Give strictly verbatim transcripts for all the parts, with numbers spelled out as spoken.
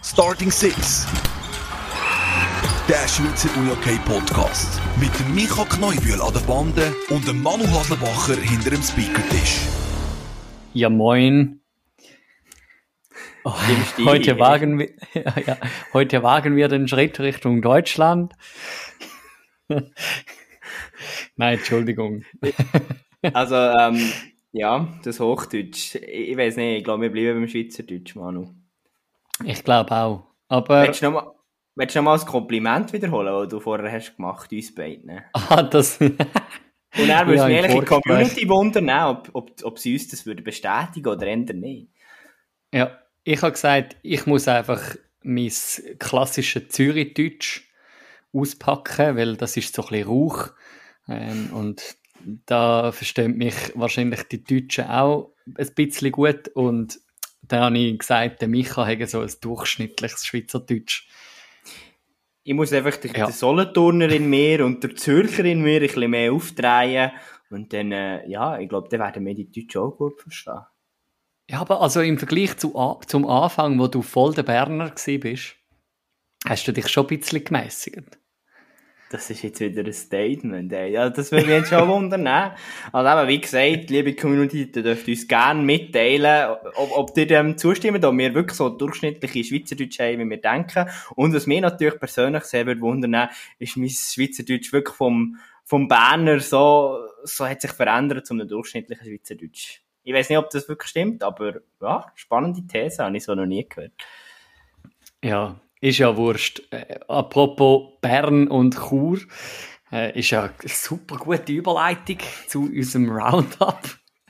Starting Six. Der Schweizer Unihockey-Podcast. Mit dem Micha Kneubühl an der Bande und dem Manu Haslebacher hinter dem Speakertisch. Ja, moin. Oh, heute, wagen wir, ja, ja, heute wagen wir den Schritt Richtung Deutschland. Nein, Entschuldigung. Also, ähm, ja, das Hochdeutsch. Ich weiß nicht, ich glaube, wir bleiben beim Schweizerdeutsch, Manu. Ich glaube auch. Aber... Willst du noch mal, willst du noch mal ein Kompliment wiederholen, das du vorher hast gemacht, uns beiden? Ah, das... Und dann würde ja, mich eigentlich die Community wundern, ob, ob, ob sie uns das würde bestätigen oder ändern nicht. Ja, ich habe gesagt, ich muss einfach mein klassisches Zürichdeutsch auspacken, weil das ist so ein bisschen Rauch. Ähm, und da verstehen mich wahrscheinlich die Deutschen auch ein bisschen gut. Und da habe ich gesagt, der Micha hat so ein durchschnittliches Schweizerdeutsch. Ich muss einfach den, ja. den Solothurner in mir und der Zürcher in mir ein bisschen mehr aufdrehen. Und dann, äh, ja, ich glaube, dann werden wir die Deutschen auch gut verstehen. Ja, aber also im Vergleich zu, zum Anfang, wo du voll der Berner gewesen bist, hast du dich schon ein bisschen gemäßigt. Das ist jetzt wieder ein Statement, ey. Ja, das würde mich jetzt schon wundern, ne? Also eben, wie gesagt, liebe Community, ihr dürft uns gerne mitteilen, ob, ob ihr dem zustimmt, ob wir wirklich so durchschnittliche Schweizerdeutsch haben, wie wir denken. Und was mich natürlich persönlich sehr würde wundern, ist mein Schweizerdeutsch wirklich vom, vom Berner so, so hat sich verändert zu einem durchschnittlichen Schweizerdeutsch. Ich weiss nicht, ob das wirklich stimmt, aber ja, spannende These, habe ich so noch nie gehört. Ja. Ist ja wurscht. Äh, apropos Bern und Chur, äh, ist ja eine super gute Überleitung zu unserem Roundup.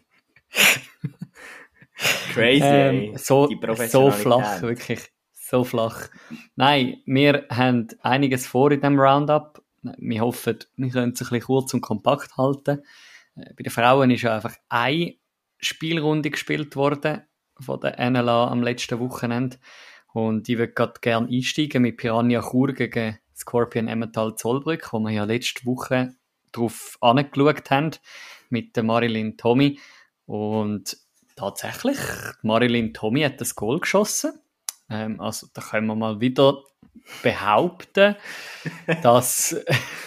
Crazy, ähm, so, so flach, wirklich. So flach. Nein, wir haben einiges vor in diesem Roundup. Wir hoffen, wir können es ein bisschen kurz und kompakt halten. Äh, bei den Frauen ist ja einfach eine Spielrunde gespielt worden von der N L A am letzten Wochenende. Und ich würde gerade gerne einsteigen mit Piranha Chur gegen Scorpion Emmental Zollbrück, wo wir ja letzte Woche drauf angeschaut haben, mit der Marilyn Tommy. Und tatsächlich, Marilyn Tommy hat das Goal geschossen. Ähm, also da können wir mal wieder behaupten, dass,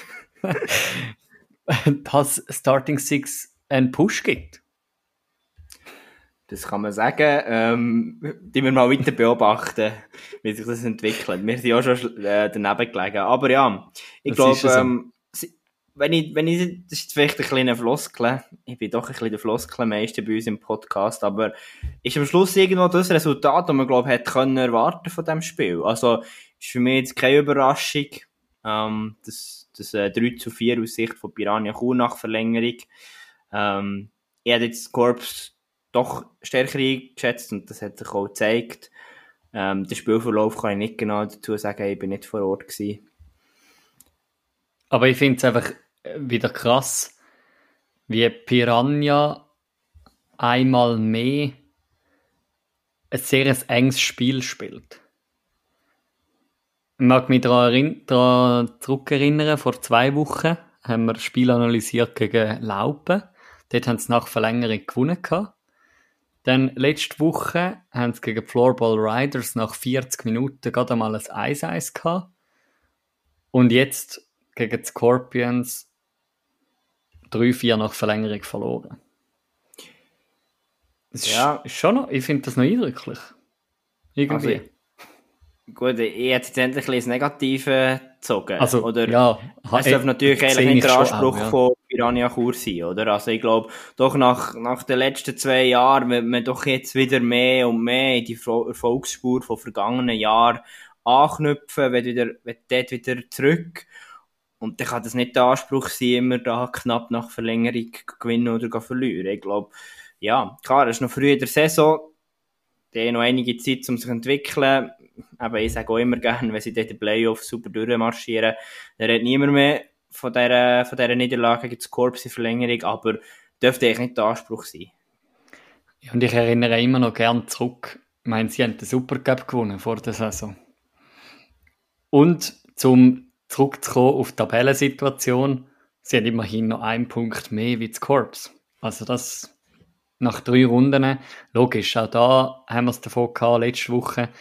dass Starting Six einen Push gibt. Das kann man sagen. Ähm, die wir mal weiter beobachten, wie sich das entwickelt. Wir sind ja schon äh, daneben gelegen. Aber ja, ich glaube, ähm, wenn ich, wenn ich, das ist vielleicht ein kleiner Floskel. Ich bin doch ein bisschen der Floskelmeister bei uns im Podcast. Aber ist am Schluss irgendwo das Resultat, das man, glaube ich, hätte können erwarten von diesem Spiel. Also, ist für mich jetzt keine Überraschung. Ähm, das, das äh, drei zu vier aus Sicht von Piranha Chur nach Verlängerung. Ähm, ich hätte jetzt Corps doch stärker eingeschätzt und das hat sich auch gezeigt. Ähm, den Spielverlauf kann ich nicht genau dazu sagen, ich bin nicht vor Ort gewesen. Aber ich finde es einfach wieder krass, wie Piranha einmal mehr ein sehr enges Spiel spielt. Ich mag mich daran, daran zurückerinnern, vor zwei Wochen haben wir das Spiel analysiert gegen Laupen. Dort haben sie nach Verlängerung gewonnen gehabt. Dann letzte Woche haben sie gegen Floorball Riders nach vierzig Minuten gerade einmal ein eins eins gehabt. Und jetzt gegen die Scorpions drei vier nach Verlängerung verloren. Das ja. ist, ist schon noch, ich finde das noch eindrücklich. Irgendwie. Also, gut, ich hätte jetzt endlich ein bisschen das Negative gezogen. Also, oder? Ja, es darf natürlich eigentlich nicht der Anspruch auch, ja. von Piranha Chur sein, oder? Also ich glaube, doch nach, nach den letzten zwei Jahren, wenn man doch jetzt wieder mehr und mehr in die Erfolgsspur von vergangenen Jahren anknüpfen, wenn wieder, wenn dort wieder zurück. Und dann kann das nicht der Anspruch sein, immer da knapp nach Verlängerung gewinnen oder verlieren. Ich glaube, ja, klar, es ist noch früh in der Saison, da noch einige Zeit, um sich zu entwickeln. Aber ich sage auch immer gerne, wenn sie dort in den Playoffs super durchmarschieren, dann redet niemand mehr von dieser, von dieser Niederlage gegen das Corps in Verlängerung, aber dürfte eigentlich nicht der Anspruch sein. Ja, und ich erinnere immer noch gerne zurück. Ich meine, sie haben den Supercup gewonnen vor der Saison. Und zum zurückzukommen auf die Tabellensituation, sie haben immerhin noch einen Punkt mehr wie das Corps. Also das nach drei Runden, logisch, auch da haben wir es davon gehabt, letzte Woche,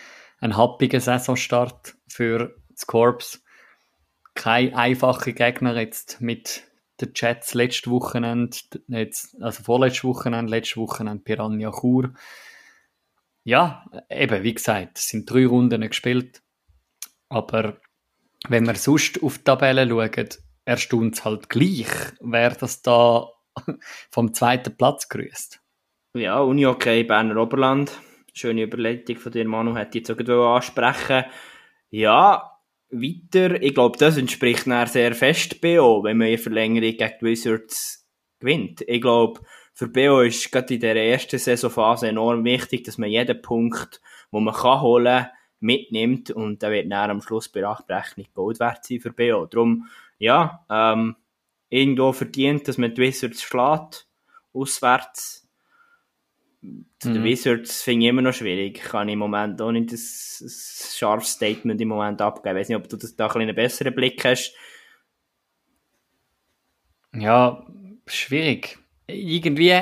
ein happiger Saisonstart für das Corps. Kein einfacher Gegner jetzt mit den Jets letztes Wochenende, jetzt, also vorletztes Wochenende, letztes Wochenende Piranha Chur. Ja, eben, wie gesagt, es sind drei Runden gespielt. Aber wenn wir sonst auf die Tabelle schauen, erstaunt es halt gleich, wer das da vom zweiten Platz grüßt. Ja, Unihockey Berner Oberland. Schöne Überleitung von dir, Manu, hätte ich jetzt auch ansprechen. Ja, weiter, ich glaube, das entspricht nachher sehr fest B O, wenn man in Verlängerung gegen die Wizards gewinnt. Ich glaube, für B O ist gerade in der ersten Saisonphase enorm wichtig, dass man jeden Punkt, den man kann holen kann, mitnimmt und der wird dann am Schluss bei der Abrechnung Gold wert sein für B O. Darum, ja, ähm, irgendwo verdient, dass man die Wizards schlägt, auswärts. Zu den mhm. Wizards finde ich immer noch schwierig. Kann ich im Moment auch nicht ein, ein scharfes Statement im Moment abgeben. Ich weiß nicht, ob du das da ein einen besseren Blick hast. Ja, schwierig. Irgendwie,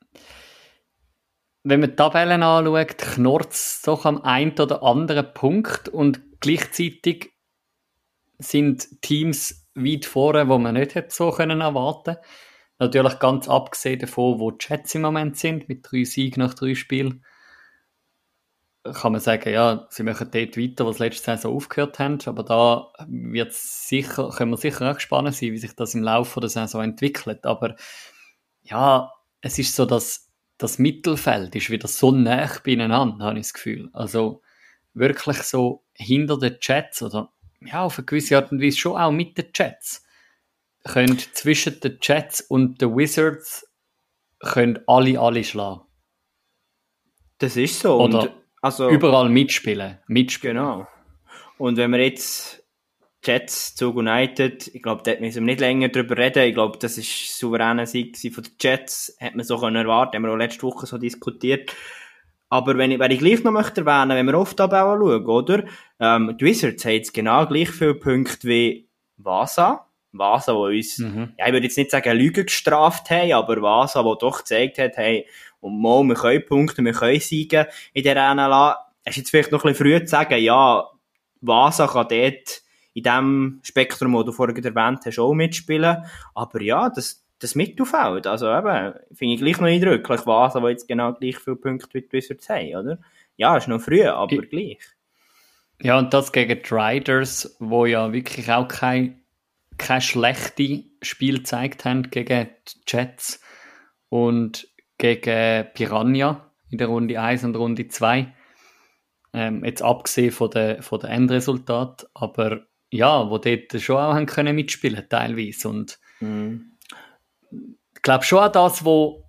wenn man die Tabellen anschaut, knurrt es doch am einen oder anderen Punkt und gleichzeitig sind Teams weit vorne, wo man nicht hätte so können erwarten. Natürlich ganz abgesehen davon, wo die Jets im Moment sind, mit drei Siegen nach drei Spielen. Kann man sagen, ja, sie machen dort weiter, wo sie letzte Saison aufgehört haben. Aber da wird sicher, können wir sicher auch gespannt sein, wie sich das im Laufe der Saison entwickelt. Aber ja, es ist so, dass das Mittelfeld ist wieder so nah beieinander, habe ich das Gefühl. Also wirklich so hinter den Jets oder ja, auf eine gewisse Art und Weise schon auch mit den Jets. Können zwischen den Jets und den Wizards können alle alle schlagen. Das ist so. Oder und also, überall mitspielen. mitspielen. Genau. Und wenn wir jetzt Jets zu United, ich glaube, da müssen wir nicht länger drüber reden. Ich glaube, das ist ein souveräner Sieg von den Jets. Hat man so können erwarten, haben wir auch letzte Woche so diskutiert. Aber wenn ich, wenn ich gleich noch möchte erwähnen, wenn wir auf die Tabelle schauen, oder? Ähm, die Wizards haben jetzt genau gleich viele Punkte wie Vasa. Vasa, die uns, mhm. ja, ich würde jetzt nicht sagen, Lügen gestraft haben, aber Vasa, die doch gezeigt hat, hey, und mal, wir können Punkte, wir können siegen in der N L A. Es ist jetzt vielleicht noch ein bisschen früh zu sagen, ja, Vasa kann dort in dem Spektrum, das du vorhin erwähnt hast, auch mitspielen. Aber ja, das, das Mittelfeld, also eben, finde ich gleich noch eindrücklich, Vasa, die jetzt genau gleich viele Punkte wie die Wizards haben, oder? Ja, ist noch früh, aber ich, gleich. Ja, und das gegen die Riders, wo ja wirklich auch kein kein schlechtes Spiel gezeigt haben gegen die Jets und gegen Piranha in der Runde eins und Runde zwei. Ähm, jetzt abgesehen von den von den Endresultaten, aber ja, wo dort schon auch haben können mitspielen teilweise. Und mhm. ich glaube schon auch das, wo,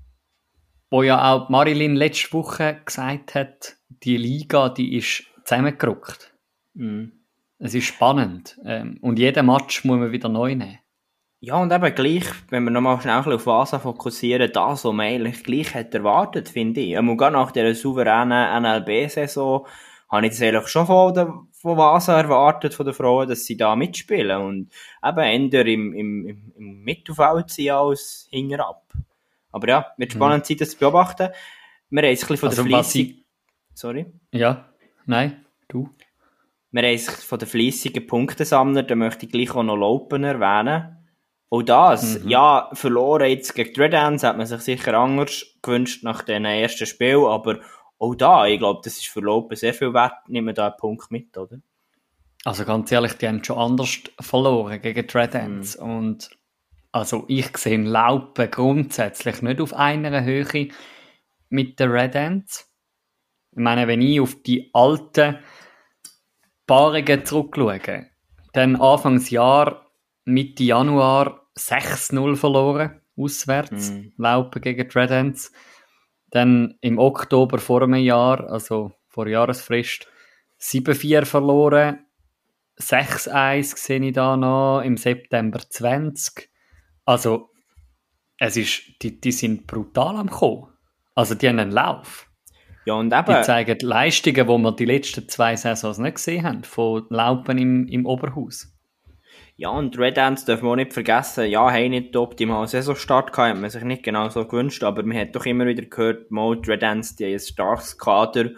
wo ja auch Marilyn letzte Woche gesagt hat, die Liga, die ist zusammengerückt. Mhm. Es ist spannend. Ähm, und jeden Match muss man wieder neu nehmen. Ja, und eben gleich, wenn wir nochmal schnell auf Vasa fokussieren, das, was man eigentlich gleich hat erwartet, finde ich. Und gar nach dieser souveränen N L B-Saison habe ich das eigentlich schon von, der, von Vasa erwartet, von den Frauen, dass sie da mitspielen. Und eben eher im, im, im Mittelfeld sind als hinterab. Aber ja, wird spannend sein, das zu beobachten. Wir haben es ein bisschen von also der Fleissig... Sorry? Ja, nein, du... Wir haben es von den fleissigen Punktesammlern, da möchte ich gleich auch noch Laupen erwähnen. Auch das, mhm. ja, verloren jetzt gegen die Red Ants, hat man sich sicher anders gewünscht nach den ersten Spiel, aber auch da, ich glaube, das ist für Laupen sehr viel wert, nimmt man da einen Punkt mit, oder? Also ganz ehrlich, die haben schon anders verloren gegen die Red Ants. Mhm. Und also ich sehe Laupen grundsätzlich nicht auf einer Höhe mit den Red Ants. Ich meine, wenn ich auf die alten Paarungen zurückschauen, dann Anfangsjahr, Mitte Januar sechs null verloren, auswärts, mm. Laupen gegen die Red Ants. Dann im Oktober vor einem Jahr, also vor Jahresfrist, sieben vier verloren, sechs eins sehe ich da noch, im September zwanzig. Also, es ist, die, die sind brutal am Kommen. Also, die haben einen Lauf. Ja, und eben, die zeigen die Leistungen, die wir die letzten zwei Saisons nicht gesehen haben, von Laupen im, im Oberhaus. Ja, und Red Ants dürfen wir auch nicht vergessen, ja, haben nicht den optimalen Saisonstart gehabt, hat man sich nicht genau so gewünscht, aber man hat doch immer wieder gehört, mal, die Red Ants, die haben ein starkes Kader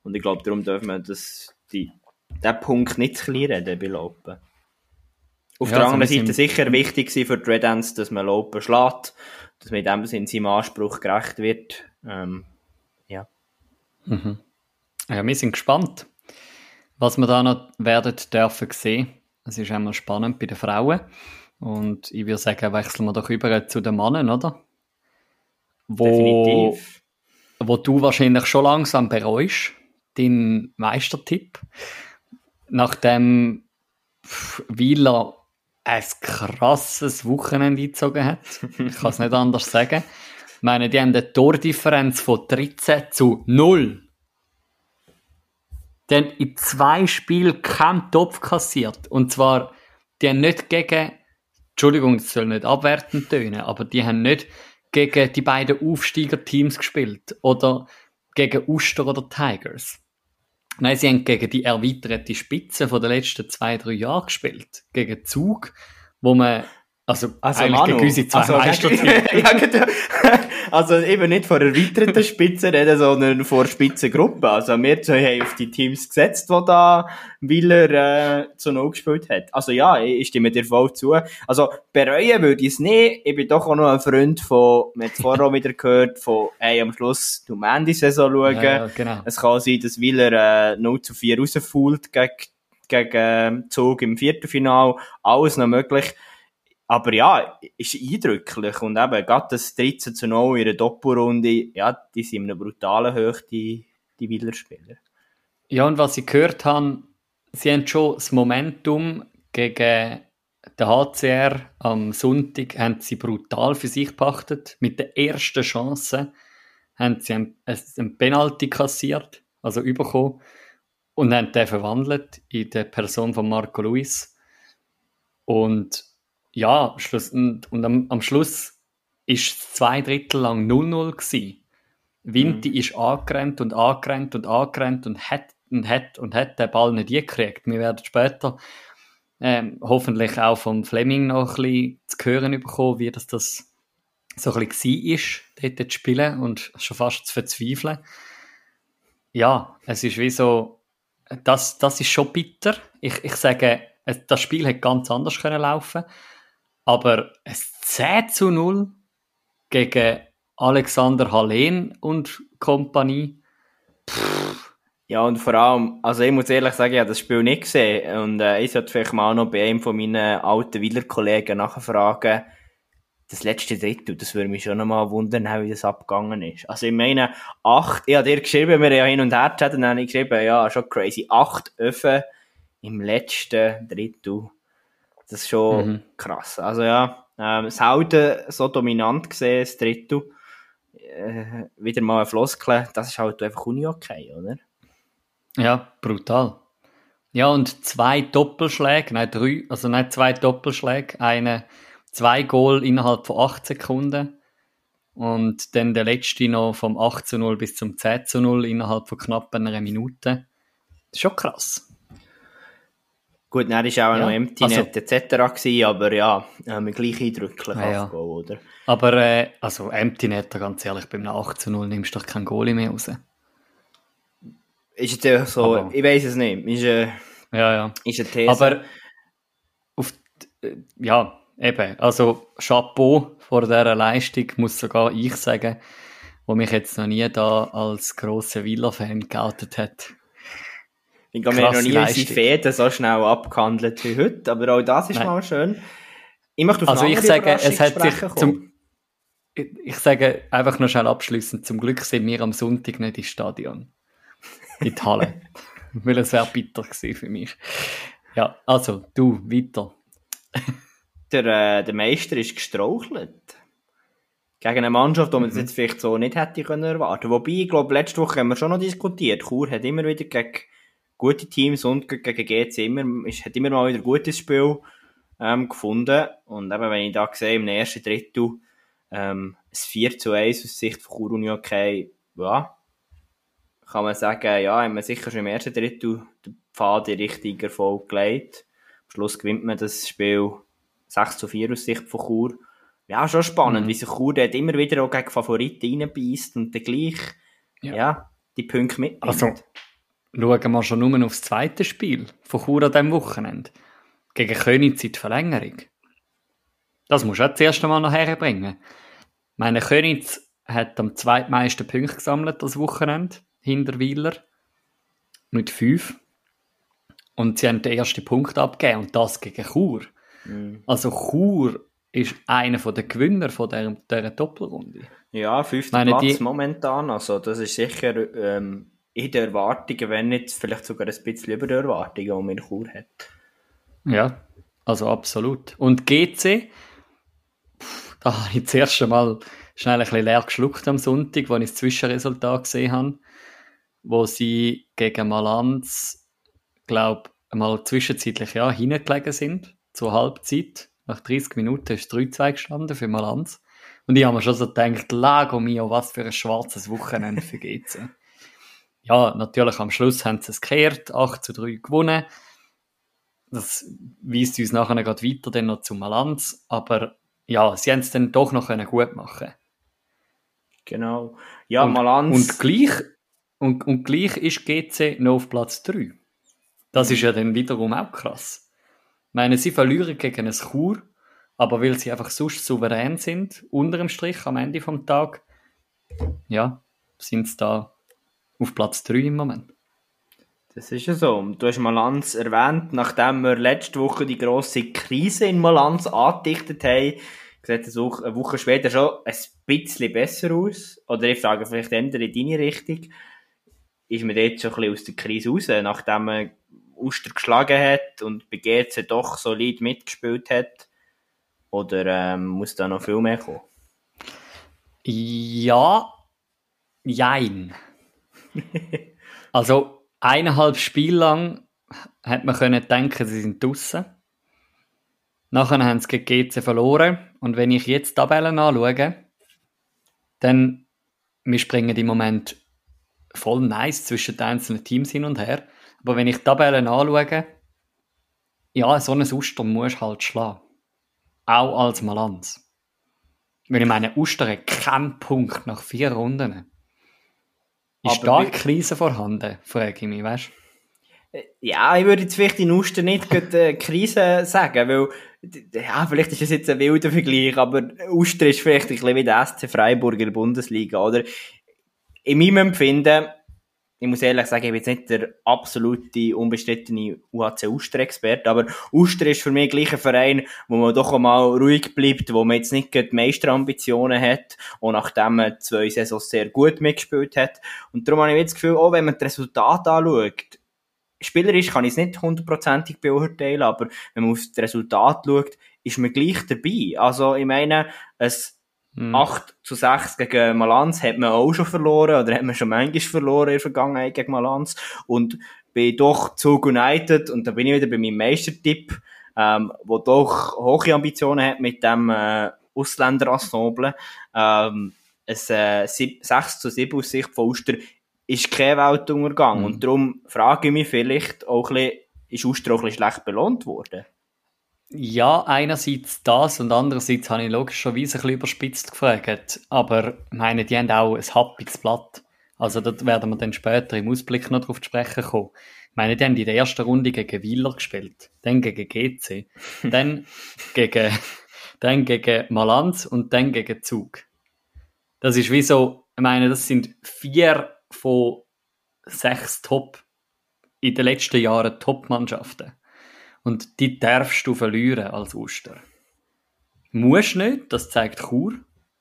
Und ich glaube, darum dürfen wir das, die, diesen Punkt nicht zu klein reden bei Laupen. Auf ja, der anderen also Seite sicher wichtig für die Red Ants, dass man Laupen schlägt, dass man in dem Sinne seinem Anspruch gerecht wird. Ähm, ja. Mhm. Ja, wir sind gespannt, was wir da noch werden dürfen sehen. Es ist einmal spannend bei den Frauen. Und ich würde sagen, wechseln wir doch über zu den Männern, oder? Wo, Definitiv. Wo du wahrscheinlich schon langsam bereust, dein Meistertipp. Nachdem Wieler ein krasses Wochenende gezogen hat. Ich kann es nicht anders sagen. Ich meine, die haben eine Tordifferenz von dreizehn zu null. Die haben in zwei Spielen keinen Topf kassiert. Und zwar, die haben nicht gegen, Entschuldigung, das soll nicht abwertend tönen, aber die haben nicht gegen die beiden Aufsteigerteams gespielt. Oder gegen Uster oder Tigers. Nein, sie haben gegen die erweiterte Spitze von den letzten zwei, drei Jahren gespielt. Gegen Zug, wo man, also, also eigentlich Manu, gegen unsere zwei also, Meistertitel. Also eben nicht vor erweiterten Spitze reden, sondern vor Spitzengruppen. Also wir zwei haben auf die Teams gesetzt, die da Wieler äh, zu null gespielt hat. Also ja, ich stimme dir voll zu. Also bereuen würde ich es nicht. Ich bin doch auch noch ein Freund von, wir haben es vorher auch wieder gehört, von hey, am Schluss du am Ende Saison schauen. Ja, ja, genau. Es kann sein, dass Wieler äh, null zu vier rausfällt gegen, gegen äh, Zug im Viertelfinale. Alles noch möglich. Aber ja, ist eindrücklich. Und eben, gerade das dreizehn zu null in einer Doppelrunde, ja, die sind in einer brutalen Höhe, die, die Wieler-Spieler. Ja, und was ich gehört habe, sie haben schon das Momentum gegen den H C R am Sonntag haben sie brutal für sich gepachtet. Mit der ersten Chance haben sie einen, einen Penalty kassiert, also bekommen, und haben den verwandelt in die Person von Marco Luis. Und ja, Schluss, und, und am, am Schluss ist es zwei Drittel lang null null gewesen. Vinti mhm. ist angerannt und angerannt und angerannt und hat und hat und hat den Ball nicht gekriegt. Wir werden später ähm, hoffentlich auch vom Fleming noch ein bisschen zu hören bekommen, wie das, das so ein bisschen war, dort zu spielen und schon fast zu verzweifeln. Ja, es ist wie so, das, das ist schon bitter. Ich, ich sage, das Spiel hätte ganz anders können laufen. Aber ein zehn zu null gegen Alexander Halen und Kompanie. Pff. Ja, und vor allem, also ich muss ehrlich sagen, ich habe das Spiel nicht gesehen. Und äh, ich sollte vielleicht mal auch noch bei einem von meinen alten Wieler-Kollegen nachfragen, das letzte Drittel, das würde mich schon noch mal wundern, wie das abgegangen ist. Also ich meine, acht, ich habe dir geschrieben, wir haben ja hin und her chattet, und dann habe ich geschrieben, ja, schon crazy, acht Öfen im letzten Drittel. Das ist schon mhm. krass. Also ja, ähm, selten so dominant gesehen, das Drittel. Äh, wieder mal ein Floskel, das ist halt einfach Uni-okay, oder? Ja, brutal. Ja, und zwei Doppelschläge, nein, drei, also nicht zwei Doppelschläge, eine, zwei Goal innerhalb von acht Sekunden und dann der letzte noch vom acht zu null bis zum zehn zu null innerhalb von knapp einer Minute. Das ist schon krass. Gut, dann war auch ja, noch Empty-Net also, et cetera gewesen, aber ja, ähm, gleich eindrücklich ja, ja. Goal, oder? Aber, äh, also Empty-Net, ganz ehrlich, beim acht zu null nimmst du doch keinen Goalie mehr raus. Ist jetzt einfach so, aber, ich weiss es nicht, ist, äh, ja, ja. ist eine These. Aber, auf die, ja, eben, also Chapeau vor dieser Leistung, muss sogar ich sagen, wo mich jetzt noch nie da als grosser Wieler-Fan geoutet hat. Ich habe mir noch nie unsere Fäden so schnell abgehandelt wie heute, aber auch das ist Nein. mal schön. Ich möchte auf also ich sage, es hat sich zum, ich, ich sage einfach noch schnell abschliessend, zum Glück sind wir am Sonntag nicht ins Stadion. In die Halle. Weil es wäre bitter gewesen für mich. Ja, also, du, weiter. der, äh, der Meister ist gestrauchelt. Gegen eine Mannschaft, die man mhm. das jetzt vielleicht so nicht hätte können erwarten. Wobei, ich glaube, letzte Woche haben wir schon noch diskutiert. Chur hat immer wieder gegen gute Teams und gegen G C immer, ist, hat immer mal wieder ein gutes Spiel ähm, gefunden. Und eben, wenn ich da sehe, im ersten Drittel ähm, ein vier zu eins aus Sicht von Chur Uni okay, ja, kann man sagen, ja, haben wir sicher schon im ersten Drittel den Pfad in Richtung Erfolg gelegt. Am Schluss gewinnt man das Spiel sechs zu vier aus Sicht von Chur. Ja, schon spannend, mhm. wie sich Chur dort immer wieder auch gegen Favoriten reinbeißt und dann gleich, ja, ja die Punkte mitnimmt. Also, schauen wir schon nur aufs zweite Spiel von Chur an diesem Wochenende. Gegen Königs in die Verlängerung. Das musst du auch das erste Mal noch herbringen. Meine Königs hat am zweitmeisten Punkte gesammelt das Wochenende, hinter Weiler, mit fünf. Und sie haben den ersten Punkt abgegeben, und das gegen Chur. Mhm. Also Chur ist einer der Gewinner von dieser, dieser Doppelrunde. Ja, fünfter Platz die... momentan. Also das ist sicher ähm, in den Erwartungen, wenn nicht vielleicht sogar ein bisschen über die Erwartungen, die man in Chur hat. Ja, also absolut. Und G C, pff, da habe ich das erste Mal schnell ein bisschen leer geschluckt am Sonntag, als ich das Zwischenresultat gesehen habe, wo sie gegen Malanz, glaube ich, mal zwischenzeitlich ja, hingelegen sind, zur Halbzeit. Nach dreißig Minuten ist drei zwei gestanden für Malanz. Und ich habe mir schon so gedacht, Lago mio, was für ein schwarzes Wochenende für G C. Ja, natürlich am Schluss haben sie es gekehrt, acht zu drei gewonnen. Das weist uns nachher gerade weiter dann noch zu Malanz. Aber ja, sie haben es dann doch noch gut machen. Genau. Ja, und, Malanz. Und gleich, und, und gleich ist G C noch auf Platz drei. Das ist ja dann wiederum auch krass. Ich meine, sie verlieren gegen ein Chur, aber weil sie einfach sonst souverän sind, unter dem Strich am Ende vom Tag, ja, sind sie da auf Platz drei im Moment. Das ist ja so. Du hast Malanz erwähnt, nachdem wir letzte Woche die grosse Krise in Malanz angedichtet haben, sieht es auch eine Woche später schon ein bisschen besser aus. Oder ich frage vielleicht ändere in deine Richtung. Ist man dort schon ein bisschen aus der Krise raus, nachdem man Uster geschlagen hat und bei G C doch solid mitgespielt hat? Oder ähm, muss da noch viel mehr kommen? Ja, jein. Also eineinhalb Spiele lang hat man können denken, sie sind draussen. Nachher haben sie gegen G C verloren. Und wenn ich jetzt die Tabellen anschaue, dann wir springen im Moment voll nice zwischen den einzelnen Teams hin und her. Aber wenn ich die Tabellen anschaue, ja, so ein Uster musst du halt schlagen. Auch als Malanz. Weil ich meine, Uster hat keinen Punkt nach vier Runden. Ist da eine Krise vorhanden, frage ich mich, weißt du? Ja, ich würde jetzt vielleicht in Uster nicht eine Krise sagen, weil, ja, vielleicht ist es jetzt ein wilder Vergleich, aber Uster ist vielleicht ein bisschen wie der S C Freiburg in der Bundesliga, oder? In meinem Empfinden, ich muss ehrlich sagen, ich bin jetzt nicht der absolute, unbestrittene U H C Uster-Experte, aber Uster ist für mich gleich ein Verein, wo man doch einmal ruhig bleibt, wo man jetzt nicht die Meisterambitionen hat und nachdem man zwei Saisons sehr gut mitgespielt hat. Und darum habe ich jetzt das Gefühl, auch wenn man das Resultat anschaut, spielerisch kann ich es nicht hundertprozentig beurteilen, aber wenn man auf das Resultat schaut, ist man gleich dabei. Also ich meine, es Hm. acht zu sechs gegen Malanz hat man auch schon verloren, oder hat man schon manchmal verloren in der Vergangenheit gegen Malanz. Und bei doch Zug United, und da bin ich wieder bei meinem Meistertipp, ähm, wo doch hohe Ambitionen hat mit dem äh, Ausländerensemble. Ähm, ein äh, sechs zu sieben aus Sicht von Uster ist kein Weltuntergang. Hm. Und darum frage ich mich vielleicht auch ein bisschen, ist Uster auch ein bisschen schlecht belohnt worden? Ja, einerseits das und andererseits habe ich logischerweise ein bisschen überspitzt gefragt. Aber ich meine, die haben auch ein happiges Blatt. Also da werden wir dann später im Ausblick noch drauf zu sprechen kommen. Ich meine, die haben in der ersten Runde gegen Weiler gespielt, dann gegen G C, dann gegen, dann gegen Malanz und dann gegen Zug. Das ist wie so, ich meine, das sind vier von sechs Top, in den letzten Jahren Top-Mannschaften. Und die darfst du verlieren als Uster. Musst nicht, das zeigt Chur.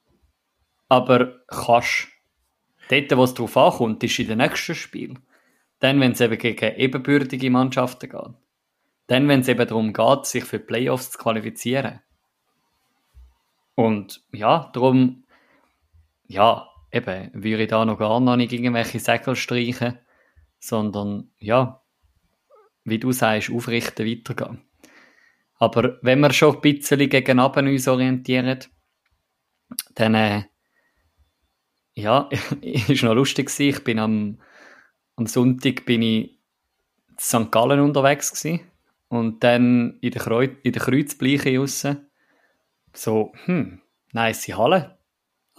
Aber kannst. Dort, wo es darauf ankommt, ist in den nächsten Spielen. Dann, wenn es eben gegen ebenbürtige Mannschaften geht. Dann, wenn es eben darum geht, sich für die Playoffs zu qualifizieren. Und ja, darum, ja, eben, würde ich da noch gar noch nicht irgendwelche Säckel streichen, sondern, ja, wie du sagst, aufrichten, weitergehen. Aber wenn wir schon ein bisschen gegen Abend uns orientieren, dann, äh, ja, ist noch lustig gewesen. Ich bin am, am Sonntag bin ich in Sankt Gallen unterwegs gewesen. Und dann in der, Kreuz, in der Kreuzbleiche raus. So, hm, nice Halle.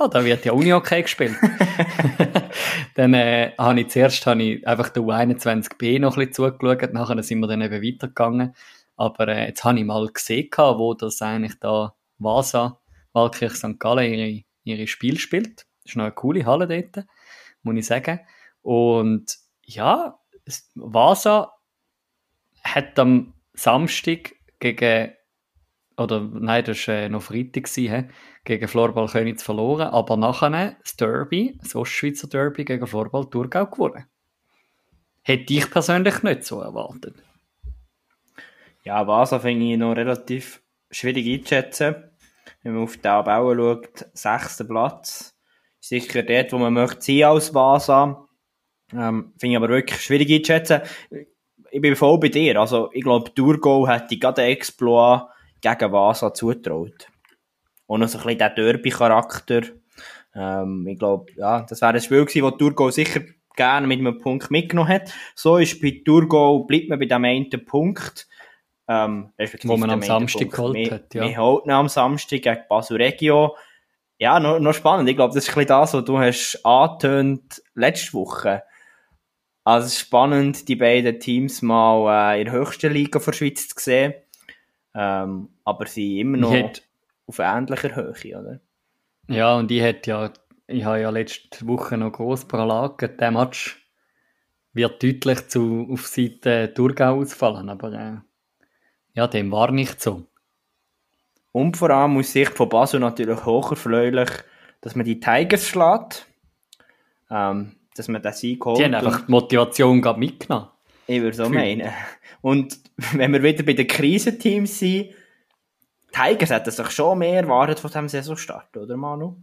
oh, da wird ja Uni-Hockey gespielt. Dann äh, habe ich zuerst habe ich einfach der U einundzwanzig B noch ein bisschen zugeschaut, nachher sind wir dann eben weitergegangen. Aber äh, jetzt habe ich mal gesehen, wo das eigentlich da Vasa, Waldkirch Sankt Gallen, ihre, ihre Spiel spielt. Das ist noch eine coole Halle dort, muss ich sagen. Und ja, Vasa hat am Samstag gegen, oder nein, das war äh, noch Freitag, he, gegen Florbal Königs verloren, aber nachher das Derby, das Ostschweizer Derby gegen Florbal Thurgau gewonnen. Hätte ich persönlich nicht so erwartet. Ja, Vasa finde ich noch relativ schwierig einzuschätzen. Wenn man auf die Tabelle schaut, sechster Platz. Sicher dort, wo man möchte sein als Vasa. Ähm, finde ich aber wirklich schwierig einzuschätzen. Ich bin voll bei dir. Also, ich glaube, Thurgau hätte gerade einen Exploit gegen Vasa zutraut. Und noch so ein bisschen der Derby-Charakter. Ähm, ich glaube, ja, das wäre ein Spiel gewesen, das Thurgau sicher gerne mit einem Punkt mitgenommen hat. So ist bei Thurgau, bleibt man bei dem einen Punkt. Ähm, wo man am Samstag geholt wir, hat, ja. Wir halten am Samstag gegen Basel Regio. Ja, noch, noch spannend. Ich glaube, das ist ein bisschen das, was du hast angetönt letzte Woche. Also es ist spannend, die beiden Teams mal äh, in der höchsten Liga der Schweiz zu sehen. Ähm, aber sie immer noch hat, auf ähnlicher Höhe, oder? Ja, und ich hätte ja, ich habe ja letzte Woche noch gross pralagen. Der Match wird deutlich zu, auf Seite Thurgau ausfallen, aber äh, ja, dem war nicht so. Und vor allem aus Sicht von Basel natürlich hocherfreulich, dass man die Tigers schlägt. Ähm, dass man den Sieg holt. Die haben einfach die Motivation gerade mitgenommen. Ich würde so meinen. Und wenn wir wieder bei den Krisenteams sind, Tigers hätten sich schon mehr erwartet von diesem Saisonstart, oder Manu?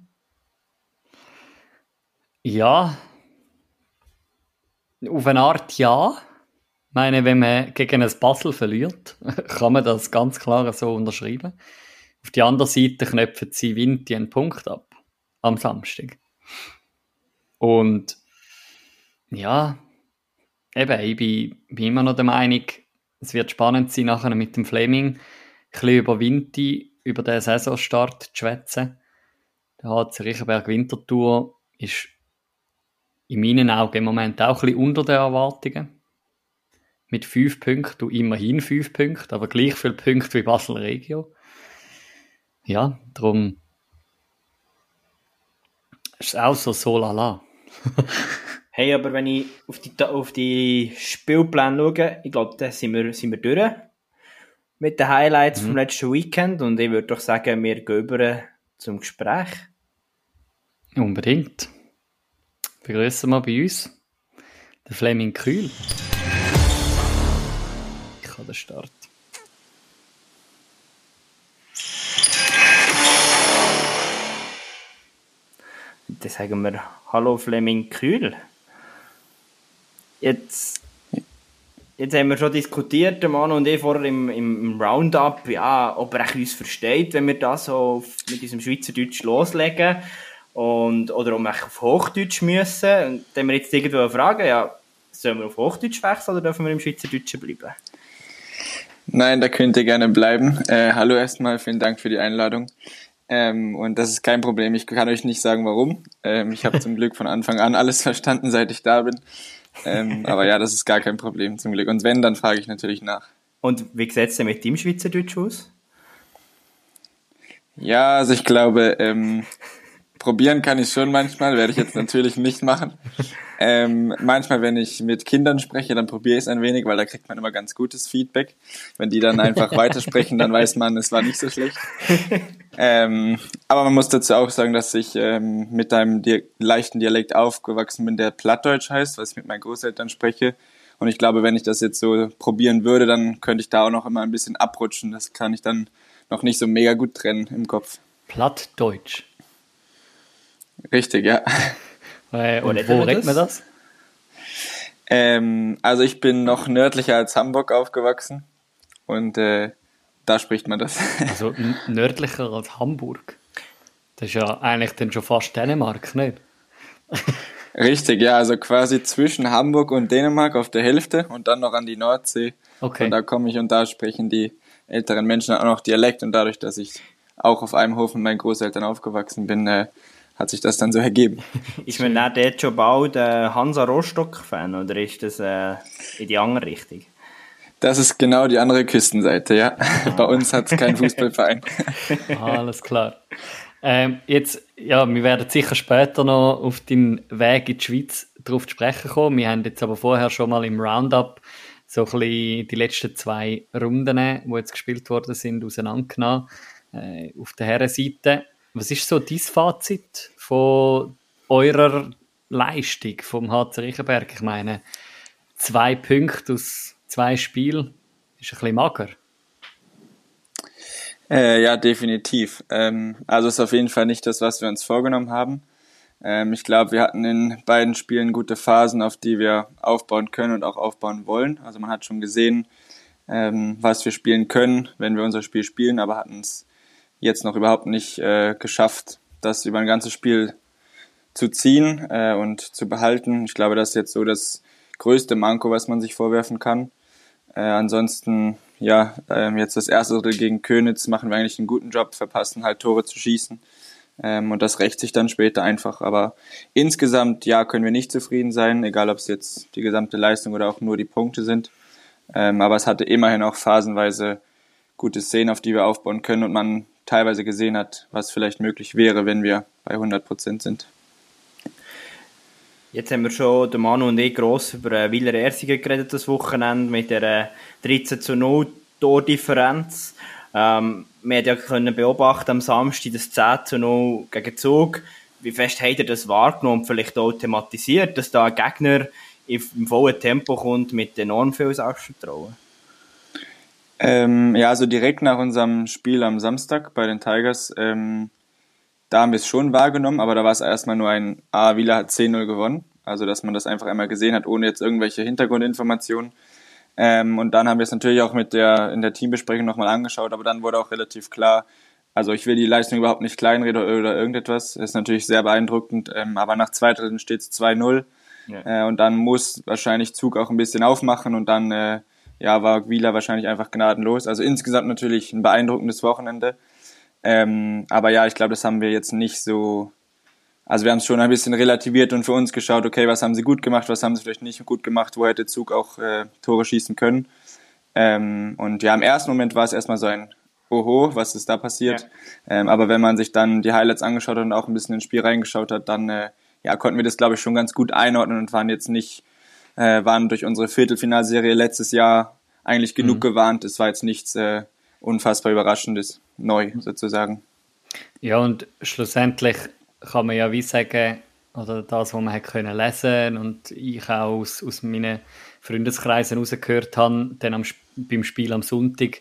Ja. Auf eine Art ja. Ich meine, wenn man gegen ein Basel verliert, kann man das ganz klar so unterschreiben. Auf die andere Seite knöpfen sie Vinti einen Punkt ab. Am Samstag. Und ja, eben, ich bin, bin immer noch der Meinung, es wird spannend sein, nachher mit dem Fleming ein bisschen über Vinti, über den Saisonstart zu schwätzen. Der H C Riechenberg Winterthur ist in meinen Augen im Moment auch ein bisschen unter den Erwartungen. Mit fünf Punkten, und immerhin fünf Punkte, aber gleich viele Punkte wie Basel Regio. Ja, darum ist es auch so so lala. Hey, aber wenn ich auf die, auf die Spielpläne schaue, ich glaube, da sind wir, sind wir durch mit den Highlights mhm. vom letzten Weekend und ich würde doch sagen, wir gehen über zum Gespräch. Unbedingt. Begrüßen wir bei uns den Fleming Kühl. Ich kann den Start. Dann sagen wir Hallo Fleming Kühl. Jetzt, jetzt haben wir schon diskutiert, der Mann und ich vorher im, im Roundup, ja, ob er uns versteht, wenn wir das so auf, mit unserem Schweizerdeutsch loslegen und, oder ob wir auf Hochdeutsch müssen. Und dann haben wir jetzt irgendwo fragen, ja, sollen wir auf Hochdeutsch wechseln oder dürfen wir im Schweizerdeutschen bleiben? Nein, da könnt ihr gerne bleiben. Äh, hallo erstmal, vielen Dank für die Einladung. Ähm, und das ist kein Problem, ich kann euch nicht sagen, warum. Ähm, ich habe zum Glück von Anfang an alles verstanden, seit ich da bin. Ähm, aber ja, das ist gar kein Problem, zum Glück. Und wenn, dann frage ich natürlich nach. Und wie sieht es denn mit dem Schweizerdeutsch aus? Ja, also ich glaube, ähm, probieren kann ich schon manchmal, werde ich jetzt natürlich nicht machen. Ähm, manchmal, wenn ich mit Kindern spreche, dann probiere ich es ein wenig, weil da kriegt man immer ganz gutes Feedback. Wenn die dann einfach weitersprechen, dann weiß man, es war nicht so schlecht. Ähm, aber man muss dazu auch sagen, dass ich ähm, mit einem Di- leichten Dialekt aufgewachsen bin, der Plattdeutsch heißt, was ich mit meinen Großeltern spreche. Und ich glaube, wenn ich das jetzt so probieren würde, dann könnte ich da auch noch immer ein bisschen abrutschen. Das kann ich dann noch nicht so mega gut trennen im Kopf. Plattdeutsch? Richtig, ja. Äh, und wo redet man das? Ähm, also ich bin noch nördlicher als Hamburg aufgewachsen und äh, da spricht man das. Also n- nördlicher als Hamburg? Das ist ja eigentlich dann schon fast Dänemark, nicht? Richtig, ja, also quasi zwischen Hamburg und Dänemark auf der Hälfte und dann noch an die Nordsee. Okay. Und da komme ich und da sprechen die älteren Menschen auch noch Dialekt und dadurch, dass ich auch auf einem Hof mit meinen Großeltern aufgewachsen bin, äh, hat sich das dann so ergeben. Ist man dann dort schon bald äh, Hansa Rostock-Fan oder ist das äh, in die andere Richtung? Das ist genau die andere Küstenseite, ja. Ah. Bei uns hat es keinen Fußballverein. Alles klar. Ähm, jetzt, ja, wir werden sicher später noch auf den Weg in die Schweiz drauf zu sprechen kommen. Wir haben jetzt aber vorher schon mal im Roundup so ein bisschen die letzten zwei Runden, die jetzt gespielt worden sind, auseinandergenommen. Äh, auf der Herrenseite. Was ist so dein Fazit von eurer Leistung vom H C Riechenberg? Ich meine, zwei Punkte aus zwei Spielen ist ein bisschen mager. Äh, ja, definitiv. Ähm, also ist auf jeden Fall nicht das, was wir uns vorgenommen haben. Ähm, ich glaube, wir hatten in beiden Spielen gute Phasen, auf die wir aufbauen können und auch aufbauen wollen. Also man hat schon gesehen, ähm, was wir spielen können, wenn wir unser Spiel spielen, aber hatten es jetzt noch überhaupt nicht äh, geschafft, das über ein ganzes Spiel zu ziehen äh, und zu behalten. Ich glaube, das ist jetzt so das größte Manko, was man sich vorwerfen kann. Äh, ansonsten, ja, äh, jetzt das erste Drittel gegen Köniz machen wir eigentlich einen guten Job, verpassen halt Tore zu schießen. Ähm, und das rächt sich dann später einfach. Aber insgesamt, ja, können wir nicht zufrieden sein, egal ob es jetzt die gesamte Leistung oder auch nur die Punkte sind. Ähm, aber es hatte immerhin auch phasenweise gute Szenen, auf die wir aufbauen können und man teilweise gesehen hat, was vielleicht möglich wäre, wenn wir bei hundert Prozent sind. Jetzt haben wir schon, der Manu und ich, gross über Weiler Ersigen geredet das Wochenende mit der dreizehn zu null Tordifferenz. Ähm, wir haben ja können beobachten am Samstag das zehn zu null gegen Zug. Wie fest habt ihr das wahrgenommen und vielleicht auch thematisiert, dass da ein Gegner im vollen Tempo kommt mit enorm viel Selbstvertrauen? Ähm, ja, also direkt nach unserem Spiel am Samstag bei den Tigers, ähm, da haben wir es schon wahrgenommen, aber da war es erstmal nur ein, ah, Weiler hat zehn null gewonnen, also dass man das einfach einmal gesehen hat, ohne jetzt irgendwelche Hintergrundinformationen. Ähm, und dann haben wir es natürlich auch mit der in der Teambesprechung nochmal angeschaut, aber dann wurde auch relativ klar, also ich will die Leistung überhaupt nicht kleinreden oder, oder irgendetwas, ist natürlich sehr beeindruckend, ähm, aber nach zwei Dritteln steht es zwei null ja. äh, und dann muss wahrscheinlich Zug auch ein bisschen aufmachen und dann äh, ja, war Weiler wahrscheinlich einfach gnadenlos. Also insgesamt natürlich ein beeindruckendes Wochenende. Ähm, aber ja, ich glaube, das haben wir jetzt nicht so... Also wir haben es schon ein bisschen relativiert und für uns geschaut, okay, was haben sie gut gemacht, was haben sie vielleicht nicht gut gemacht, wo hätte Zug auch äh, Tore schießen können. Ähm, und ja, im ersten Moment war es erstmal so ein Oho, was ist da passiert. Ja. Ähm, aber wenn man sich dann die Highlights angeschaut hat und auch ein bisschen ins Spiel reingeschaut hat, dann äh, ja, konnten wir das, glaube ich, schon ganz gut einordnen und waren jetzt nicht... Äh, waren durch unsere Viertelfinalserie letztes Jahr eigentlich genug mhm. gewarnt. Es war jetzt nichts äh, unfassbar Überraschendes, neu sozusagen. Ja, und schlussendlich kann man ja wie sagen, oder das, was man hat können lesen und ich auch aus, aus meinen Freundeskreisen rausgehört habe, dann am, beim Spiel am Sonntag,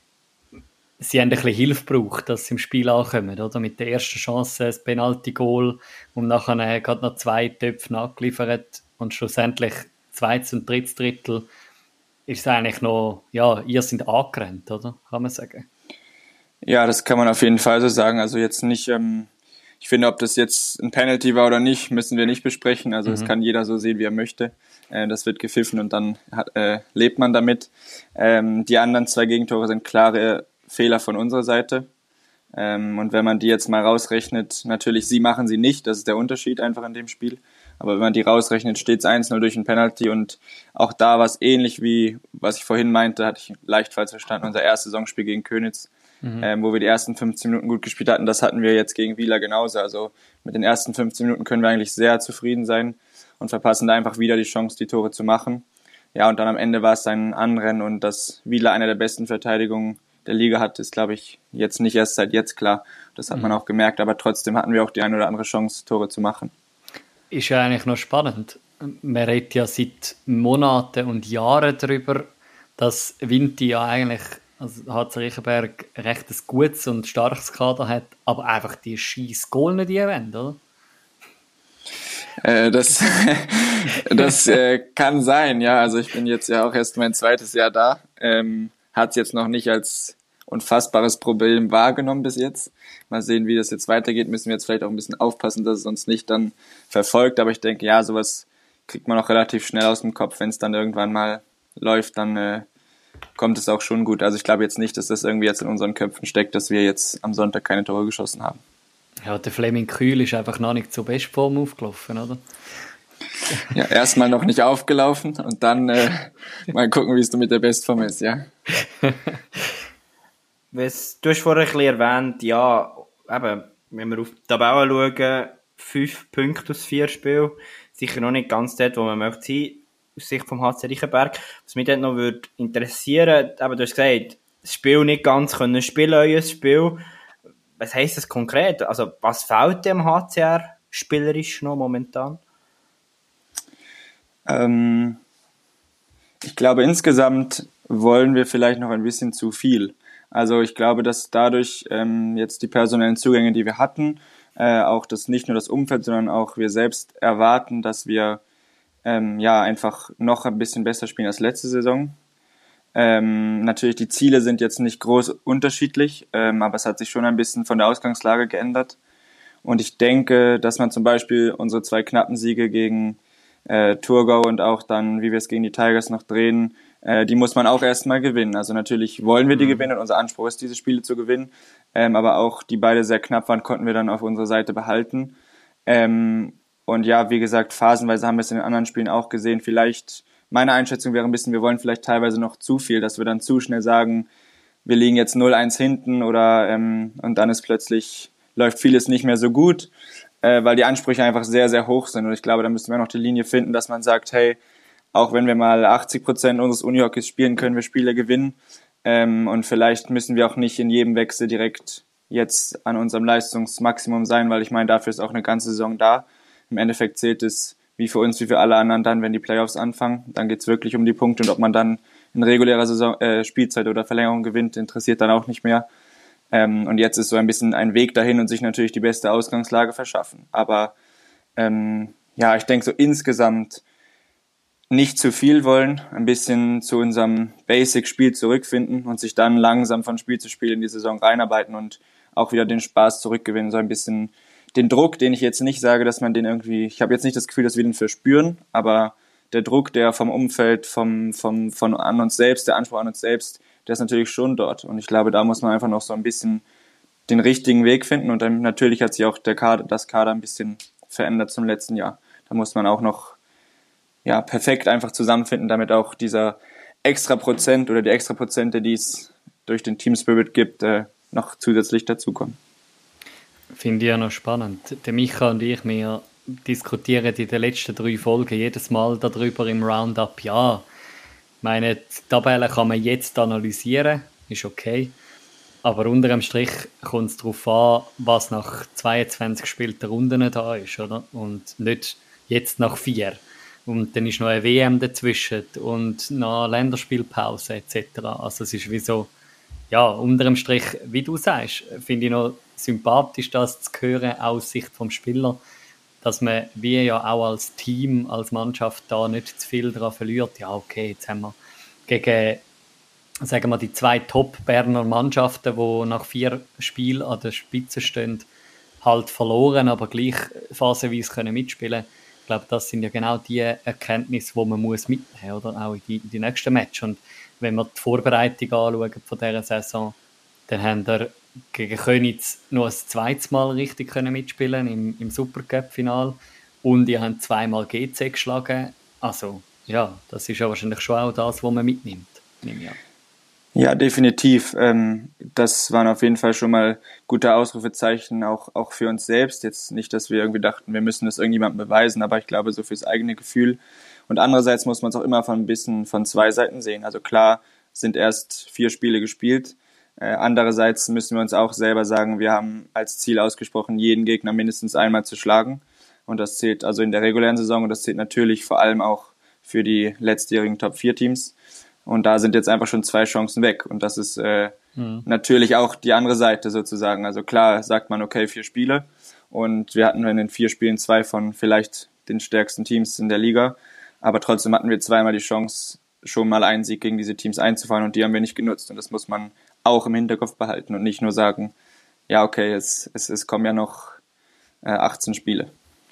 sie haben ein bisschen Hilfe gebraucht, dass sie im Spiel ankommen, oder? Mit der ersten Chance, das Penalty-Goal und nachher gerade noch zwei Töpfe nachgeliefert und schlussendlich zweites und drittes Drittel ist es eigentlich noch, ja, ihr seid angerannt, oder? Kann man sagen. Ja, das kann man auf jeden Fall so sagen. Also jetzt nicht, ähm, ich finde, ob das jetzt ein Penalty war oder nicht, müssen wir nicht besprechen. Also das mhm. kann jeder so sehen, wie er möchte. Äh, das wird gepfiffen und dann hat, äh, lebt man damit. Ähm, die anderen zwei Gegentore sind klare Fehler von unserer Seite. Ähm, und wenn man die jetzt mal rausrechnet, natürlich, sie machen sie nicht, das ist der Unterschied einfach in dem Spiel. Aber wenn man die rausrechnet, steht es eins null durch ein Penalty und auch da war es ähnlich wie, was ich vorhin meinte, hatte ich leicht falsch verstanden, unser erstes Saisonspiel gegen Köniz, mhm. ähm, wo wir die ersten fünfzehn Minuten gut gespielt hatten, das hatten wir jetzt gegen Weiler genauso. Also mit den ersten fünfzehn Minuten können wir eigentlich sehr zufrieden sein und verpassen da einfach wieder die Chance, die Tore zu machen. Ja, und dann am Ende war es ein Anrennen und dass Weiler eine der besten Verteidigungen der Liga hat, ist, glaube ich, jetzt nicht erst seit jetzt klar. Das hat mhm. man auch gemerkt, aber trotzdem hatten wir auch die eine oder andere Chance, Tore zu machen. Ist ja eigentlich noch spannend. Man redet ja seit Monaten und Jahren darüber, dass Vinti ja eigentlich, also H C Riechenberg, recht ein gutes und starkes Kader hat, aber einfach die scheiß Goal nicht wollen, oder? Äh, das das äh, kann sein, ja. Also ich bin jetzt ja auch erst mein zweites Jahr da. Ähm, hat es jetzt noch nicht als unfassbares Problem wahrgenommen bis jetzt. Mal sehen, wie das jetzt weitergeht. Müssen wir jetzt vielleicht auch ein bisschen aufpassen, dass es uns nicht dann verfolgt. Aber ich denke, ja, sowas kriegt man auch relativ schnell aus dem Kopf. Wenn es dann irgendwann mal läuft, dann äh, kommt es auch schon gut. Also ich glaube jetzt nicht, dass das irgendwie jetzt in unseren Köpfen steckt, dass wir jetzt am Sonntag keine Tore geschossen haben. Ja, der Fleming Kühl ist einfach noch nicht zur Bestform aufgelaufen, oder? Ja, erstmal noch nicht aufgelaufen und dann äh, mal gucken, wie es mit der Bestform ist, ja. Du hast vorher ein bisschen erwähnt, ja, eben, wenn wir auf die Tabelle schauen, fünf Punkte aus vier Spielen, sicher noch nicht ganz dort, wo man möchte sein, aus Sicht vom H C Reichenberg. Was mich dort noch würde interessieren, eben, du hast gesagt, das Spiel nicht ganz können spielen, euer Spiel. Was heisst das konkret? Also, was fehlt dem H C R spielerisch noch momentan? Ähm, ich glaube, insgesamt wollen wir vielleicht noch ein bisschen zu viel. Also ich glaube, dass dadurch ähm, jetzt die personellen Zugänge, die wir hatten, äh, auch das nicht nur das Umfeld, sondern auch wir selbst erwarten, dass wir ähm, ja einfach noch ein bisschen besser spielen als letzte Saison. Ähm, natürlich, die Ziele sind jetzt nicht groß unterschiedlich, ähm, aber es hat sich schon ein bisschen von der Ausgangslage geändert. Und ich denke, dass man zum Beispiel unsere zwei knappen Siege gegen äh, Thurgau und auch dann, wie wir es gegen die Tigers noch drehen, äh, die muss man auch erstmal gewinnen. Also natürlich wollen wir die mhm. gewinnen und unser Anspruch ist, diese Spiele zu gewinnen. Ähm, aber auch die beide sehr knapp waren, konnten wir dann auf unserer Seite behalten. Ähm, und ja, wie gesagt, phasenweise haben wir es in den anderen Spielen auch gesehen. Vielleicht meine Einschätzung wäre ein bisschen, wir wollen vielleicht teilweise noch zu viel, dass wir dann zu schnell sagen, wir liegen jetzt null eins hinten oder ähm, und dann ist plötzlich, läuft vieles nicht mehr so gut, äh, weil die Ansprüche einfach sehr, sehr hoch sind. Und ich glaube, da müssen wir noch die Linie finden, dass man sagt, hey, auch wenn wir mal achtzig Prozent unseres Unihockeys spielen, können wir Spiele gewinnen. Ähm, und vielleicht müssen wir auch nicht in jedem Wechsel direkt jetzt an unserem Leistungsmaximum sein, weil ich meine, dafür ist auch eine ganze Saison da. Im Endeffekt zählt es wie für uns, wie für alle anderen dann, wenn die Playoffs anfangen. Dann geht's wirklich um die Punkte und ob man dann in regulärer Saison, äh, Spielzeit oder Verlängerung gewinnt, interessiert dann auch nicht mehr. Ähm, und jetzt ist so ein bisschen ein Weg dahin und sich natürlich die beste Ausgangslage verschaffen. Aber ähm, ja, ich denke so insgesamt nicht zu viel wollen, ein bisschen zu unserem Basic-Spiel zurückfinden und sich dann langsam von Spiel zu Spiel in die Saison reinarbeiten und auch wieder den Spaß zurückgewinnen, so ein bisschen den Druck, den ich jetzt nicht sage, dass man den irgendwie, ich habe jetzt nicht das Gefühl, dass wir den verspüren, aber der Druck, der vom Umfeld, vom, vom, von an uns selbst, der Anspruch an uns selbst, der ist natürlich schon dort. Und ich glaube, da muss man einfach noch so ein bisschen den richtigen Weg finden. Und dann natürlich hat sich auch der Kader, das Kader ein bisschen verändert zum letzten Jahr. Da muss man auch noch ja, perfekt einfach zusammenfinden, damit auch dieser extra Prozent oder die extra Prozente, die es durch den Team Spirit gibt, äh, noch zusätzlich dazukommen. Finde ich ja noch spannend. Der Micha und ich, wir diskutieren in den letzten drei Folgen jedes Mal darüber im Roundup. Ja, meine, die Tabelle kann man jetzt analysieren, ist okay. Aber unter dem Strich kommt es darauf an, was nach zweiundzwanzig gespielten Runden da ist, oder? Und nicht jetzt nach vier. Und dann ist noch eine W M dazwischen und noch eine Länderspielpause et cetera. Also es ist wie so, ja, unter dem Strich, wie du sagst, finde ich noch sympathisch, das zu hören aus Sicht vom Spieler, dass man wie ja auch als Team, als Mannschaft da nicht zu viel daran verliert. Ja, okay, jetzt haben wir gegen, sagen wir, die zwei Top-Berner Mannschaften, die nach vier Spielen an der Spitze stehen, halt verloren, aber gleich phasenweise können mitspielen. Ich glaube, das sind ja genau die Erkenntnisse, die man muss mitnehmen muss, oder? Auch in die, in die nächsten Matches. Und wenn wir die Vorbereitung anschauen von dieser Saison, dann haben wir gegen Königs noch ein zweites Mal richtig können mitspielen im, im Supercup-Final und ihr habt zweimal G C geschlagen. Also, ja, das ist ja wahrscheinlich schon auch das, was man mitnimmt. Ja, ja, definitiv. Ähm, das waren auf jeden Fall schon mal gute Ausrufezeichen, auch, auch für uns selbst. Jetzt nicht, dass wir irgendwie dachten, wir müssen das irgendjemandem beweisen, aber ich glaube, so fürs eigene Gefühl. Und andererseits muss man es auch immer von ein bisschen von zwei Seiten sehen. Also klar sind erst vier Spiele gespielt. Äh, andererseits müssen wir uns auch selber sagen, wir haben als Ziel ausgesprochen, jeden Gegner mindestens einmal zu schlagen. Und das zählt also in der regulären Saison und das zählt natürlich vor allem auch für die letztjährigen Top vier Teams. Und da sind jetzt einfach schon zwei Chancen weg. Und das ist äh, mhm. natürlich auch die andere Seite sozusagen. Also klar sagt man, okay, vier Spiele. Und wir hatten in den vier Spielen zwei von vielleicht den stärksten Teams in der Liga. Aber trotzdem hatten wir zweimal die Chance, schon mal einen Sieg gegen diese Teams einzufahren. Und die haben wir nicht genutzt. Und das muss man auch im Hinterkopf behalten und nicht nur sagen, ja okay, es, es, es kommen ja noch äh, achtzehn Spiele.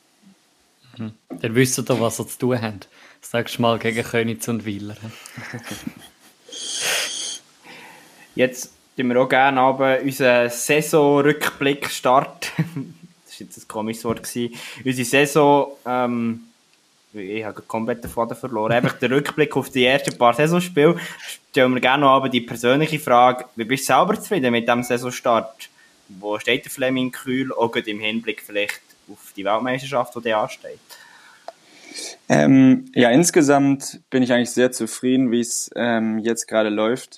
Mhm. Dann wisst ihr doch, was ihr zu tun habt. Sagst du mal gegen Königs und Weiler. Jetzt tun wir auch gerne aber unseren Saisonrückblick starten. das war jetzt ein komisches Wort gewesen. Unsere Saison, ähm, ich habe komplett den Faden verloren. Einfach der Rückblick auf die ersten paar Saisonspiele. Stellen wir gerne noch aber die persönliche Frage, wie bist du selber zufrieden mit diesem Saisonstart? Wo steht der Flemming Kühl, auch gerade im Hinblick vielleicht auf die Weltmeisterschaft, die dir ansteht? Ähm, ja, insgesamt bin ich eigentlich sehr zufrieden, wie es ähm, jetzt gerade läuft.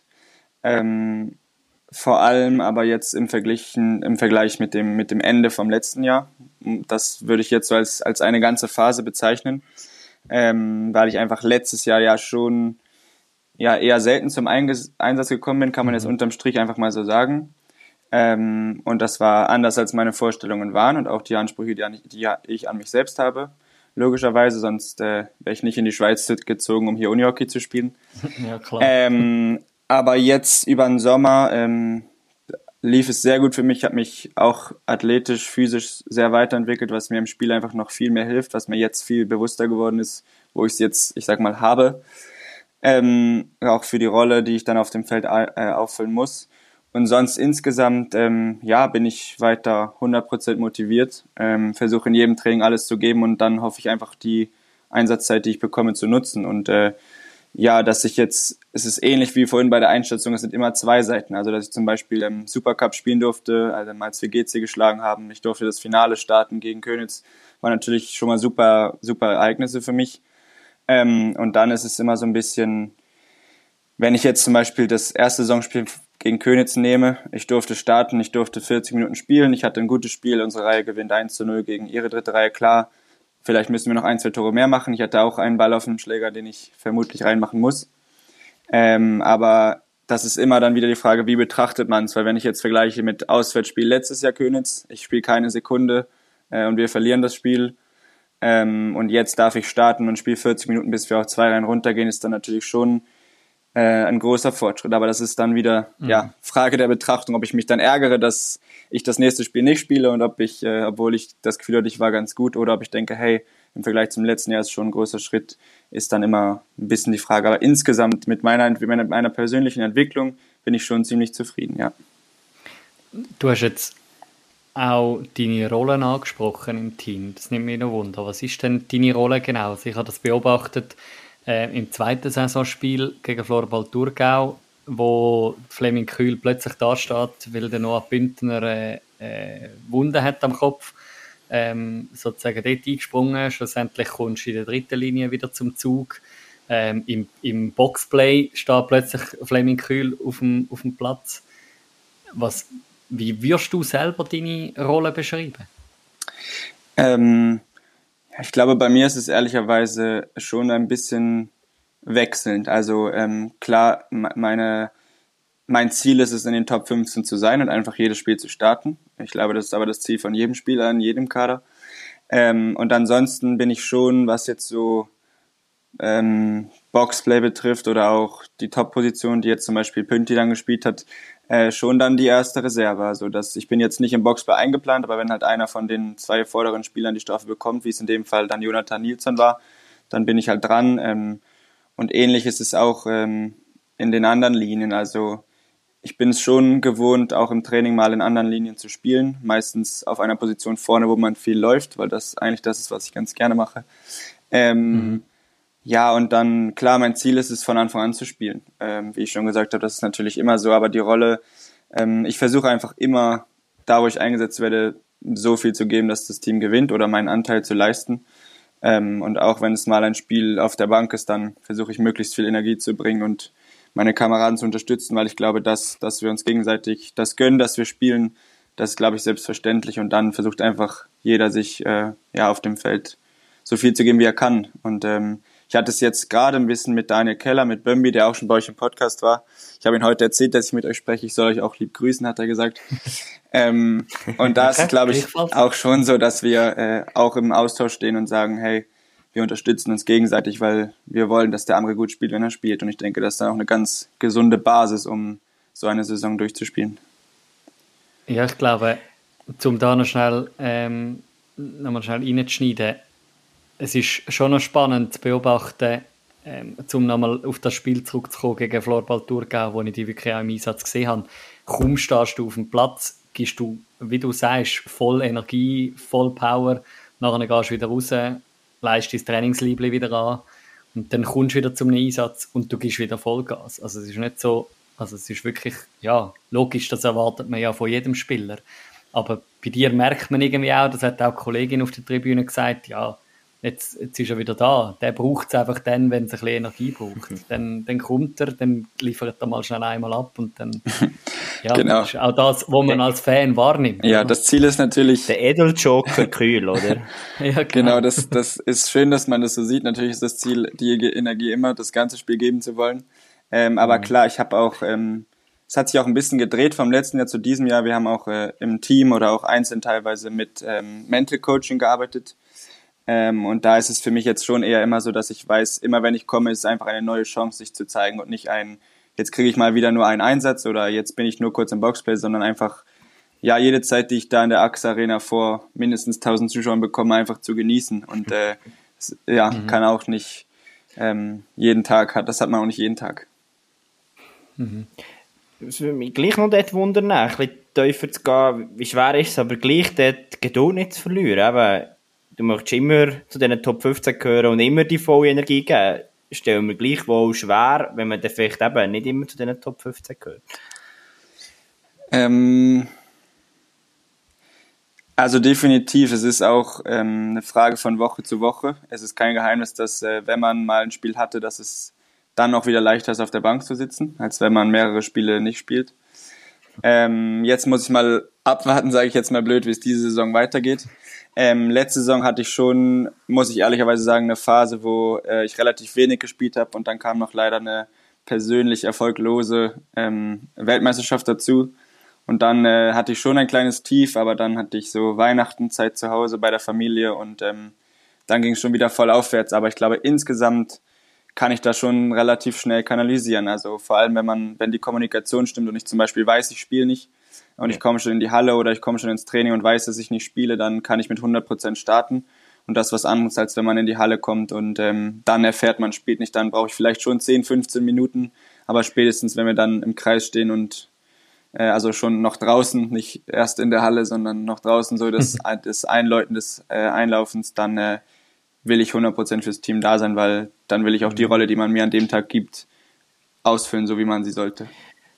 Ähm, vor allem aber jetzt im Vergleich, im Vergleich mit dem, mit dem Ende vom letzten Jahr. Das würde ich jetzt so als, als eine ganze Phase bezeichnen, ähm, weil ich einfach letztes Jahr ja schon ja, eher selten zum Einges- Einsatz gekommen bin, kann man jetzt unterm Strich einfach mal so sagen. Ähm, und das war anders, als meine Vorstellungen waren und auch die Ansprüche, die, an, die ich an mich selbst habe. Logischerweise, sonst äh, wäre ich nicht in die Schweiz gezogen, um hier Unihockey zu spielen. Ja, klar. Ähm, aber jetzt über den Sommer ähm, lief es sehr gut für mich. Ich habe mich auch athletisch, physisch sehr weiterentwickelt, was mir im Spiel einfach noch viel mehr hilft, was mir jetzt viel bewusster geworden ist, wo ich es jetzt, ich sag mal, habe. Ähm, auch für die Rolle, die ich dann auf dem Feld äh, auffüllen muss. Und sonst insgesamt, ähm, ja, bin ich weiter hundert Prozent motiviert, ähm, versuche in jedem Training alles zu geben und dann hoffe ich einfach die Einsatzzeit, die ich bekomme, zu nutzen. Und äh, ja, dass ich jetzt, es ist ähnlich wie vorhin bei der Einschätzung, es sind immer zwei Seiten. Also, dass ich zum Beispiel im Supercup spielen durfte, also als wir G C geschlagen haben, ich durfte das Finale starten gegen Königs, war natürlich schon mal super, super Ereignisse für mich. Ähm, und dann ist es immer so ein bisschen, wenn ich jetzt zum Beispiel das erste Saisonspiel gegen Königs nehme, ich durfte starten, ich durfte vierzig Minuten spielen, ich hatte ein gutes Spiel, unsere Reihe gewinnt eins zu null gegen ihre dritte Reihe, klar, vielleicht müssen wir noch ein, zwei Tore mehr machen, ich hatte auch einen Ball auf dem Schläger, den ich vermutlich reinmachen muss, ähm, aber das ist immer dann wieder die Frage, wie betrachtet man es, weil wenn ich jetzt vergleiche mit Auswärtsspiel letztes Jahr Königs, ich spiele keine Sekunde äh, und wir verlieren das Spiel, ähm, und jetzt darf ich starten und spiele vierzig Minuten, bis wir auf zwei Reihen runtergehen, ist dann natürlich schon ein großer Fortschritt, aber das ist dann wieder mhm. ja Frage der Betrachtung, ob ich mich dann ärgere, dass ich das nächste Spiel nicht spiele und ob ich, äh, obwohl ich das Gefühl hatte, ich war ganz gut, oder ob ich denke, hey, im Vergleich zum letzten Jahr ist schon ein großer Schritt, ist dann immer ein bisschen die Frage. Aber insgesamt mit meiner, mit meiner persönlichen Entwicklung bin ich schon ziemlich zufrieden, ja. Du hast jetzt auch deine Rollen angesprochen im Team. Das nimmt mich noch Wunder. Was ist denn deine Rolle genau? Also ich habe das beobachtet, Äh, im zweiten Saisonspiel gegen Florbal Thurgau, wo Flemming Kühl plötzlich da steht, weil der Noah Bündner äh, äh, Wunden hat am Kopf, ähm, sozusagen dort eingesprungen. Schlussendlich kommst du in der dritten Linie wieder zum Zug. Ähm, im, Im Boxplay steht plötzlich Flemming Kühl auf dem, auf dem Platz. Was, wie würdest du selber deine Rolle beschreiben? Ähm... Ich glaube, bei mir ist es ehrlicherweise schon ein bisschen wechselnd. Also ähm, klar, meine, mein Ziel ist es, in den Top fünfzehn zu sein und einfach jedes Spiel zu starten. Ich glaube, das ist aber das Ziel von jedem Spieler in jedem Kader. Ähm, und ansonsten bin ich schon, was jetzt so ähm, Boxplay betrifft oder auch die Top-Position, die jetzt zum Beispiel Pünti dann gespielt hat, Äh, schon dann die erste Reserve. Also dass ich bin jetzt nicht im Boxplay eingeplant, aber wenn halt einer von den zwei vorderen Spielern die Strafe bekommt, wie es in dem Fall dann Jonathan Nilsson war, dann bin ich halt dran. Ähm, und ähnlich ist es auch ähm, in den anderen Linien. Also ich bin es schon gewohnt, auch im Training mal in anderen Linien zu spielen. Meistens auf einer Position vorne, wo man viel läuft, weil das eigentlich das ist, was ich ganz gerne mache. Ähm, mhm. Ja, und dann, klar, mein Ziel ist es, von Anfang an zu spielen. Ähm, wie ich schon gesagt habe, das ist natürlich immer so, aber die Rolle, ähm, ich versuche einfach immer, da wo ich eingesetzt werde, so viel zu geben, dass das Team gewinnt oder meinen Anteil zu leisten. Ähm, und auch wenn es mal ein Spiel auf der Bank ist, dann versuche ich möglichst viel Energie zu bringen und meine Kameraden zu unterstützen, weil ich glaube, dass, dass wir uns gegenseitig das gönnen, dass wir spielen, das ist, glaube ich, selbstverständlich. Und dann versucht einfach jeder, sich äh, ja auf dem Feld so viel zu geben, wie er kann. Und ähm, ich hatte es jetzt gerade ein bisschen mit Daniel Keller, mit Bömbi, der auch schon bei euch im Podcast war. Ich habe ihn heute erzählt, dass ich mit euch spreche. Ich soll euch auch lieb grüßen, hat er gesagt. ähm, und da ist es, glaube ich, auch schon so, dass wir äh, auch im Austausch stehen und sagen, hey, wir unterstützen uns gegenseitig, weil wir wollen, dass der andere gut spielt, wenn er spielt. Und ich denke, das ist dann auch eine ganz gesunde Basis, um so eine Saison durchzuspielen. Ja, ich glaube, um da noch schnell, ähm, noch mal schnell reinzuschneiden, es ist schon noch spannend zu beobachten, ähm, um nochmal auf das Spiel zurückzukommen gegen Florbal Thurgau, wo ich die wirklich auch im Einsatz gesehen habe. Kaum stehst du auf dem Platz, gibst du, wie du sagst, voll Energie, voll Power, nachher gehst du wieder raus, leist dein Trainingsliebli wieder an und dann kommst du wieder zum Einsatz und du gibst wieder Vollgas. Also es ist nicht so, also es ist wirklich, ja, logisch, das erwartet man ja von jedem Spieler. Aber bei dir merkt man irgendwie auch, das hat auch die Kollegin auf der Tribüne gesagt, ja, jetzt, jetzt ist er wieder da. Der braucht es einfach dann, wenn es ein bisschen Energie braucht. Dann, dann kommt er, dann liefert er mal schnell einmal ab und dann, ja, genau. Das ist auch das, was man als Fan wahrnimmt. Ja, oder? Das Ziel ist natürlich... Der Edeljoker kühl, oder? Ja, genau, genau das, das ist schön, dass man das so sieht. Natürlich ist das Ziel, die Energie immer, das ganze Spiel geben zu wollen. Ähm, aber mhm. klar, ich habe auch... Ähm, Es hat sich auch ein bisschen gedreht vom letzten Jahr zu diesem Jahr. Wir haben auch äh, im Team oder auch einzeln teilweise mit ähm, Mental Coaching gearbeitet. Ähm, und da ist es für mich jetzt schon eher immer so, dass ich weiß, immer wenn ich komme, ist es einfach eine neue Chance, sich zu zeigen und nicht ein, jetzt kriege ich mal wieder nur einen Einsatz oder jetzt bin ich nur kurz im Boxplay, sondern einfach, ja, jede Zeit, die ich da in der A X Arena vor mindestens tausend Zuschauern bekomme, einfach zu genießen. Und äh, das, ja, mhm. kann auch nicht ähm, jeden Tag, hat, das hat man auch nicht jeden Tag. Mhm. Es würde mich gleich noch dort wundern, ein bisschen tiefer zu gehen, wie schwer ist es, aber gleich dort die Geduld nicht zu verlieren. Eben, du möchtest immer zu diesen Top fünfzehn gehören und immer die volle Energie geben. Stellen wir gleich wohl schwer, wenn man dann vielleicht eben nicht immer zu diesen Top fünfzehn gehört. Ähm, also definitiv, es ist auch ähm, eine Frage von Woche zu Woche. Es ist kein Geheimnis, dass äh, wenn man mal ein Spiel hatte, dass es dann auch wieder leichter ist, auf der Bank zu sitzen, als wenn man mehrere Spiele nicht spielt. Ähm, jetzt muss ich mal abwarten, sage ich jetzt mal blöd, wie es diese Saison weitergeht. Ähm, letzte Saison hatte ich schon, muss ich ehrlicherweise sagen, eine Phase, wo äh, ich relativ wenig gespielt habe und dann kam noch leider eine persönlich erfolglose ähm, Weltmeisterschaft dazu. Und dann äh, hatte ich schon ein kleines Tief, aber dann hatte ich so Weihnachtenzeit zu Hause bei der Familie und ähm, dann ging es schon wieder voll aufwärts. Aber ich glaube, insgesamt kann ich das schon relativ schnell kanalisieren. Also vor allem, wenn man, wenn die Kommunikation stimmt und ich zum Beispiel weiß, ich spiele nicht und ich komme schon in die Halle oder ich komme schon ins Training und weiß, dass ich nicht spiele, dann kann ich mit hundert Prozent starten. Und das ist was anderes, als wenn man in die Halle kommt und ähm, dann erfährt, man spielt nicht, dann brauche ich vielleicht schon zehn, fünfzehn Minuten, aber spätestens, wenn wir dann im Kreis stehen und äh, also schon noch draußen, nicht erst in der Halle, sondern noch draußen, so das, das Einläuten des äh, Einlaufens, dann äh, will ich hundert Prozent fürs Team da sein, weil dann will ich auch die Rolle, die man mir an dem Tag gibt, ausfüllen, so wie man sie sollte.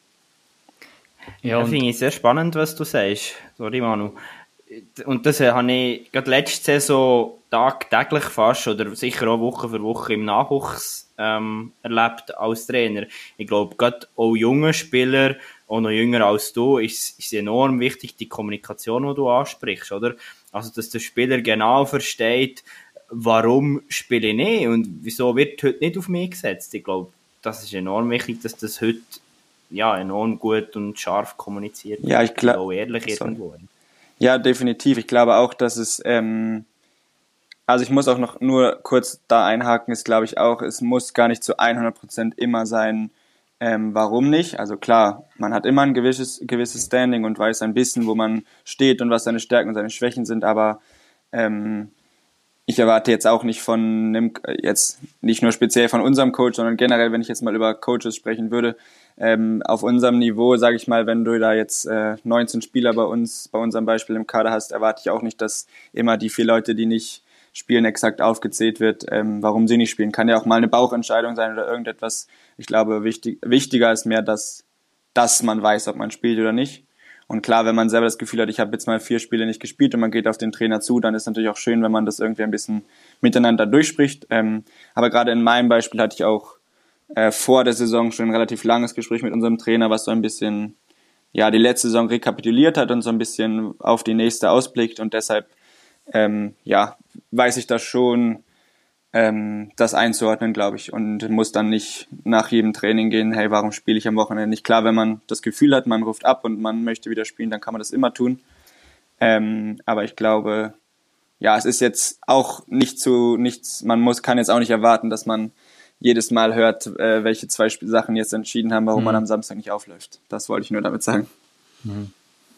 Ja, finde ich sehr spannend, was du sagst. Sorry, Manu. Und das habe ich gerade letzte Saison tagtäglich fast oder sicher auch Woche für Woche im Nachwuchs ähm, erlebt als Trainer. Ich glaube, gerade auch junge Spieler, auch noch jünger als du, ist, ist enorm wichtig, die Kommunikation, die du ansprichst, oder? Also, dass der Spieler genau versteht, warum spiele ich nicht und wieso wird heute nicht auf mich gesetzt. Ich glaube, das ist enorm wichtig, dass das heute ja, enorm gut und scharf kommuniziert wird. Ja, ich glaube, auch ehrlich sorry. irgendwo. Ja, definitiv. Ich glaube auch, dass es, ähm, also ich muss auch noch nur kurz da einhaken, ist glaube ich auch, es muss gar nicht zu hundert Prozent immer sein, ähm, warum nicht. Also klar, man hat immer ein gewisses, gewisses Standing und weiß ein bisschen, wo man steht und was seine Stärken und seine Schwächen sind, aber ähm, ich erwarte jetzt auch nicht von einem, jetzt nicht nur speziell von unserem Coach, sondern generell, wenn ich jetzt mal über Coaches sprechen würde, ähm, auf unserem Niveau, sage ich mal, wenn du da jetzt äh, neunzehn Spieler bei uns, bei unserem Beispiel im Kader hast, erwarte ich auch nicht, dass immer die vier Leute, die nicht spielen, exakt aufgezählt wird, ähm, warum sie nicht spielen. Kann ja auch mal eine Bauchentscheidung sein oder irgendetwas. Ich glaube, wichtig, wichtiger ist mehr, dass, dass man weiß, ob man spielt oder nicht. Und klar, wenn man selber das Gefühl hat, ich habe jetzt mal vier Spiele nicht gespielt und man geht auf den Trainer zu, dann ist es natürlich auch schön, wenn man das irgendwie ein bisschen miteinander durchspricht. Ähm, aber gerade in meinem Beispiel hatte ich auch äh, vor der Saison schon ein relativ langes Gespräch mit unserem Trainer, was so ein bisschen ja die letzte Saison rekapituliert hat und so ein bisschen auf die nächste ausblickt. Und deshalb ähm, ja weiß ich das schon, ähm, das einzuordnen, glaube ich, und muss dann nicht nach jedem Training gehen, hey, warum spiele ich am Wochenende nicht? Klar, wenn man das Gefühl hat, man ruft ab und man möchte wieder spielen, dann kann man das immer tun. Ähm, aber ich glaube, ja, es ist jetzt auch nicht zu nichts, man muss kann jetzt auch nicht erwarten, dass man jedes Mal hört, äh, welche zwei Sachen jetzt entschieden haben, warum mhm. man am Samstag nicht aufläuft. Das wollte ich nur damit sagen. Mhm.